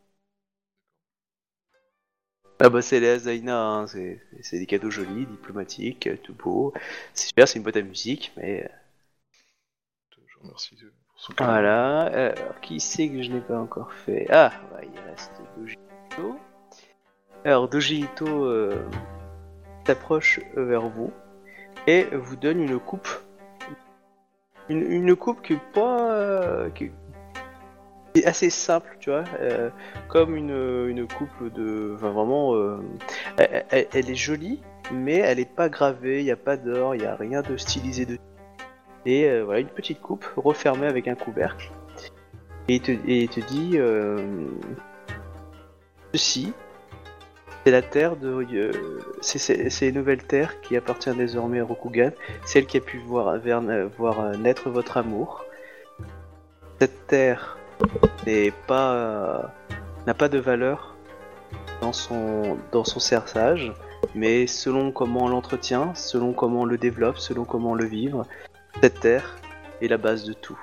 Ah bah c'est les Aizaina, hein, c'est, c'est des cadeaux jolis, diplomatiques, tout beau. C'est super, c'est une boîte à musique, mais. Je vous remercie pour son cadeau. Voilà. Alors qui c'est que je n'ai pas encore fait? Ah, ouais, il reste Dojito. Alors Dojito euh, s'approche vers vous et vous donne une coupe, une, une coupe qui est pas, euh, qui est assez simple, tu vois, euh, comme une, une coupe de, enfin vraiment, euh, elle, elle, elle est jolie, mais elle est pas gravée, il y a pas d'or, il y a rien de stylisé dessus. Et euh, voilà une petite coupe refermée avec un couvercle. Et il te, et il te dit euh, ceci. C'est la terre de... Euh, c'est, c'est, c'est une nouvelle terre qui appartient désormais à Rokugan, celle qui a pu voir, vers, voir naître votre amour. Cette terre n'est pas, euh, n'a pas de valeur dans son, dans son cerçage, mais selon comment on l'entretient, selon comment on le développe, selon comment on le vivre, cette terre est la base de tout.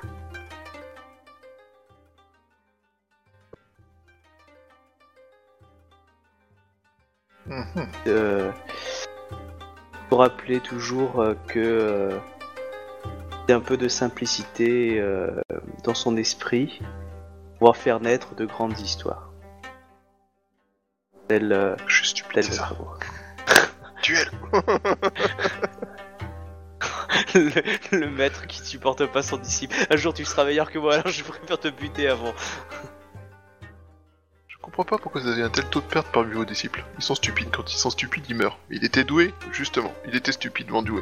Euh, pour rappeler toujours euh, que euh, il y a un peu de simplicité euh, dans son esprit, pouvoir faire naître de grandes histoires. Tel, euh, je suis stupide, c'est ça. Duel. le, le maître qui supporte pas son disciple. Un jour tu seras meilleur que moi, alors je préfère te buter avant. Je comprends pas pourquoi vous avez un tel taux de perte parmi vos disciples. Ils sont stupides, quand ils sont stupides, ils meurent. Il était doué, justement. Il était stupidement doué.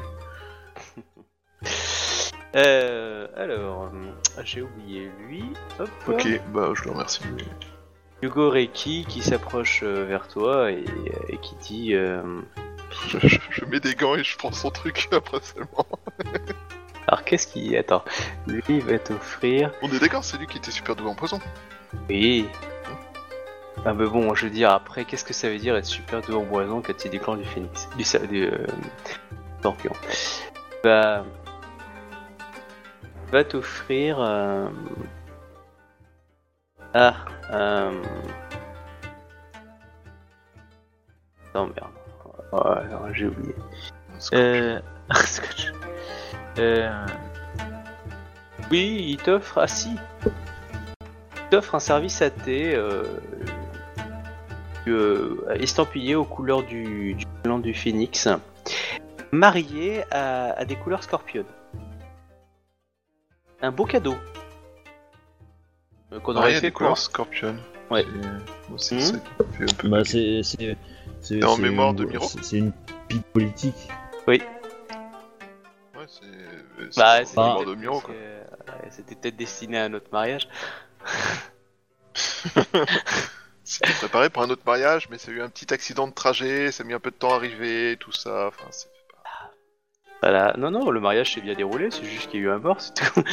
euh, alors, euh, j'ai oublié lui. Hop. Ok, bah je le remercie. Hugo Reiki qui s'approche euh, vers toi et, et qui dit... Euh... Je, je, je mets des gants et je prends son truc après seulement. Alors qu'est-ce qu'il... Attends, lui il va t'offrir... On est d'accord, c'est lui qui était super doué en poison. Oui. Ah mais bon, je veux dire, après, qu'est-ce que ça veut dire être super doué en poison quand il y a des clans du phénix, du, du euh, scorpion. Bah... va t'offrir. Euh... Ah. Euh... Non merde. Oh, non, j'ai oublié. Euh... Scotch. euh... Oui, il t'offre. Ah si. Il t'offre un service à thé euh... euh... estampillé aux couleurs du, du clan du Phénix, marié à, à des couleurs scorpion. Un beau cadeau. Euh, qu'on aurait Ah, fait des quoi. couleurs Scorpion. Ouais. C'est, Mmh. c'est, fait un peu Bah, bugger. c'est. C'est, c'est, en c'est mémoire une- de Miro c'est- C'est une pique politique. Oui. Ouais, c'est, c'est Bah, en c'était, pas- mémoire de peut-être Miro, parce quoi. que, euh, c'était peut-être destiné à un autre mariage. C'était préparé pour un autre mariage, mais ça a eu un petit accident de trajet, ça a mis un peu de temps à arriver, tout ça. Enfin, c'est... Voilà. Non, non, le mariage s'est bien déroulé, c'est juste qu'il y a eu un mort, c'est tout.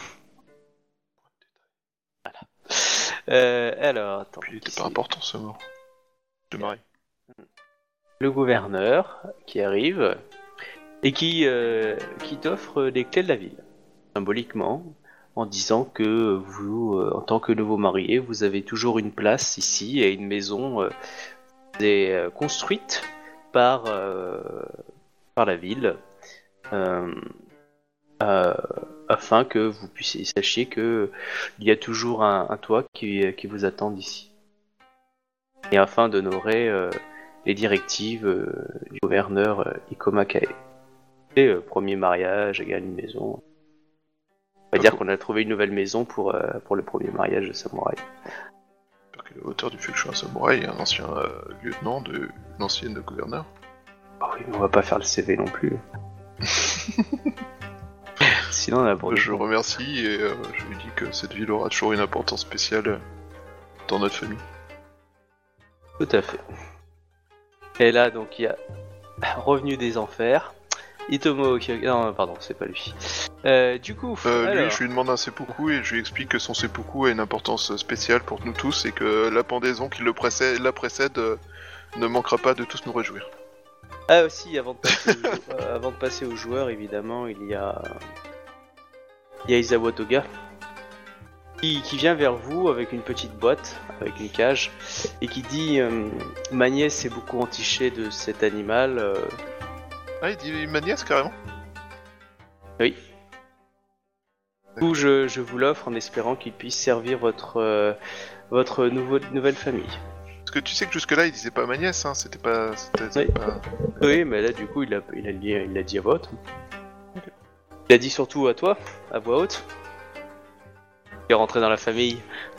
Voilà. Euh, alors, attends. Puis il qui était pas c'est important ce mort. De mari. Le gouverneur qui arrive et qui, euh, qui t'offre les clés de la ville, symboliquement, en disant que vous, euh, en tant que nouveau marié, vous avez toujours une place ici et une maison euh, est, euh, construite par, euh, par la ville, euh, euh, afin que vous puissiez sachiez que il y a toujours un, un toit qui, qui vous attend ici. Et afin d'honorer euh, les directives euh, du gouverneur euh, Ikoma Kae. Et euh, premier mariage égale une maison. On va dire qu'on a trouvé une nouvelle maison pour, euh, pour le premier mariage de samouraï. J'espère que l'auteur du fait que je suis un samouraï est un ancien euh, lieutenant de l'ancienne gouverneur. Ah oui, mais on va pas faire le C V non plus. Sinon on a abordé. Je le remercie et euh, je lui dis que cette ville aura toujours une importance spéciale euh, dans notre famille. Tout à fait. Et là, donc, il y a Revenu des Enfers. Itomo Kyoga... Non, pardon, c'est pas lui. Euh, du coup, Euh, alors... lui, je lui demande un seppuku et je lui explique que son seppuku a une importance spéciale pour nous tous et que la pendaison qui le précède, la précède euh, ne manquera pas de tous nous réjouir. Ah aussi, avant de passer aux, jou- euh, avant de passer aux joueurs, évidemment, il y a... Il y a Izawa Toga. Qui, qui vient vers vous avec une petite boîte, avec une cage, et qui dit euh, ma nièce s'est beaucoup entichée de cet animal. euh, Ah, il dit ma nièce carrément. Oui. Du coup, je, je vous l'offre en espérant qu'il puisse servir votre, euh, votre nouveau, nouvelle famille. Parce que tu sais que jusque-là, il disait pas ma nièce, hein, c'était pas... C'était, c'était Oui. pas... Oui, mais là, du coup, il a, il a, dit, il a dit à voix haute. Il a dit surtout à toi, à voix haute. Tu es rentré dans la famille,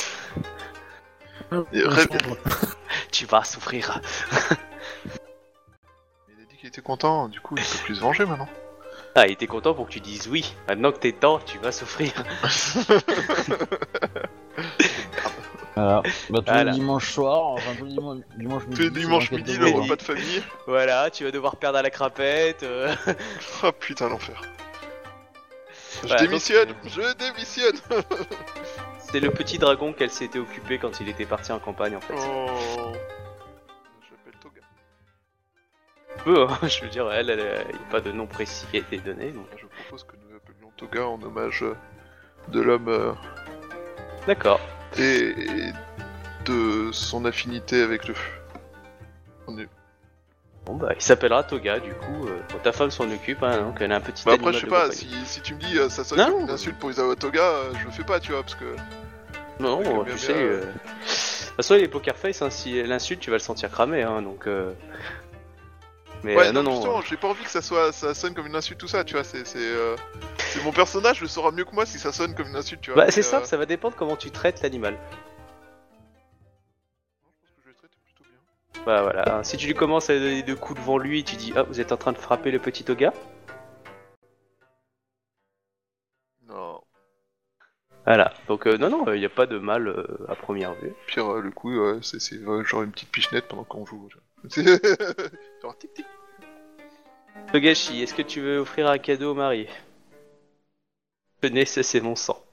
Et ré- tu vas souffrir. Il a dit qu'il était content, du coup, il peut plus se venger maintenant. Ah, il était content pour que tu dises oui. Maintenant que t'es dedans, tu vas souffrir. Voilà. Bah, tous Voilà. les dimanches soirs, enfin tous les dimanches, dimanche midi. Tous les dimanches c'est midi, l'enquête le de Bobo. repas de famille. Voilà, tu vas devoir perdre à la crapette. euh. Oh putain, l'enfer. Je Voilà, démissionne, donc, je démissionne. C'est le petit dragon qu'elle s'était occupé quand il était parti en campagne, en fait. Oh. Je l'appelle Toga. Peu, hein, je veux dire, elle, il n'y a pas de nom précis qui a été donné. Donc... Je propose que nous appelions Toga en hommage euh, de l'homme euh, D'accord. et, et de son affinité avec le feu. On est... Bon, bah, il s'appellera Toga, du coup. Euh, bon, ta femme s'en occupe, hein, donc elle a un petit Bah après, animal je sais de pas, compagnie. si, si tu me dis euh, ça sonne Non. comme une insulte pour Isawa Toga, euh, je le fais pas, tu vois, parce que... Non, Ouais, non, bien, tu bien, sais. euh. euh, De toute façon, il est poker face, hein, si elle insulte, tu vas le sentir cramer, hein, donc. Euh... Mais Ouais, euh, non, non, non. justement, j'ai pas envie que ça soit, ça sonne comme une insulte, tout ça, tu vois, c'est... C'est, euh, c'est mon personnage, le saura mieux que moi si ça sonne comme une insulte, tu vois. Bah, mais, c'est euh, simple, ça va dépendre comment tu traites l'animal. Je pense que je le traite plutôt bien. Bah voilà, hein, si tu lui commences à donner deux coups devant lui et tu dis ah vous êtes en train de frapper le petit Toga, Non. voilà. Donc euh, non non, il n'y a pas de mal euh, à première vue. Pire, euh, le coup, euh, c'est, c'est euh, genre une petite pichenette pendant qu'on joue. tu vois. Genre tic tic. Togashi, est-ce que tu veux offrir un cadeau au marié? Tenez, ça c'est mon sang.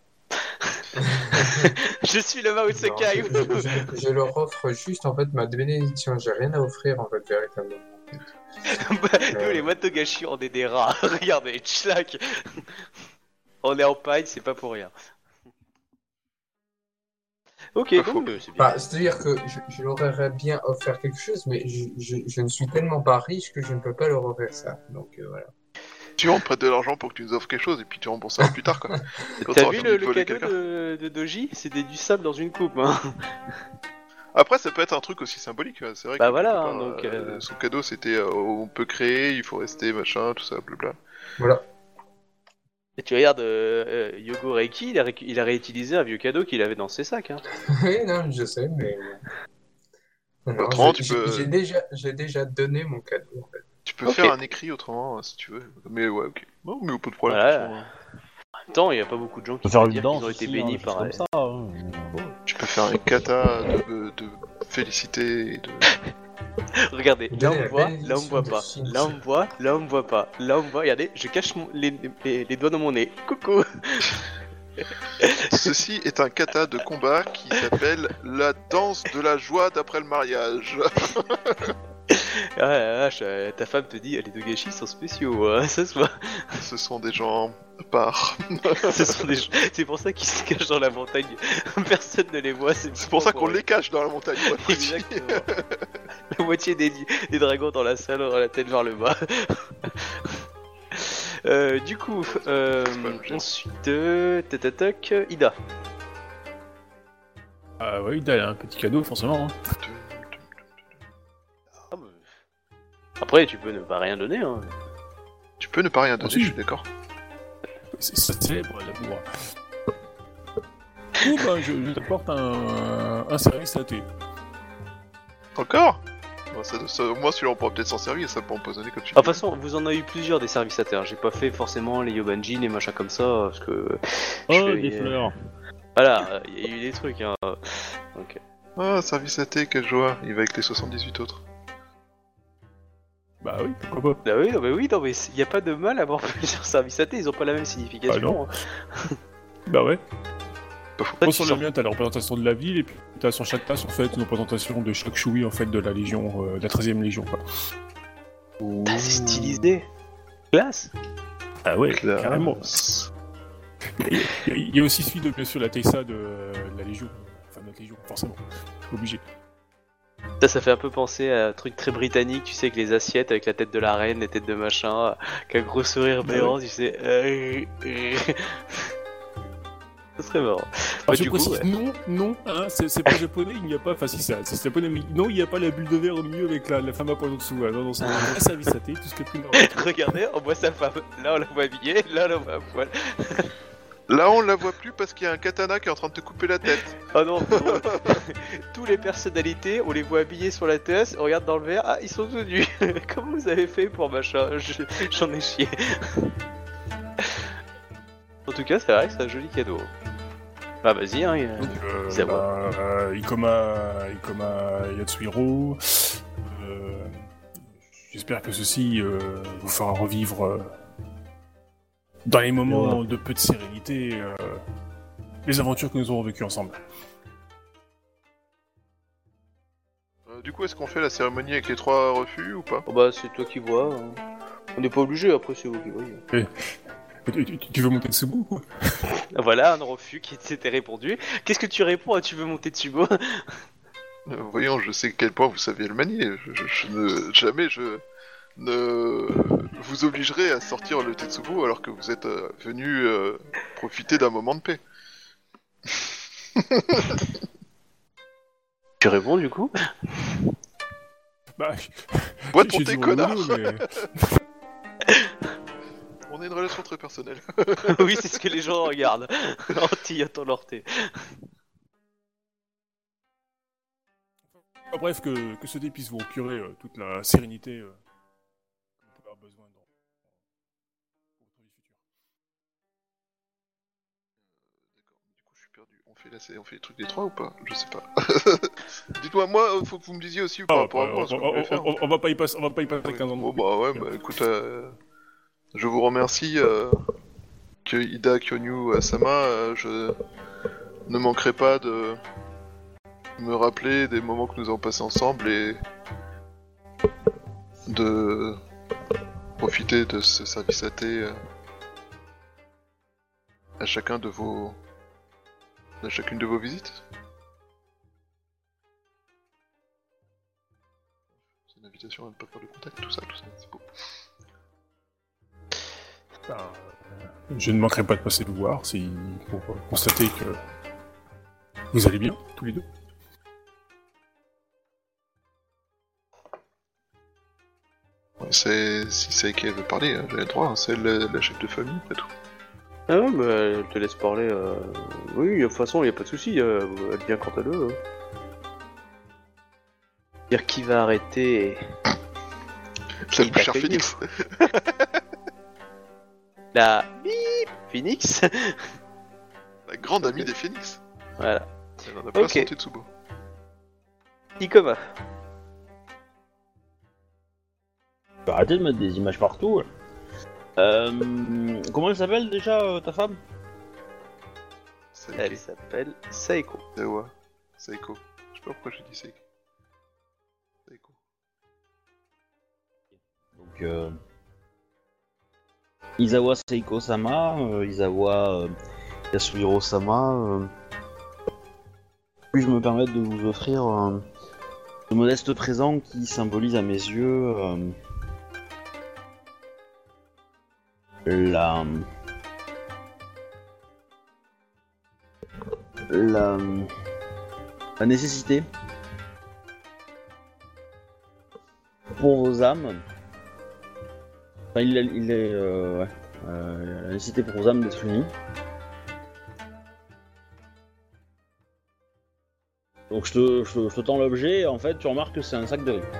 Je suis le Mao Non, Tsukai. je, je- je leur offre juste en fait ma bénédiction, j'ai rien à offrir en fait véritablement. Bah, nous les mois de Togashi on est des rats. Regardez, tchlac. On est en paille, c'est pas pour rien. Ok, Pas bon, faux. mais c'est bien. Bah, c'est-à-dire que je, je leur aurais bien offert quelque chose, mais je, je, je ne suis tellement pas riche que je ne peux pas leur offrir ça. Donc euh, voilà. Tu on prête de l'argent pour que tu nous offres quelque chose et puis tu rembourseras plus tard quoi. Quand T'as t'auras vu fini le, de le voler cadeau quelqu'un. de, de Doji? C'était du sable dans une coupe. Hein. Après ça peut être un truc aussi symbolique, hein. C'est vrai Bah que voilà, quelque part, hein, donc, euh, euh, son cadeau c'était euh, on peut créer, il faut rester, machin, tout ça, blabla. Voilà. Et tu regardes euh, euh, Yogo Reiki, il a, récu- il a réutilisé un vieux cadeau qu'il avait dans ses sacs. Hein. Oui, non, je sais, mais. Non, non, Autrement, j'ai- tu j'ai peux- j'ai déjà, j'ai déjà donné mon cadeau. En fait. Tu peux Ok. faire un écrit autrement hein, si tu veux. Mais ouais, ok. Non, mais pas de problème. Voilà. de toute façon, hein. En même temps, il n'y a pas beaucoup de gens On qui peut faire peuvent une dire danse qu'ils ont été aussi, bénis hein, par... comme ça. Hein. Tu peux faire un kata de, de félicité et de... Regardez, là Donner on la me voit, là on me bénédiction voit de pas, Shinji. là on me voit, là on me voit pas, là on me voit, regardez, je cache mon- les, les- les doigts dans mon nez. Coucou. Ceci est un kata de combat qui s'appelle la danse de la joie d'après le mariage. Ah la vache, euh, ta femme te dit, les Dogashi sont spéciaux, hein, ça se voit. Ce sont des gens à part. Ce sont des gens- C'est pour ça qu'ils se cachent dans la montagne, personne ne les voit. C'est pour ça qu'on les cache dans la montagne. Ouais. Exactement. La moitié des, des dragons dans la salle aura la tête vers le bas. Euh, du coup, euh, C'est pas obligé. ensuite, euh, tatatac, Ida. Ah ouais, il a un petit cadeau, forcément. Hein. Ah, bah. Après, tu peux ne pas rien donner. Hein. Tu peux ne pas rien donner, Aussi. je suis d'accord. C'est ça célèbre l'amour. Ou ben, je, je t'apporte un, un service à thé. Encore Bon, ça, ça, au moins celui-là on pourra peut-être s'en servir, ça peut empoisonner comme tu Ah, de dis. toute façon, vous en avez eu plusieurs des services à terre. J'ai pas fait forcément les Yobanjin et machin comme ça, parce que... Oh, je fais- des fleurs. Voilà, il y a eu des trucs. Hein. Donc, Ah, service à thé, quelle joie. Il va avec les soixante-dix-huit autres. Bah oui, pourquoi pas. bah oui, non, mais oui, non, mais il y a pas de mal à avoir plusieurs services à thé. Ils ont pas la même signification. Ah non. hein. Bah ouais. Pas faux. Toi, Bon, tu sur le sens- mien, t'as la représentation de la ville, et puis t'as sur chaque tasse, en fait, une représentation de chaque choui, en fait, de la Légion, euh, de la treizième Légion, quoi. Ah, c'est stylisé. Classe. Ah ouais, Classe. carrément. Il y, a- il y a aussi celui de, bien sûr, la Teissa de, euh, de la Légion. Enfin, de notre Légion, forcément. Obligé. Ça, ça fait un peu penser à un truc très britannique, tu sais, avec les assiettes, avec la tête de la reine, les têtes de machin, qu'un gros sourire Bah béant, tu sais. Euh, euh. Ça serait marrant. Alors, Bah, je du coup, précise, ouais. non, non, hein, c'est c'est pas japonais, il n'y a pas, enfin si, ça- c'est japonais, mais non, il n'y a pas la bulle de verre au milieu avec la, la femme à poil en dessous. hein. Non, non, c'est un vrai service à thé, tout ce qui est plus normal. Regardez, on voit sa femme. Là, on la voit habillée, là, on la voit à poil. Là on la voit plus parce qu'il y a un katana qui est en train de te couper la tête. Oh non, non. Tous les personnalités, on les voit habillés sur la terrasse, on regarde dans le verre, ah, ils sont tous nus. Comment vous avez fait pour machin Je- J'en ai chié. En tout cas, c'est vrai que c'est un joli cadeau. Bah vas-y, hein. il- Donc, euh, Ça bah, euh, Ikoma, Ikoma Yatsuhiro, euh, j'espère que ceci euh, vous fera revivre euh, dans les moments de peu de sérénité euh, les aventures que nous aurons vécues ensemble. Euh, du coup, est-ce qu'on fait la cérémonie avec les trois refus ou pas? Oh bah c'est toi qui vois. hein. On n'est pas obligé, après c'est vous qui voyez. Tu, tu- tu veux monter de ce bout quoi? Voilà, un refus qui s'était répondu. Qu'est-ce que tu réponds à tu veux monter de sumo? Euh, voyons, je sais à quel point vous savez le manier. Je, je- je ne jamais je ne vous obligerai à sortir le Tetsubo alors que vous êtes euh, venu euh, profiter d'un moment de paix. Tu réponds du coup? Bah, Bois de j'ai ton thé, dit mon connard. boulot, mais- On a une relation très personnelle. Oui, c'est ce que les gens regardent en tillotant leur thé. Ah, bref, que, que ce dé puisse vous procurer euh, toute la sérénité euh, que vous pouvez avoir besoin dans pour votre vie future. D'accord, du coup je suis perdu. On fait, la, on fait les trucs des trois ou pas? Je sais pas. Dites-moi, moi, euh, faut que vous me disiez aussi par Ah, rapport à bah, moi on, ce que vous on- voulez faire. on- on va pas y passer, on va pas y passer Oui. quinze ans. Bon bah ouais, bah écoute, euh, je vous remercie euh, que Ida Kyonyu Asama, euh, je ne manquerai pas de me rappeler des moments que nous avons passés ensemble et de profiter de ce service à thé euh, à chacun de vos... à chacune de vos visites. C'est une invitation à ne pas faire de contact, tout ça, tout ça, c'est beau. Ben, euh, je ne manquerai pas de passer le voir si... pour euh, constater que vous allez bien, tous les deux. Ouais, c'est... si c'est qui veut parler, hein, j'ai le droit, hein, c'est la, la chef de famille, après tout. Ah non, mais elle te laisse parler. Euh... Oui, de toute façon, il n'y a pas de souci. Euh... Elle vient quand elle veut. Hein. Dire qui va arrêter. C'est le Qui plus t'a cher fait Phoenix. La bip Phoenix. La grande amie des Phoenix. Voilà. Elle en a plein Ok. son Tetsubo. Ikoma. Faut arrêter de mettre des images partout. Euh, comment elle s'appelle déjà, euh, ta femme? Elle s'appelle Saeko. Sawa. Saiko. Je sais pas pourquoi j'ai dit Saiko. Saiko. Donc, euh... Izawa Seiko-sama, euh, Izawa euh, Yasuhiro-sama. Euh... Puis je me permets de vous offrir un ce modeste présent qui symbolise à mes yeux euh, la... la la nécessité pour vos âmes. Enfin, il, est- il est euh, ouais, euh, la nécessité pour vos âmes d'être unies. Donc je te, je, te, je te tends l'objet et en fait tu remarques que c'est un sac de riz.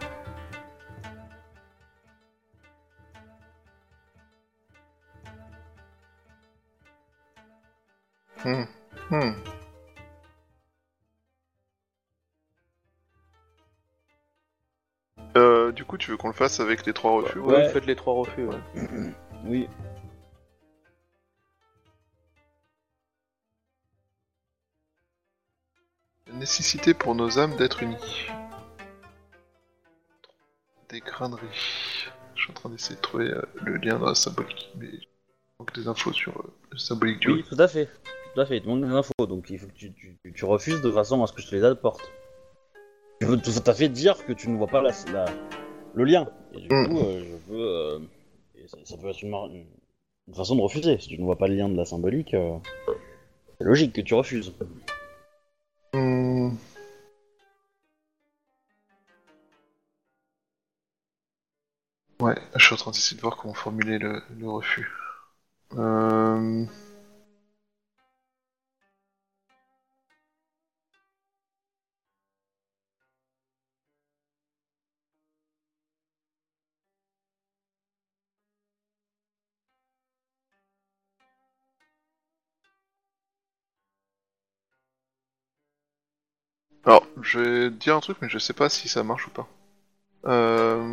Hmm. Hmm. Euh, du coup, tu veux qu'on le fasse avec les trois refus? Ouais, Ouais. faites les trois refus. Ouais. Oui. Nécessité pour nos âmes d'être unies. Des graineries. Je suis en train d'essayer de trouver euh, le lien dans la symbolique, mais il manque des infos sur euh, le symbolique du Oui, tout à fait. Tout à fait, il te manque des infos, donc il faut que tu, tu, tu- tu refuses de façon à ce que je te les apporte. Tu veux tout à fait dire que tu ne vois pas la, la- le lien. Et du Mm. coup, euh, je veux... euh, et ça, ça peut être une, mar- une- une façon de refuser. Si tu ne vois pas le lien de la symbolique, euh, c'est logique que tu refuses. Hmm. Ouais, je suis en train d'essayer de voir comment formuler le, le refus. Euh... Alors, je vais dire un truc, mais je sais pas si ça marche ou pas. Euh...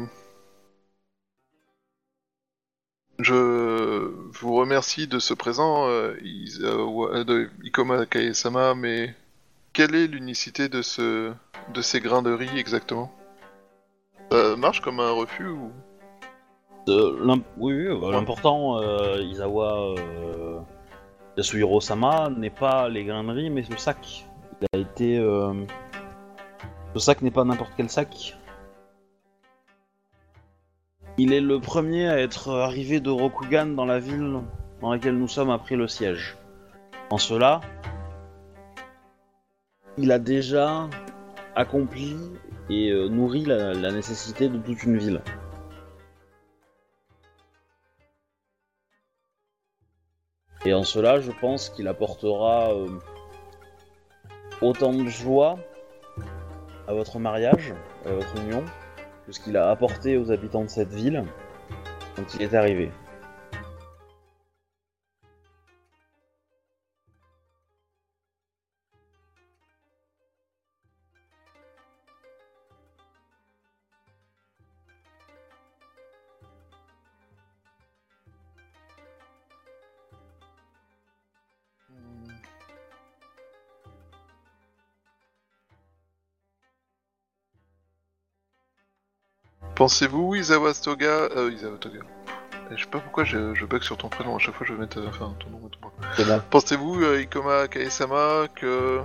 Je vous remercie de ce présent, euh, Izawa- de Ikoma Kae-sama, mais quelle est l'unicité de ce de ces grains de riz exactement? Ça marche comme un refus ou... Euh, l'im- oui, oui, bah, l'important, euh, Izawa euh, Yasuhiro-sama, n'est pas les graineries, mais ce sac. Il a été... euh, Ce sac n'est pas n'importe quel sac. Il est le premier à être arrivé de Rokugan dans la ville dans laquelle nous sommes après le siège. En cela, il a déjà accompli et euh, nourri la, la nécessité de toute une ville. Et en cela, je pense qu'il apportera euh, autant de joie à votre mariage, à votre union, que ce qu'il a apporté aux habitants de cette ville quand il est arrivé. Pensez-vous, Izawa Toga... Euh, Izawa Toga... je sais pas pourquoi je, je bug sur ton prénom, à chaque fois je vais mettre euh, enfin, ton nom et tout. C'est bon. Pensez-vous, euh, Ikoma Kaesama, que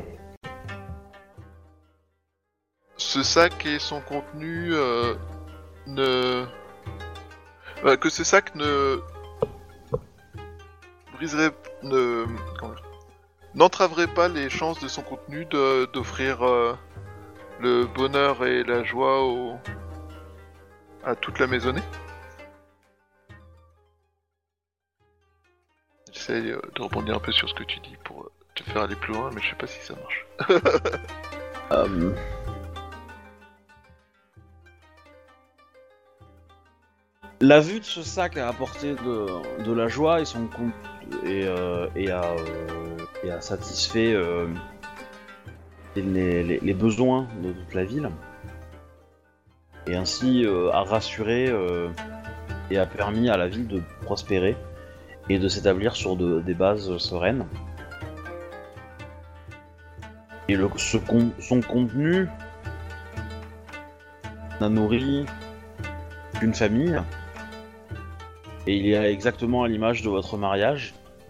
ce sac et son contenu euh, ne... Euh, que ce sac ne... briserait... ne... comment dire, n'entraverait pas les chances de son contenu de, d'offrir euh, le bonheur et la joie au... à toute la maisonnée? J'essaie euh, de rebondir un peu sur ce que tu dis pour euh, te faire aller plus loin, mais je sais pas si ça marche. Euh, La vue de ce sac a apporté de, de la joie et son compte et, euh, et, a, euh, et a satisfait euh, les, les, les besoins de toute la ville et ainsi euh, a rassuré euh, et a permis à la ville de prospérer et de s'établir sur de, des bases sereines. Et le, ce con, son contenu n'a nourri qu'une famille. Et il y a exactement à l'image de votre mariage,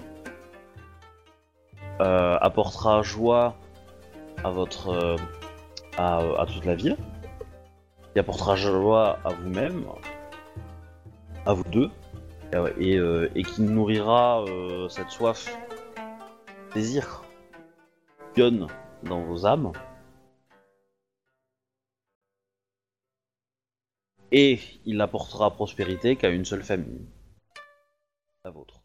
euh, apportera joie à votre, euh, à, à toute la ville, et apportera joie à vous-même, à vous deux, et, et, euh, et qui nourrira euh, cette soif, désir, pionne dans vos âmes. Et il n'apportera prospérité qu'à une seule famille. La vôtre.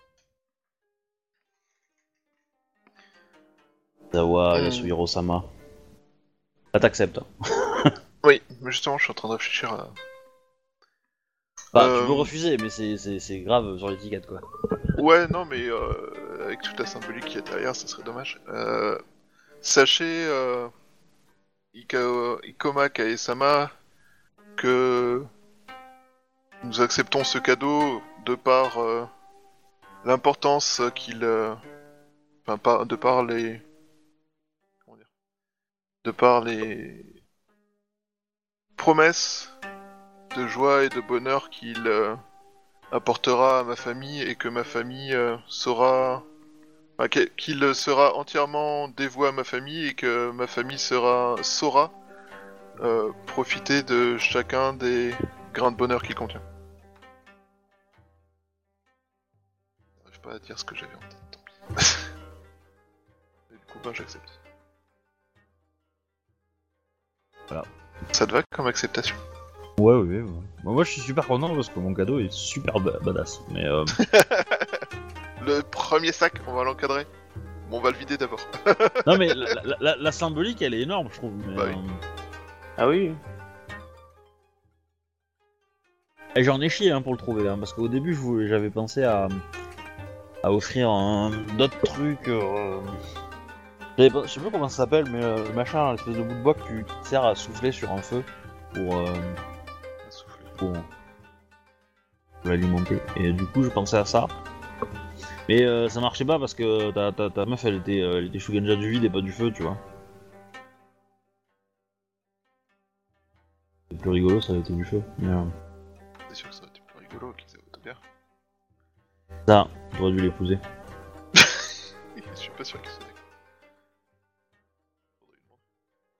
Zawa Hmm. Yasuhiro-sama. Là t'acceptes. Oui, mais justement, je suis en train de réfléchir à... Bah Euh, tu peux refuser, mais c'est, c'est, c'est grave sur l'étiquette quoi. Ouais, non, mais euh, avec toute la symbolique qu'il y a derrière, ça serait dommage. Euh, sachez, euh, Ika- Ikoma Kaesama, que nous acceptons ce cadeau de par euh, l'importance qu'il... euh, Enfin, par, de par les... Comment dire? De par les promesses de joie et de bonheur qu'il euh, apportera à ma famille et que ma famille euh, saura... Enfin, que- qu'il sera entièrement dévoué à ma famille et que ma famille sera saura euh, profiter de chacun des grains de bonheur qu'il contient. J'arrive pas à dire ce que j'avais en tête, tant pis. Et du coup, ben j'accepte. Voilà. Ça te va comme acceptation? Ouais, ouais, ouais. Bah, moi je suis super content parce que mon cadeau est super ba- badass. Mais euh... Le premier sac, on va l'encadrer. Bon, on va le vider d'abord. non mais la, la, la, la symbolique elle est énorme je trouve. Mais, Bah oui. euh, Ah oui. Et j'en ai chié hein, pour le trouver, hein, parce qu'au début je voulais- j'avais pensé à, à offrir un, d'autres trucs. Euh, j'avais pas- je sais pas comment ça s'appelle, mais euh, le machin, l'espèce de bout de bois que tu, qui te sert à souffler sur un feu pour, euh, pour, pour l'alimenter. Et du coup je pensais à ça. Mais euh, ça marchait pas parce que ta, ta, ta meuf elle était, euh, elle était Shugenja du vide et pas du feu, tu vois. C'est plus rigolo, ça avait été du feu. Mais, euh, C'est sûr que ça aurait été plus rigolo qu'ils aient auto bière. ça, j'aurais dû l'épouser. Je suis pas sûr qu'ils soient d'accord. Faudrait lui demander.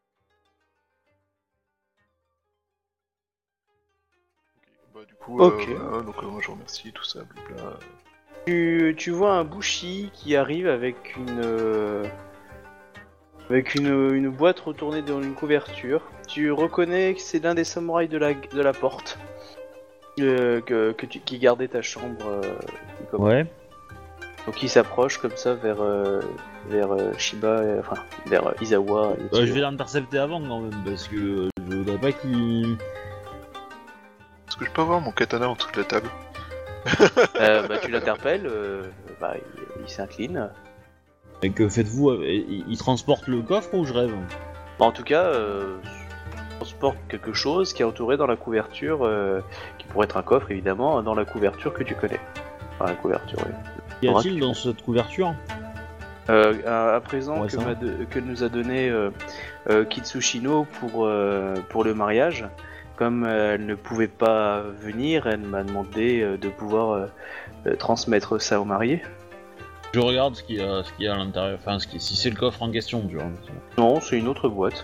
Ok, bah du coup, Ok. euh, voilà, donc euh, moi je vous remercie, tout ça, blabla. Tu, tu vois un bushi qui arrive avec une euh, avec une, une boîte retournée dans une couverture. Tu reconnais que c'est l'un des samouraïs de la de la porte euh, que, que tu, qui gardait ta chambre. euh, comme- Ouais. Donc il s'approche comme ça vers euh, vers euh, Shiba, et- enfin vers euh, Izawa. et Euh, je Tsuyo. vais l'intercepter avant quand même, parce que euh, je voudrais pas qu'il... Est-ce que je peux avoir mon katana en dessous de la table? Euh, bah, tu l'interpelles, euh, bah, il, il s'incline. Et que faites-vous euh, il, il transporte le coffre ou je rêve? Bah, en tout cas, euh, il transporte quelque chose qui est entouré dans la couverture, euh, qui pourrait être un coffre évidemment, dans la couverture que tu connais. Enfin, la couverture, oui. Qu'y a-t-il dans cette couverture? Euh, à, à présent Ouais, que, ça m'a va. de- que nous a donné euh, euh, Kitsushino pour, euh, pour le mariage, comme euh, elle ne pouvait pas venir, elle m'a demandé euh, de pouvoir euh, euh, transmettre ça au marié. Je regarde ce qu'il y a, ce qu'il y a à l'intérieur, enfin ce qui, si c'est le coffre en question, tu vois. Non, c'est une autre boîte.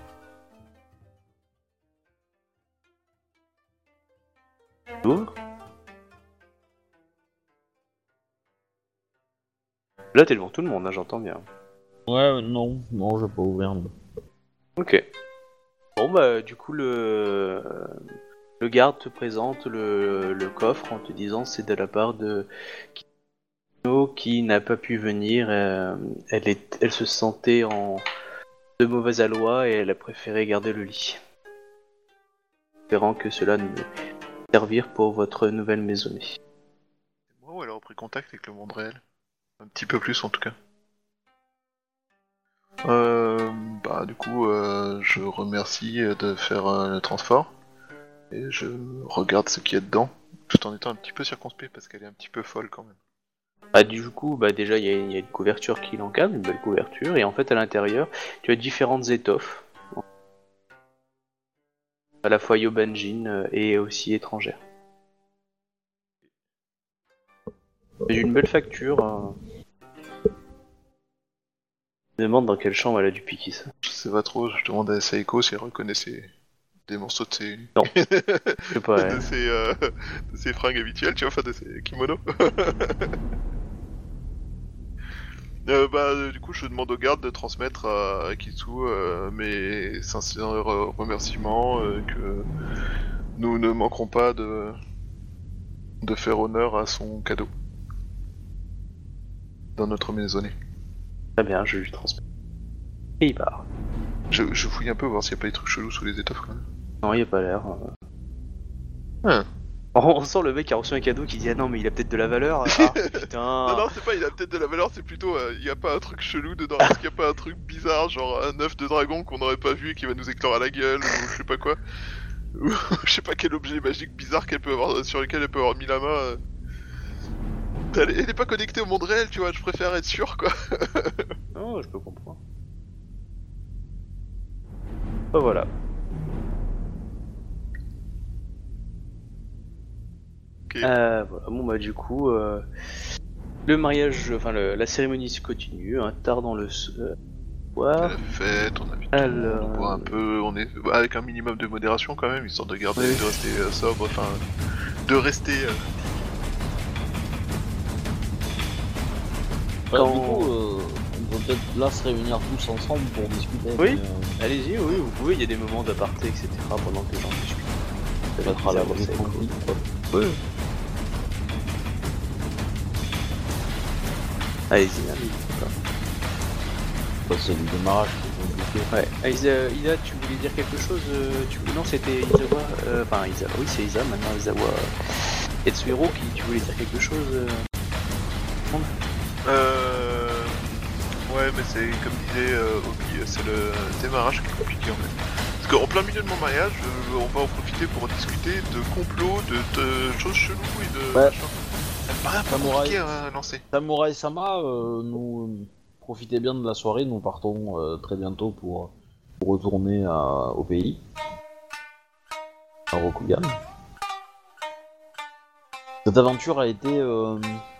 Ouvre. Là, t'es devant tout le monde, hein, j'entends bien. Ouais, non, non, je vais pas ouvrir. Non. Ok. Bon bah du coup le le garde te présente le, le coffre en te disant c'est de la part de Kino qui n'a pas pu venir. Euh, elle est, elle se sentait en de mauvaise aloi et elle a préféré garder le lit, espérant que cela nous servir pour votre nouvelle maisonnée. C'est moi ou elle a repris contact avec le monde réel? Un petit peu plus en tout cas. Euh, bah du coup, euh, je remercie de faire euh, le transport et je regarde ce qu'il y a dedans, tout en étant un petit peu circonspect parce qu'elle est un petit peu folle quand même. Bah du coup, bah déjà il y, y a une couverture qui l'encadre, une belle couverture, et en fait à l'intérieur, tu as différentes étoffes, à la fois yobanjin et aussi étrangères. J'ai une belle facture. Hein. Je me demande dans quelle chambre elle a dû piquer ça. Je sais pas trop, je demande à Saiko si elle reconnaissait des morceaux de ses... Non, je sais pas. de, Ouais. ses euh, de ses fringues habituelles, tu vois, enfin de ses kimonos. euh, bah euh, du coup je demande au garde de transmettre à, à Kitsu euh, mes sincères euh, remerciements, euh, que nous ne manquerons pas de de faire honneur à son cadeau dans notre maisonnée. Très bien, je lui transmets. Et il part. Je, je fouille un peu voir s'il n'y a pas des trucs chelous sous les étoffes quand même. Non, il n'y a pas l'air. Ah. On sent le mec qui a reçu un cadeau qui dit ah non mais il a peut-être de la valeur. Ah putain. Non, non, c'est pas, il a peut-être de la valeur, c'est plutôt, il euh, y a pas un truc chelou dedans, est-ce qu'il y a pas un truc bizarre, genre un œuf de dragon qu'on n'aurait pas vu et qui va nous éclore à la gueule, ou je sais pas quoi. Ou je sais pas quel objet magique bizarre qu'elle peut avoir, sur lequel elle peut avoir mis la main. euh. Elle, elle est pas connectée au monde réel, tu vois, je préfère être sûr, quoi. Non, je peux comprendre. Oh, voilà. Ok. Euh, voilà. Bon bah du coup, euh, le mariage, enfin le- la cérémonie se continue, hein, tard dans le C'est soir. la fête, on invite Alors- tout le monde, on boit un peu, on est avec un minimum de modération quand même, histoire de garder, Oui. de rester euh, sobre, enfin, de rester. Euh... Ouais, Quand- Du coup, euh, on peut peut-être là se réunir tous ensemble pour discuter. Oui. mais, euh, Allez-y, oui, vous pouvez, il y a des moments d'aparté, et cetera pendant que les gens discutent. peut-être à la Ça, bonne c'est cool. tranquille, quoi. Oui. Allez-y, allez-y. Bah, c'est le démarrage qui est compliqué. Ouais. Ah, Isa, Ida, tu voulais dire quelque chose euh, tu... Non, c'était Izawa. euh, Enfin, Isa. Oui, c'est Isa maintenant. Izawa. Etsuhiro, qui tu voulais dire quelque chose euh... Euh... Ouais, mais c'est comme disait euh, Obi, c'est le démarrage qui est compliqué en fait. Parce qu'en plein milieu de mon mariage, euh, on va en profiter pour discuter de complots, de, de choses cheloues et de. Ouais. machin. Ça me paraît un peu Samouraï. compliqué à lancer. Samurai Sama, euh, nous euh, profitez bien de la soirée, nous partons euh, très bientôt pour, pour retourner à, au pays. À Rokugan. Cette aventure a été euh,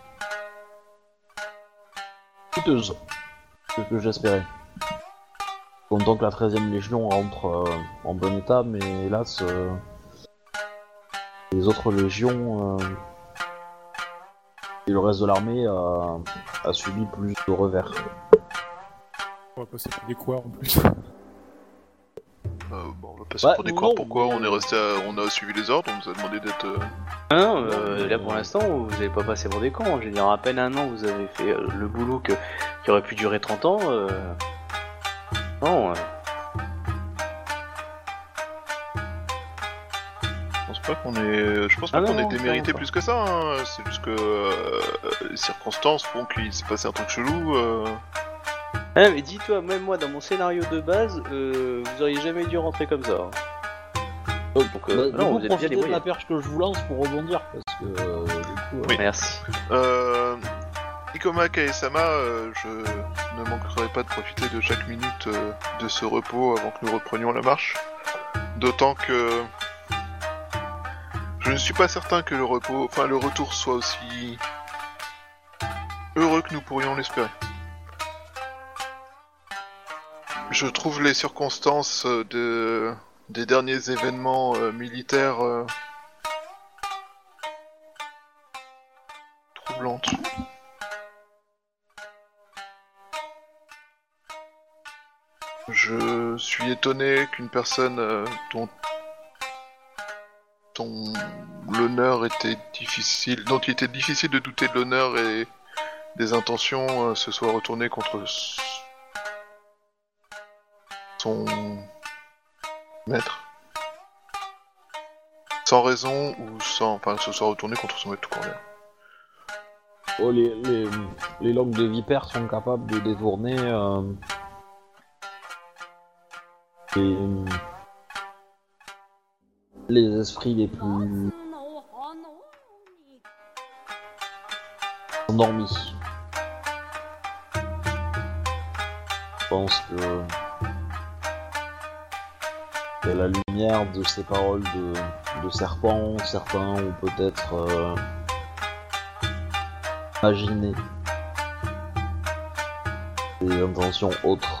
coûteuse, c'est ce que j'espérais. Content que la treizième Légion rentre euh, en bon état, mais hélas, euh, les autres légions euh, et le reste de l'armée a, a subi plus de revers. On va passer pour des quoi en plus. Euh, bon, on va passer Ouais, pour des non, corps. Pourquoi mais- on est resté, à... on a suivi les ordres, on nous a demandé d'être. Euh... Ah non, euh, là pour l'instant, vous n'avez pas passé pour des cons. Je veux dire, à peine un an, vous avez fait euh, le boulot que... qui aurait pu durer trente ans. Euh... Non, euh... Je pense pas qu'on ait, je pense pas Ah non, qu'on ait non, été ça mérité va. plus que ça. Hein. C'est juste que euh, les circonstances font qu'il s'est passé un truc chelou. Euh... Ah, mais dis-toi, même moi, dans mon scénario de base, euh, vous auriez jamais dû rentrer comme ça. Donc, Donc, euh, bah, non, du coup, vous êtes bien profitez de débrouillés. la perche que je vous lance pour rebondir, parce que euh, du coup... euh, Oui. Merci. Euh, Ikoma Kaesama, euh, je ne manquerai pas de profiter de chaque minute euh, de ce repos avant que nous reprenions la marche. D'autant que Je ne suis pas certain que le repos, enfin le retour soit aussi heureux que nous pourrions l'espérer. Je trouve les circonstances de... des derniers événements euh, militaires euh... troublantes. Je suis étonné qu'une personne euh, dont... dont l'honneur était difficile, dont il était difficile de douter de l'honneur et des intentions, euh, se soit retourné contre son maître. Sans raison ou sans... Enfin, se soit retourné contre son maître tout court. Oh, les, les, les langues de vipère sont capables de détourner euh, les, les esprits les plus endormis. Je pense que à la lumière de ces paroles de, de serpent, certains ont peut-être euh, imaginé des intentions autres.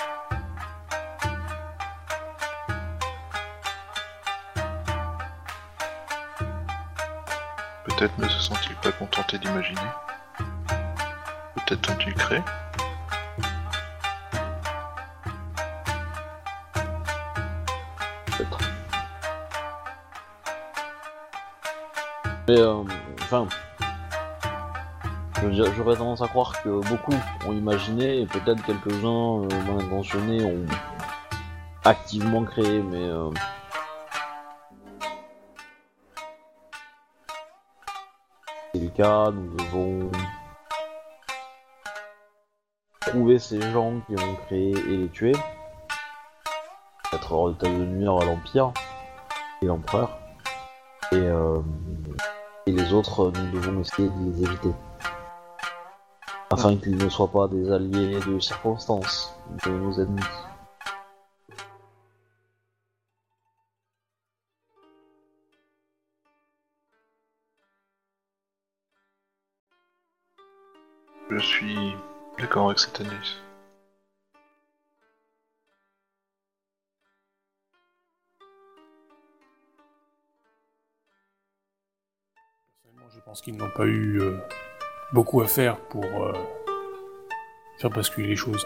Peut-être ne se sont-ils pas contentés d'imaginer. Peut-être ont-ils créé. Peut-être. Mais euh, enfin, j'aurais tendance à croire que beaucoup ont imaginé et peut-être quelques-uns euh, mal intentionnés ont activement créé, mais euh, c'est le cas, nous devons trouver ces gens qui ont créé et les tuer, être hors d'état de nuire à l'Empire et l'Empereur, et, euh, et les autres, nous devons essayer de les éviter, afin qu'ils ne soient pas des alliés de circonstance de nos ennemis. Je suis d'accord avec cette analyse. Personnellement, je pense qu'ils n'ont pas eu euh, beaucoup à faire pour euh, faire basculer les choses.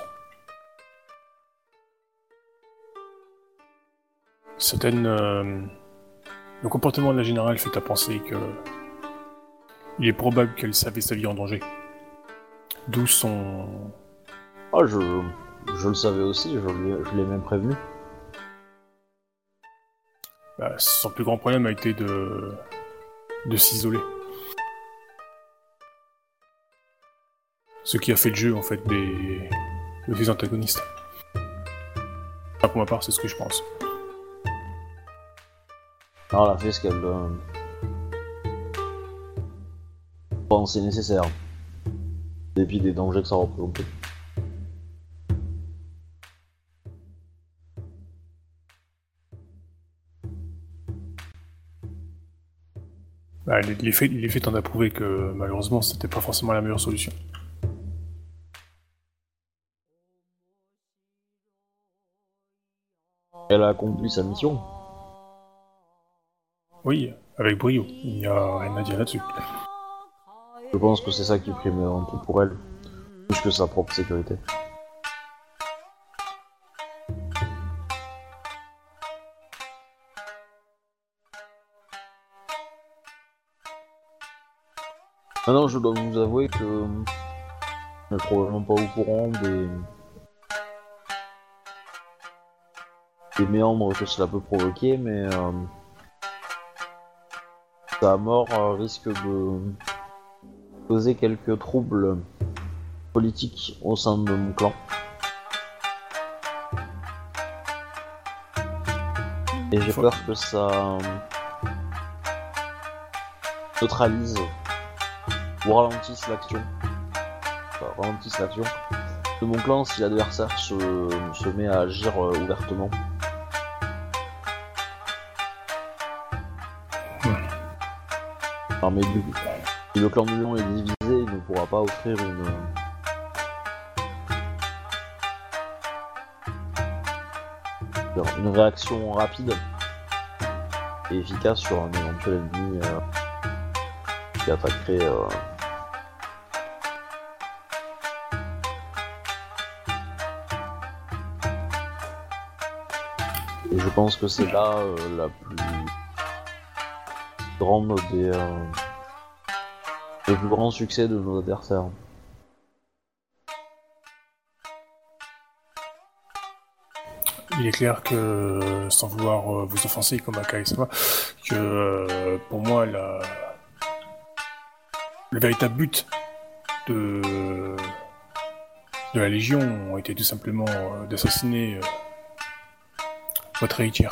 Certaines... Euh, le comportement de la générale fait à penser que il est probable qu'elle savait sa vie en danger. D'où son... Ah, je, je le savais aussi, je, lui, je l'ai même prévenu. Bah, son plus grand problème a été de... de s'isoler. Ce qui a fait le jeu, en fait, des... des antagonistes. Enfin, pour ma part, c'est ce que je pense. Alors, elle a fait ce qu'elle euh, pensait nécessaire. Dépit des dangers que ça représentait. Bah, les, les faits, les faits tendent à prouver que malheureusement c'était pas forcément la meilleure solution. Elle a accompli sa mission. Oui, avec brio, il n'y a rien à dire là-dessus. Je pense que c'est ça qui prime avant tout pour elle, plus que sa propre sécurité. Maintenant, je dois vous avouer que je suis probablement pas au courant des... des méandres que cela peut provoquer, mais euh... sa mort euh, risque de causer quelques troubles politiques au sein de mon clan. Et j'ai peur que ça neutralise ou ralentisse l'action. Enfin, ralentisse l'action de mon clan si l'adversaire se, se met à agir euh, ouvertement. Ah, mais du coup, si le clan du lion est divisé, il ne pourra pas offrir une... une réaction rapide et efficace sur un éventuel ennemi euh, qui attaquerait... Euh... Et je pense que c'est là euh, la plus grande des... Euh... le plus grand succès de nos adversaires. Il est clair que, sans vouloir vous offenser comme Akaiswa, que euh, pour moi, la... le véritable but de, de la Légion était tout simplement euh, d'assassiner euh, votre héritière.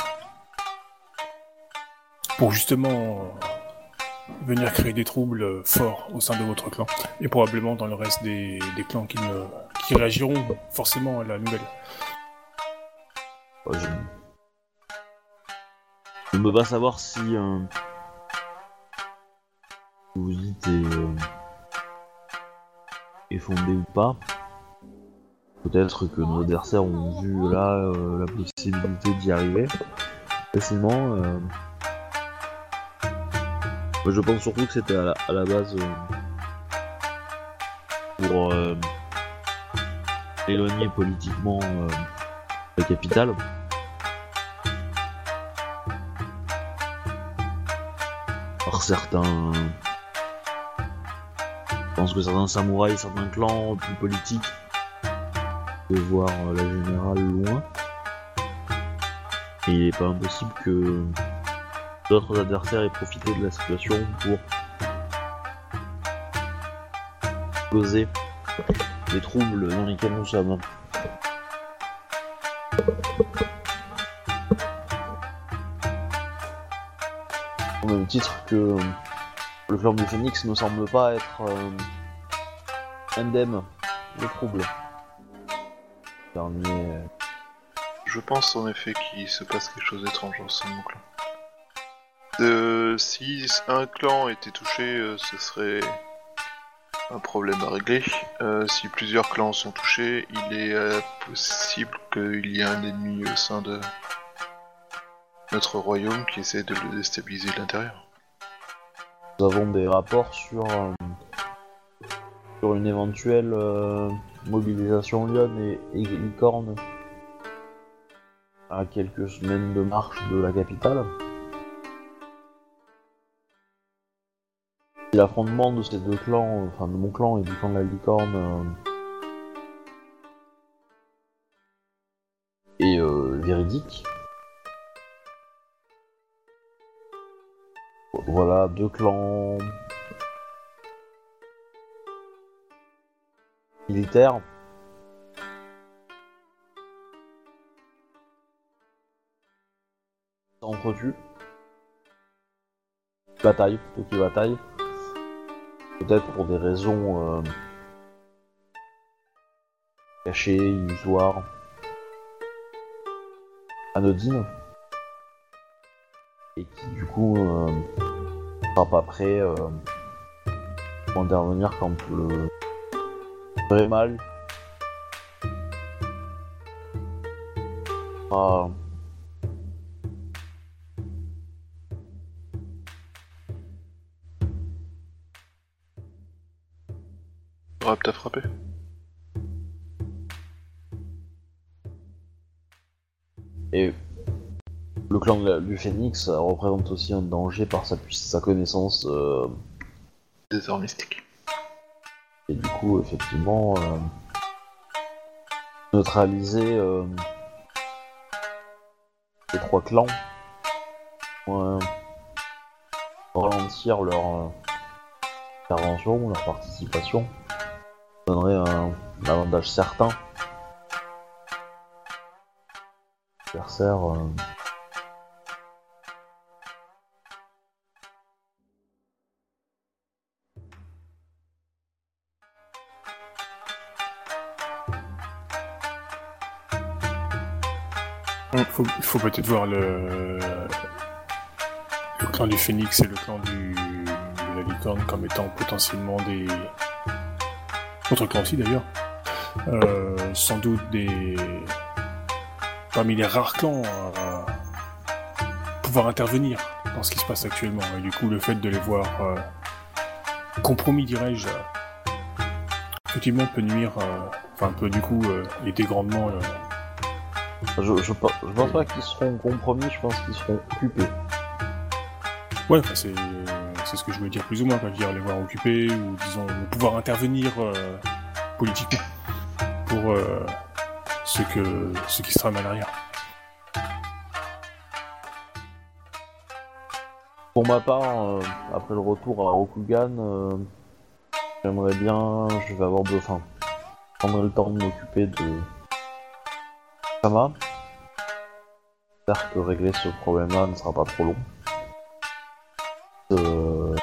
Pour justement euh, venir créer des troubles forts au sein de votre clan, et probablement dans le reste des, des clans qui, ne, qui réagiront forcément à la nouvelle. Ouais, je... je ne peux pas savoir si euh, vous dites est, euh, est fondé ou pas. Peut-être que nos adversaires ont vu là euh, la possibilité d'y arriver facilement. Euh... Moi, je pense surtout que c'était à la, à la base euh, pour euh, éloigner politiquement euh, la capitale. Par certains... Je pense que certains samouraïs, certains clans plus politiques de voir la générale loin. Et il n'est pas impossible que d'autres adversaires aient profité de la situation pour causer les troubles dans lesquels nous sommes. Au même titre que le clan du Phénix ne semble pas être euh, indemne de troubles. Dernier... Je pense en effet qu'il se passe quelque chose d'étrange au sein de mon clan. Euh, si un clan était touché, euh, ce serait un problème à régler. Euh, si plusieurs clans sont touchés, il est euh, possible qu'il y ait un ennemi au sein de notre royaume qui essaie de le déstabiliser de l'intérieur. Nous avons des rapports sur, euh, sur une éventuelle euh, mobilisation Lyon et, et Licorne à quelques semaines de marche de la capitale. Si l'affrontement de ces deux clans, enfin de mon clan et du clan de la Licorne, euh, est euh, véridique. Voilà, deux clans militaires. S'entretuent. Bataille, plutôt qu'ils bataillent. Peut-être pour des raisons euh, cachées, illusoires, anodines. Et qui du coup euh, sera pas prêt euh, pour intervenir quand le vrai mal sera apte à frapper. Et le clan de la, du Phénix représente aussi un danger par sa, sa connaissance euh, des arts mystiques. Et du coup, effectivement, euh, neutraliser euh, les trois clans, euh, ralentir leur euh, intervention, leur participation, donnerait un, un avantage certain. L'adversaire euh, Il faut, faut peut-être voir le, le clan du Phénix et le clan du, de la licornes comme étant potentiellement des... Autres clans aussi d'ailleurs. Euh, sans doute des... Parmi les rares clans à pouvoir intervenir dans ce qui se passe actuellement. Et du coup, le fait de les voir euh, compromis, dirais-je, effectivement peut nuire, euh, enfin peut du coup euh, aider grandement... Euh... Je, je, pense- je pense pas qu'ils seront compromis, je pense qu'ils seront occupés. Ouais, enfin, c'est, c'est ce que je veux dire plus ou moins, quoi. Je veux dire, les voir occupés, ou disons, pouvoir intervenir euh, politiquement pour euh, ceux, que, ceux qui se trament à l'arrière. Pour ma part, euh, après le retour à Rokugan, euh, j'aimerais bien, je vais avoir besoin, je prendrai le temps de m'occuper de Sama. J'espère que régler ce problème-là ne sera pas trop long. Euh...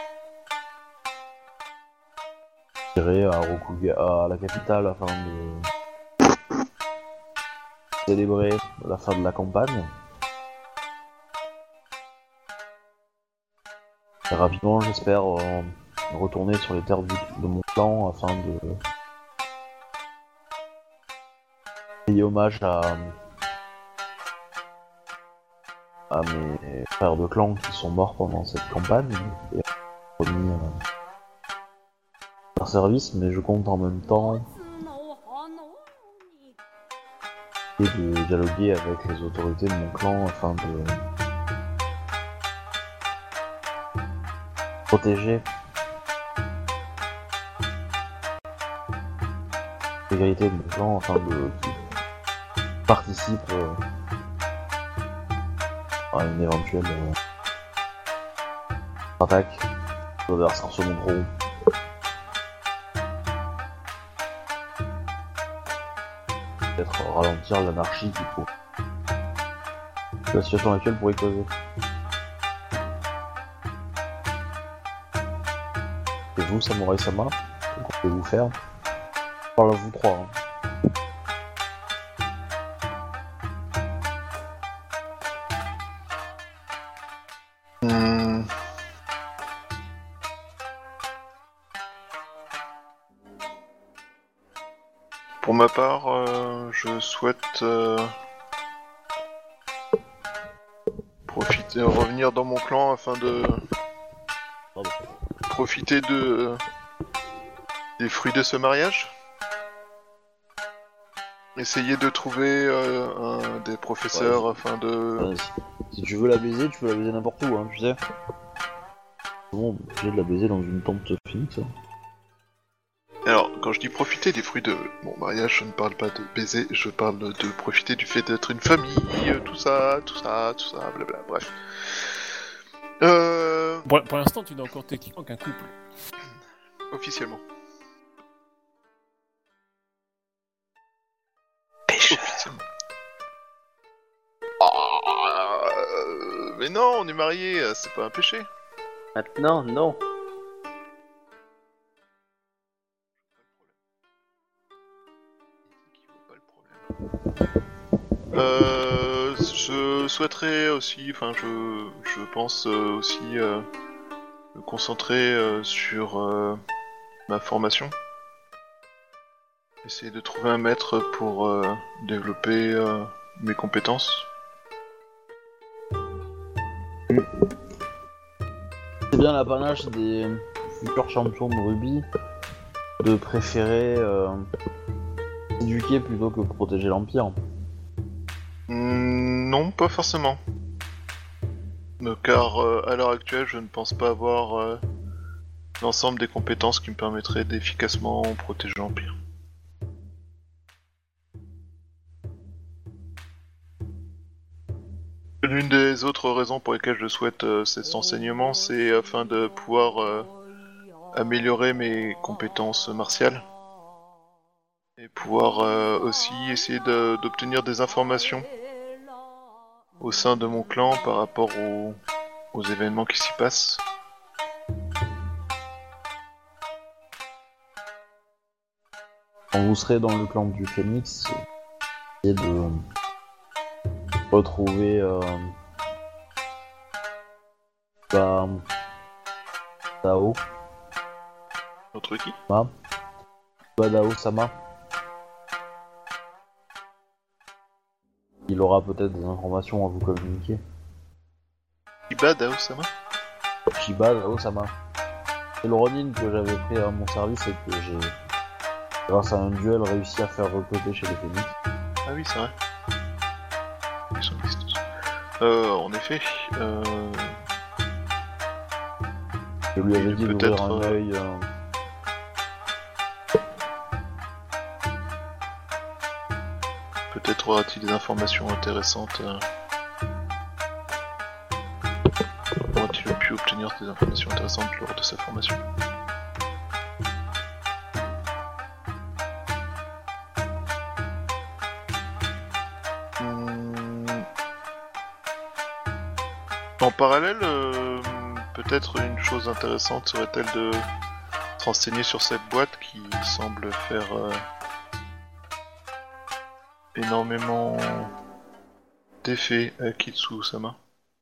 J'irai à Rokugan, à la capitale afin de célébrer la fin de la campagne. Et rapidement, j'espère euh, retourner sur les terres du- de mon clan afin de payer hommage à, à mes frères de clan qui sont morts pendant cette campagne et remis euh, leur service, mais je compte en même temps et de dialoguer avec les autorités de mon clan afin de protéger l'intégrité de mon clan afin de qu'ils participent euh, à une éventuelle euh, attaque de l'adversaire se montreront. Peut-être ralentir l'anarchie qu'il faut. La situation actuelle pourrait causer. Et vous, Samurai Sama, que comptez-vous faire? Je parle à vous trois. Hein. Hmm. Pour ma part, euh, je souhaite euh, profiter, revenir dans mon clan afin de Pardon. profiter de des fruits de ce mariage. Essayer de trouver euh, un des professeurs Ouais. afin de. Euh, si, si tu veux la baiser, tu peux la baiser n'importe où, hein, tu sais. Bon, obligé de la baiser dans une tente fixe. Hein. Alors, quand je dis profiter des fruits de mon mariage, je ne parle pas de baiser, je parle de profiter du fait d'être une famille, euh, tout ça, tout ça, tout ça, blabla, bref. Euh... Pour, pour l'instant, tu n'es encore techniquement qu'un couple. Officiellement. Pêche. Officiellement. Ah, euh, mais non, on est mariés, c'est pas un péché. Maintenant, non. Euh, je souhaiterais aussi, enfin je, je pense euh, aussi euh, me concentrer euh, sur euh, ma formation. Essayer de trouver un maître pour euh, développer euh, mes compétences. C'est bien l'apanage des futurs champions de rugby de préférer euh, éduquer plutôt que protéger l'Empire. Hmm, non, pas forcément. Euh, Car euh, à l'heure actuelle, je ne pense pas avoir euh, l'ensemble des compétences qui me permettraient d'efficacement protéger l'Empire. L'une des autres raisons pour lesquelles je souhaite euh, cet enseignement, c'est afin de pouvoir euh, améliorer mes compétences martiales et pouvoir euh, aussi essayer de- d'obtenir des informations au sein de mon clan par rapport aux, aux événements qui s'y passent. Quand vous serez dans le clan du Phénix, essayez de retrouver euh, bah, Tao Contre qui? Ah. Badao Sama. Il aura peut-être des informations à vous communiquer. Shiba Dao-sama? Shiba Dao Sama. C'est le Ronin que j'avais pris à mon service et que j'ai, grâce à un duel, réussi à faire recruter chez les Phoenix. Ah oui, c'est vrai. Ils sont listes. Euh, en effet, euh... Je lui avais dit d'ouvrir peut-être, un euh, œil. Euh... peut-être aura-t-il des informations intéressantes. Euh... Aura-t-il pu obtenir des informations intéressantes lors de sa formation? Hmm. En parallèle, euh, peut-être une chose intéressante serait-elle de se renseigner sur cette boîte qui semble faire euh, énormément d'effets à Kitsu-sama.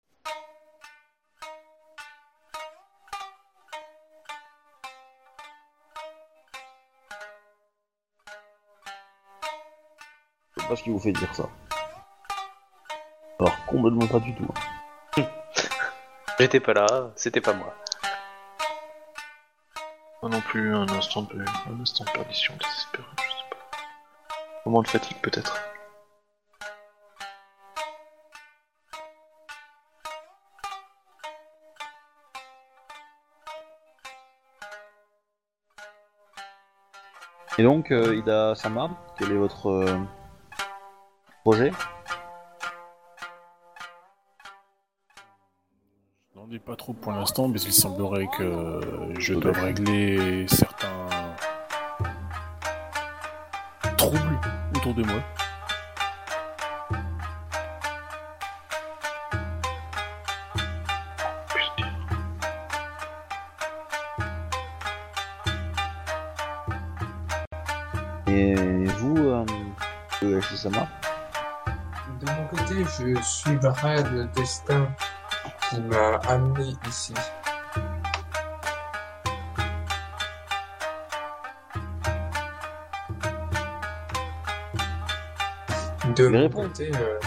Je sais pas ce qui vous fait dire ça. Alors, complètement pas du tout. J'étais pas là, c'était pas moi. Moi non plus, un instant de, un instant de perdition désespérée, je sais pas. Moment de fatigue peut-être. Et donc, euh, Ida Sama, quel est votre euh, projet? Je n'en dis pas trop pour l'instant, mais il semblerait que je dois régler certains troubles autour de moi. Puis dire. Et vous, euh, euh, Sama? De mon côté, je suivrai le destin qui m'a amené ici. De Mais mon réponds. côté, euh,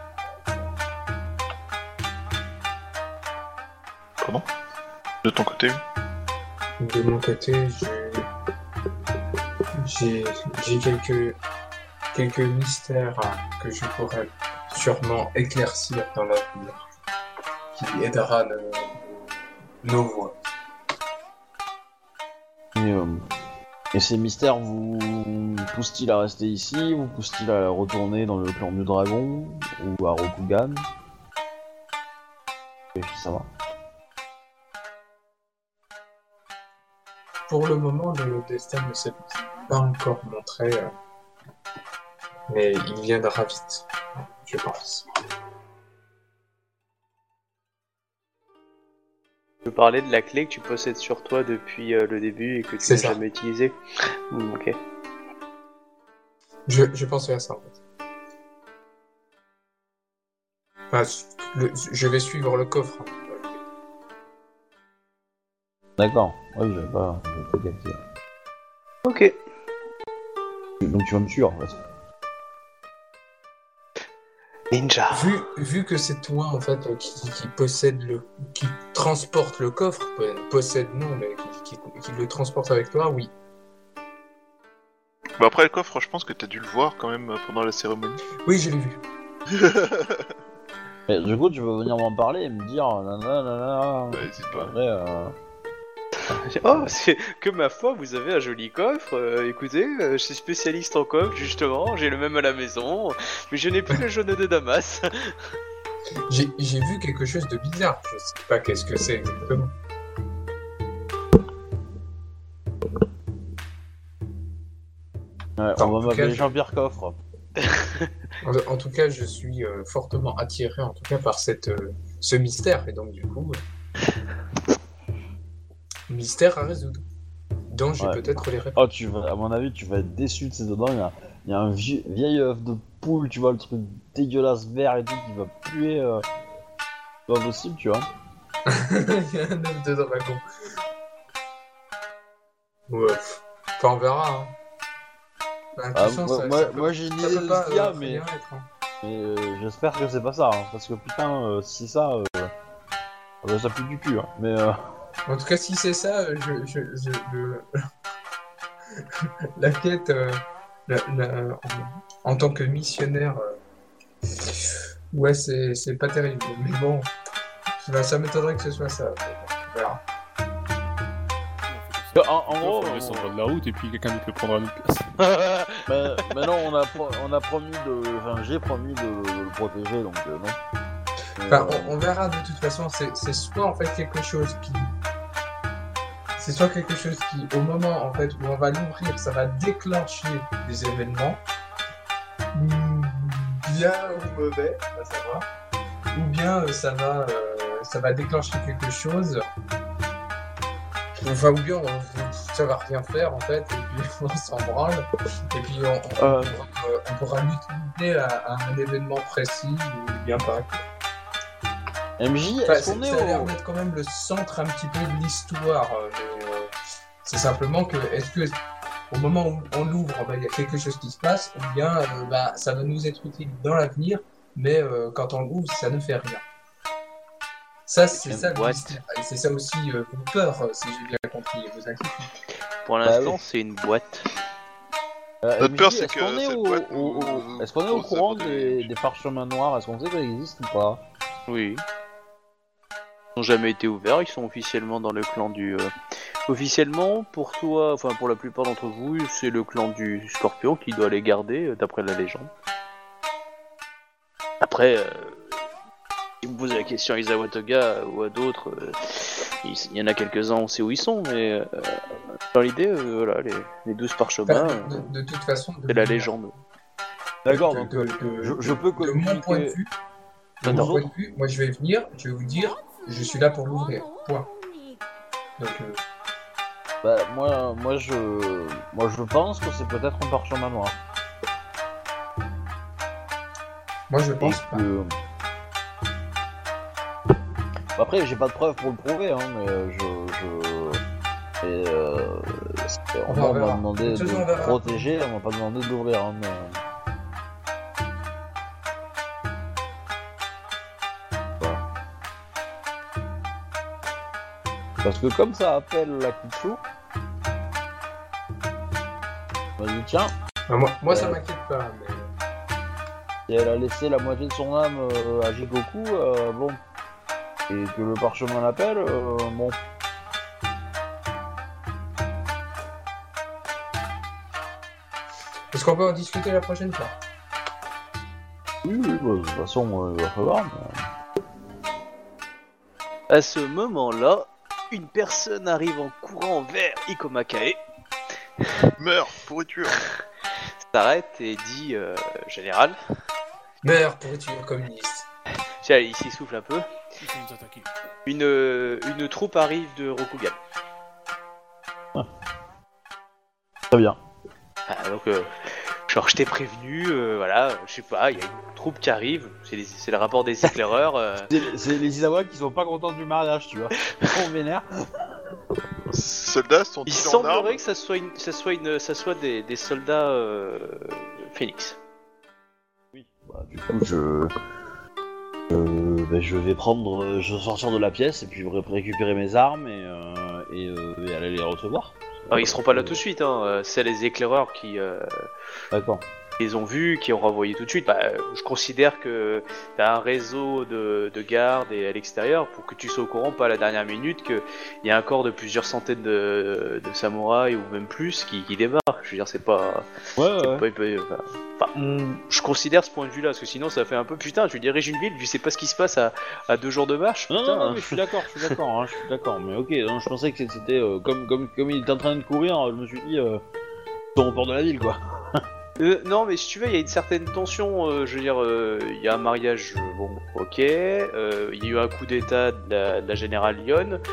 Comment? De ton côté? de mon côté, je- j'ai j'ai quelques quelques mystères que je pourrais sûrement éclaircir dans l'avenir, qui aidera nos, nos voix. Et, euh, et ces mystères vous poussent-ils à rester ici? Vous poussent-ils à retourner dans le clan du dragon? Ou à Rokugan? Et ça va. Pour le moment, le destin ne s'est pas encore montré, euh, mais il viendra vite, je pense. Tu peux parler de la clé que tu possèdes sur toi depuis euh, le début et que tu C'est n'as ça. jamais utilisée. Hmm, ok. Je, je pensais à ça, en fait. Enfin, le- je vais suivre le coffre. D'accord. Oui, j'avais pas, j'avais pas capté. Ok. Donc tu vas me suivre, en fait. Ninja. Vu, vu que c'est toi, en fait, qui, qui possède le... qui transporte le coffre, possède non, mais qui, qui- qui le transporte avec toi, oui. Bah après le coffre, je pense que t'as dû le voir quand même pendant la cérémonie. Oui, je l'ai vu. Et du coup, tu veux venir m'en parler et me dire... Nanana, Bah, n'hésite pas. Après, euh... Oh, c'est que ma foi, vous avez un joli coffre. Euh, écoutez, euh, je suis spécialiste en coffre, justement. J'ai le même à la maison, mais je n'ai plus le jaune de Damas. J'ai j'ai vu quelque chose de bizarre. Je sais pas qu'est-ce que c'est exactement. ouais, Enfin, on en va tout m'appeler cas, je- Jean-Pierre Coffre. En, en tout cas, je suis euh, fortement attiré, en tout cas, par cette, euh, ce mystère. Et donc, du coup, euh, mystère à résoudre. Dont j'ai Ouais. peut-être les réponses. Oh, tu vas, à mon avis, tu vas être déçu de ces dedans. Il y a, il y a un vieux, vieil œuf de poule, tu vois, le truc dégueulasse vert et tout qui va puer. Euh... Pas possible, tu vois. Il y a un œuf de dragon. Ouais. Enfin, on verra. Hein. Bah, de toute Ah, façon, moi, ça- moi, ça peut- moi, j'ai une ça idée peut de pas, ce qu'il y a, euh, très mais, bien être, hein. mais, euh, j'espère que c'est pas ça, hein, parce que putain, euh, si ça, euh, ah bah, ça pue du cul. Hein. Mais euh, En tout cas, si c'est ça, euh, je, je, je, le- la quête, euh, la- la- en, en tant que missionnaire, euh, ouais, c'est c'est pas terrible. Mais bon, ça, ça m'étonnerait que ce soit ça. On verra. en, en gros, on on- laisse en bord de la route et puis quelqu'un d'autre le prendra à notre place. mais, mais non, on a, pro- on a promis de, enfin, j'ai promis de, de le protéger, donc euh, non. Mais, Enfin, euh, on, on verra de toute façon. C'est c'est soit en fait quelque chose qui, c'est soit quelque chose qui, au moment en fait où on va l'ouvrir, ça va déclencher des événements, mm, bien ou mauvais, à savoir, ou bien euh, ça va, euh, ça va déclencher quelque chose. Enfin, ou bien on, ça va rien faire en fait, et puis on s'en branle, et puis on, on, Euh. pourra, euh, on pourra l'utiliser à, à un événement précis ou bien pas. M J, Enfin, est-ce qu'on c'est- est ça a l'air au... d'être quand même le centre un petit peu de l'histoire. euh, mais, euh, c'est simplement que, est-ce que au moment où on l'ouvre, bah, il y a quelque chose qui se passe, ou bien euh, bah, ça va nous être utile dans l'avenir, mais euh, quand on l'ouvre, ça ne fait rien. Ça, c'est Une ça le boîte. mystère. Et c'est ça aussi euh, vos peurs, euh, si j'ai bien compris, et vos inquiétudes. Pour Bah l'instant, oui. c'est une boîte. Euh, Notre M J, peur, c'est est-ce que qu'on est cette au, boîte au- nous- au- est-ce qu'on est au nous courant sabote des, les- des parchemins noirs? Est-ce qu'on sait qu'ils existent ou pas? Oui. Ils n'ont jamais été ouverts, ils sont officiellement dans le clan du... euh, Officiellement, pour toi, enfin pour la plupart d'entre vous, c'est le clan du Scorpion qui doit les garder, euh, d'après la légende. Après, euh, si vous posez la question à Isawa Toga ou à d'autres, euh, il il y en a quelques-uns, on sait où ils sont, mais euh, dans l'idée, euh, voilà, les, les douze parchemins, Enfin, de, euh, de- de toute façon, de c'est la manière- légende. D'accord, de- donc de- euh, de- je, je peux de mon point de communiquer... vue, de Attends. mon point de vue, moi je vais venir, je vais vous dire, je suis là pour l'ouvrir. Point. Donc, euh, Bah, moi, moi, je, moi, je pense que c'est peut-être un parchemin noir. moi je Et pense pas. que... Après, j'ai pas de preuves pour le prouver, hein, mais euh, je... je... Et, euh... c'est- On on va- on m'a verra. demandé De de toute façon, on le verra. protéger, on m'a pas demandé de l'ouvrir, hein, mais... Voilà. Parce que comme ça appelle la Kitsu, on m'a dit tiens, Enfin, moi, moi ça Euh, m'inquiète pas, mais... si elle a laissé la moitié de son âme euh, à Jigoku, euh, bon, et que le parchemin l'appelle, euh, bon. Est-ce qu'on peut en discuter la prochaine fois? Oui, oui, bah, de toute façon, euh, il va falloir. mais- À ce moment-là, une personne arrive en courant vers Ikomakae, Meurs, pourriture. s'arrête et dit euh, Général, Meurs, pourriture communiste. tiens, il s'essouffle un peu. Ils vont nous attaquer. Une, euh, une troupe arrive de Rokugan. Très bien. Ah, donc, euh, genre, je t'ai prévenu, euh, voilà, je sais pas, il y a une troupe qui arrive, c'est, les- c'est le rapport des éclaireurs. euh, C'est c'est les Isawa qui sont pas contents du mariage, tu vois. On vénère. Soldats sont il ils en armes. semblerait que ça soit, une, ça soit, une, ça soit des, des soldats euh, Phoenix. Oui. Bah, du coup, je. Euh, bah, je vais prendre. euh, Je vais sortir de la pièce et puis ré- récupérer mes armes et, euh, et, euh, et aller les recevoir. Alors, ils seront pas là tout de suite, hein. euh, c'est les éclaireurs qui euh, D'accord. les ont vus, qui ont renvoyé tout de suite. Bah, euh, je considère que t'as un réseau de, de gardes et à l'extérieur pour que tu sois au courant, pas à la dernière minute, qu'il y a un corps de plusieurs centaines de, de samouraïs ou même plus qui, qui débarque. Je veux dire, c'est pas. Ouais, c'est ouais. pas- pas- enfin, enfin, mm, je considère ce point de vue-là, parce que sinon ça fait un peu putain, tu diriges une ville, tu sais pas ce qui se passe à, à deux jours de marche. Non, putain, non, non, hein. mais je suis d'accord, je suis d'accord, hein, je suis d'accord. Mais ok, non, je pensais que c'était euh, comme, comme, comme il était en train de courir, je me suis dit, euh, ils sont au port de la ville, quoi. Euh, non, mais si tu veux, il y a une certaine tension. euh, je veux dire, euh, il y a un mariage, euh, bon, ok. euh, Il y a eu un coup d'état de la, de la générale Lyon.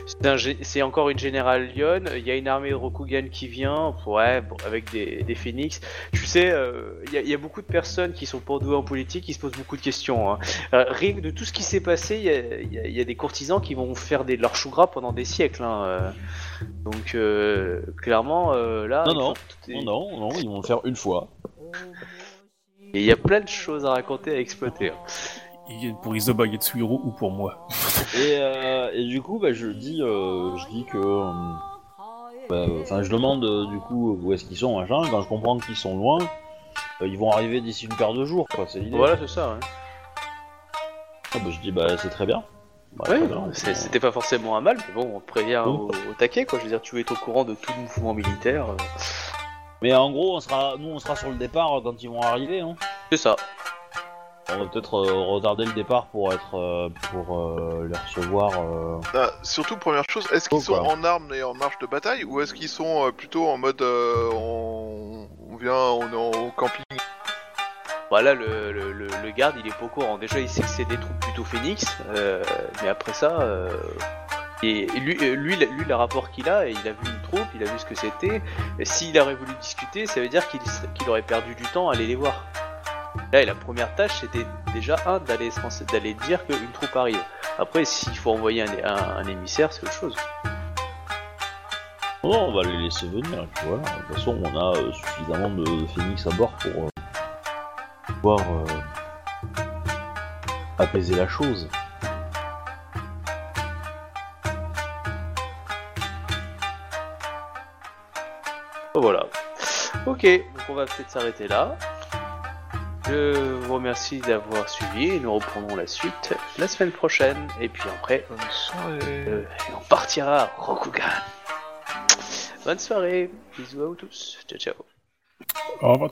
C'est, un gé- c'est encore une générale Lyon, il y a une armée de Rokugan qui vient, ouais, bon, avec des, des phénix. Tu sais, euh, il y, a- il y a beaucoup de personnes qui sont pour douées en politique, qui se posent beaucoup de questions. Hein. Euh, rien que de tout ce qui s'est passé, il y a, il y a- il y a des courtisans qui vont faire des, leur chou gras pendant des siècles. Hein, euh. Donc, euh, clairement, euh, là... Non, il non, faut- tout est- non, non, non, ils vont le faire une fois. Et il y a plein de choses à raconter, à exploiter. Hein. Ils viennent pour Isoba Yetsuhiro ou pour moi. Et, euh, et du coup, bah, je dis, euh, je dis que, euh, bah, enfin, je demande euh, du coup où est-ce qu'ils sont, machin. Quand je comprends qu'ils sont loin, euh, ils vont arriver d'ici une paire de jours, quoi. C'est l'idée. Voilà, c'est ça. Ouais. Ah, bah, je dis, bah, c'est très bien. Bah, Ouais, très bien. c'est- c'était pas forcément un mal, mais bon, on te prévient Oui. au, au taquet, quoi. Je veux dire, tu es au courant de tout mouvement militaire. euh. Mais en gros, on sera, nous, on sera sur le départ quand ils vont arriver. Hein. C'est ça. On va peut-être euh, retarder le départ pour être, euh, pour euh, les recevoir. Euh... Ah, surtout, première chose, est-ce qu'ils Oh, sont quoi. en armes et en marche de bataille ou est-ce qu'ils sont euh, plutôt en mode euh, on... on vient, on est en camping? Voilà, le, le, le, le garde, il est pas au courant. Déjà, il sait que c'est des troupes plutôt phénix, euh, mais après ça, euh, et, et lui, euh, lui, lui, lui, le rapport qu'il a, il a vu une troupe, il a vu ce que c'était. Et s'il aurait voulu discuter, ça veut dire qu'il serait- qu'il aurait perdu du temps à aller les voir. Là, et la première tâche, c'était déjà un d'aller se rense- d'aller dire qu'une troupe arrive. Après, s'il faut envoyer un, un, un émissaire, c'est autre chose. Non, on va les laisser venir. Et puis voilà. De toute façon, on a euh, suffisamment de phénix à bord pour euh, pouvoir euh, apaiser la chose. Voilà. Ok, donc on va peut-être s'arrêter là. Je vous remercie d'avoir suivi et nous reprendrons la suite la semaine prochaine. Et puis après, Bonne soirée. euh, on partira à Rokugan. Bonne soirée, bisous à vous tous, ciao ciao. Au revoir.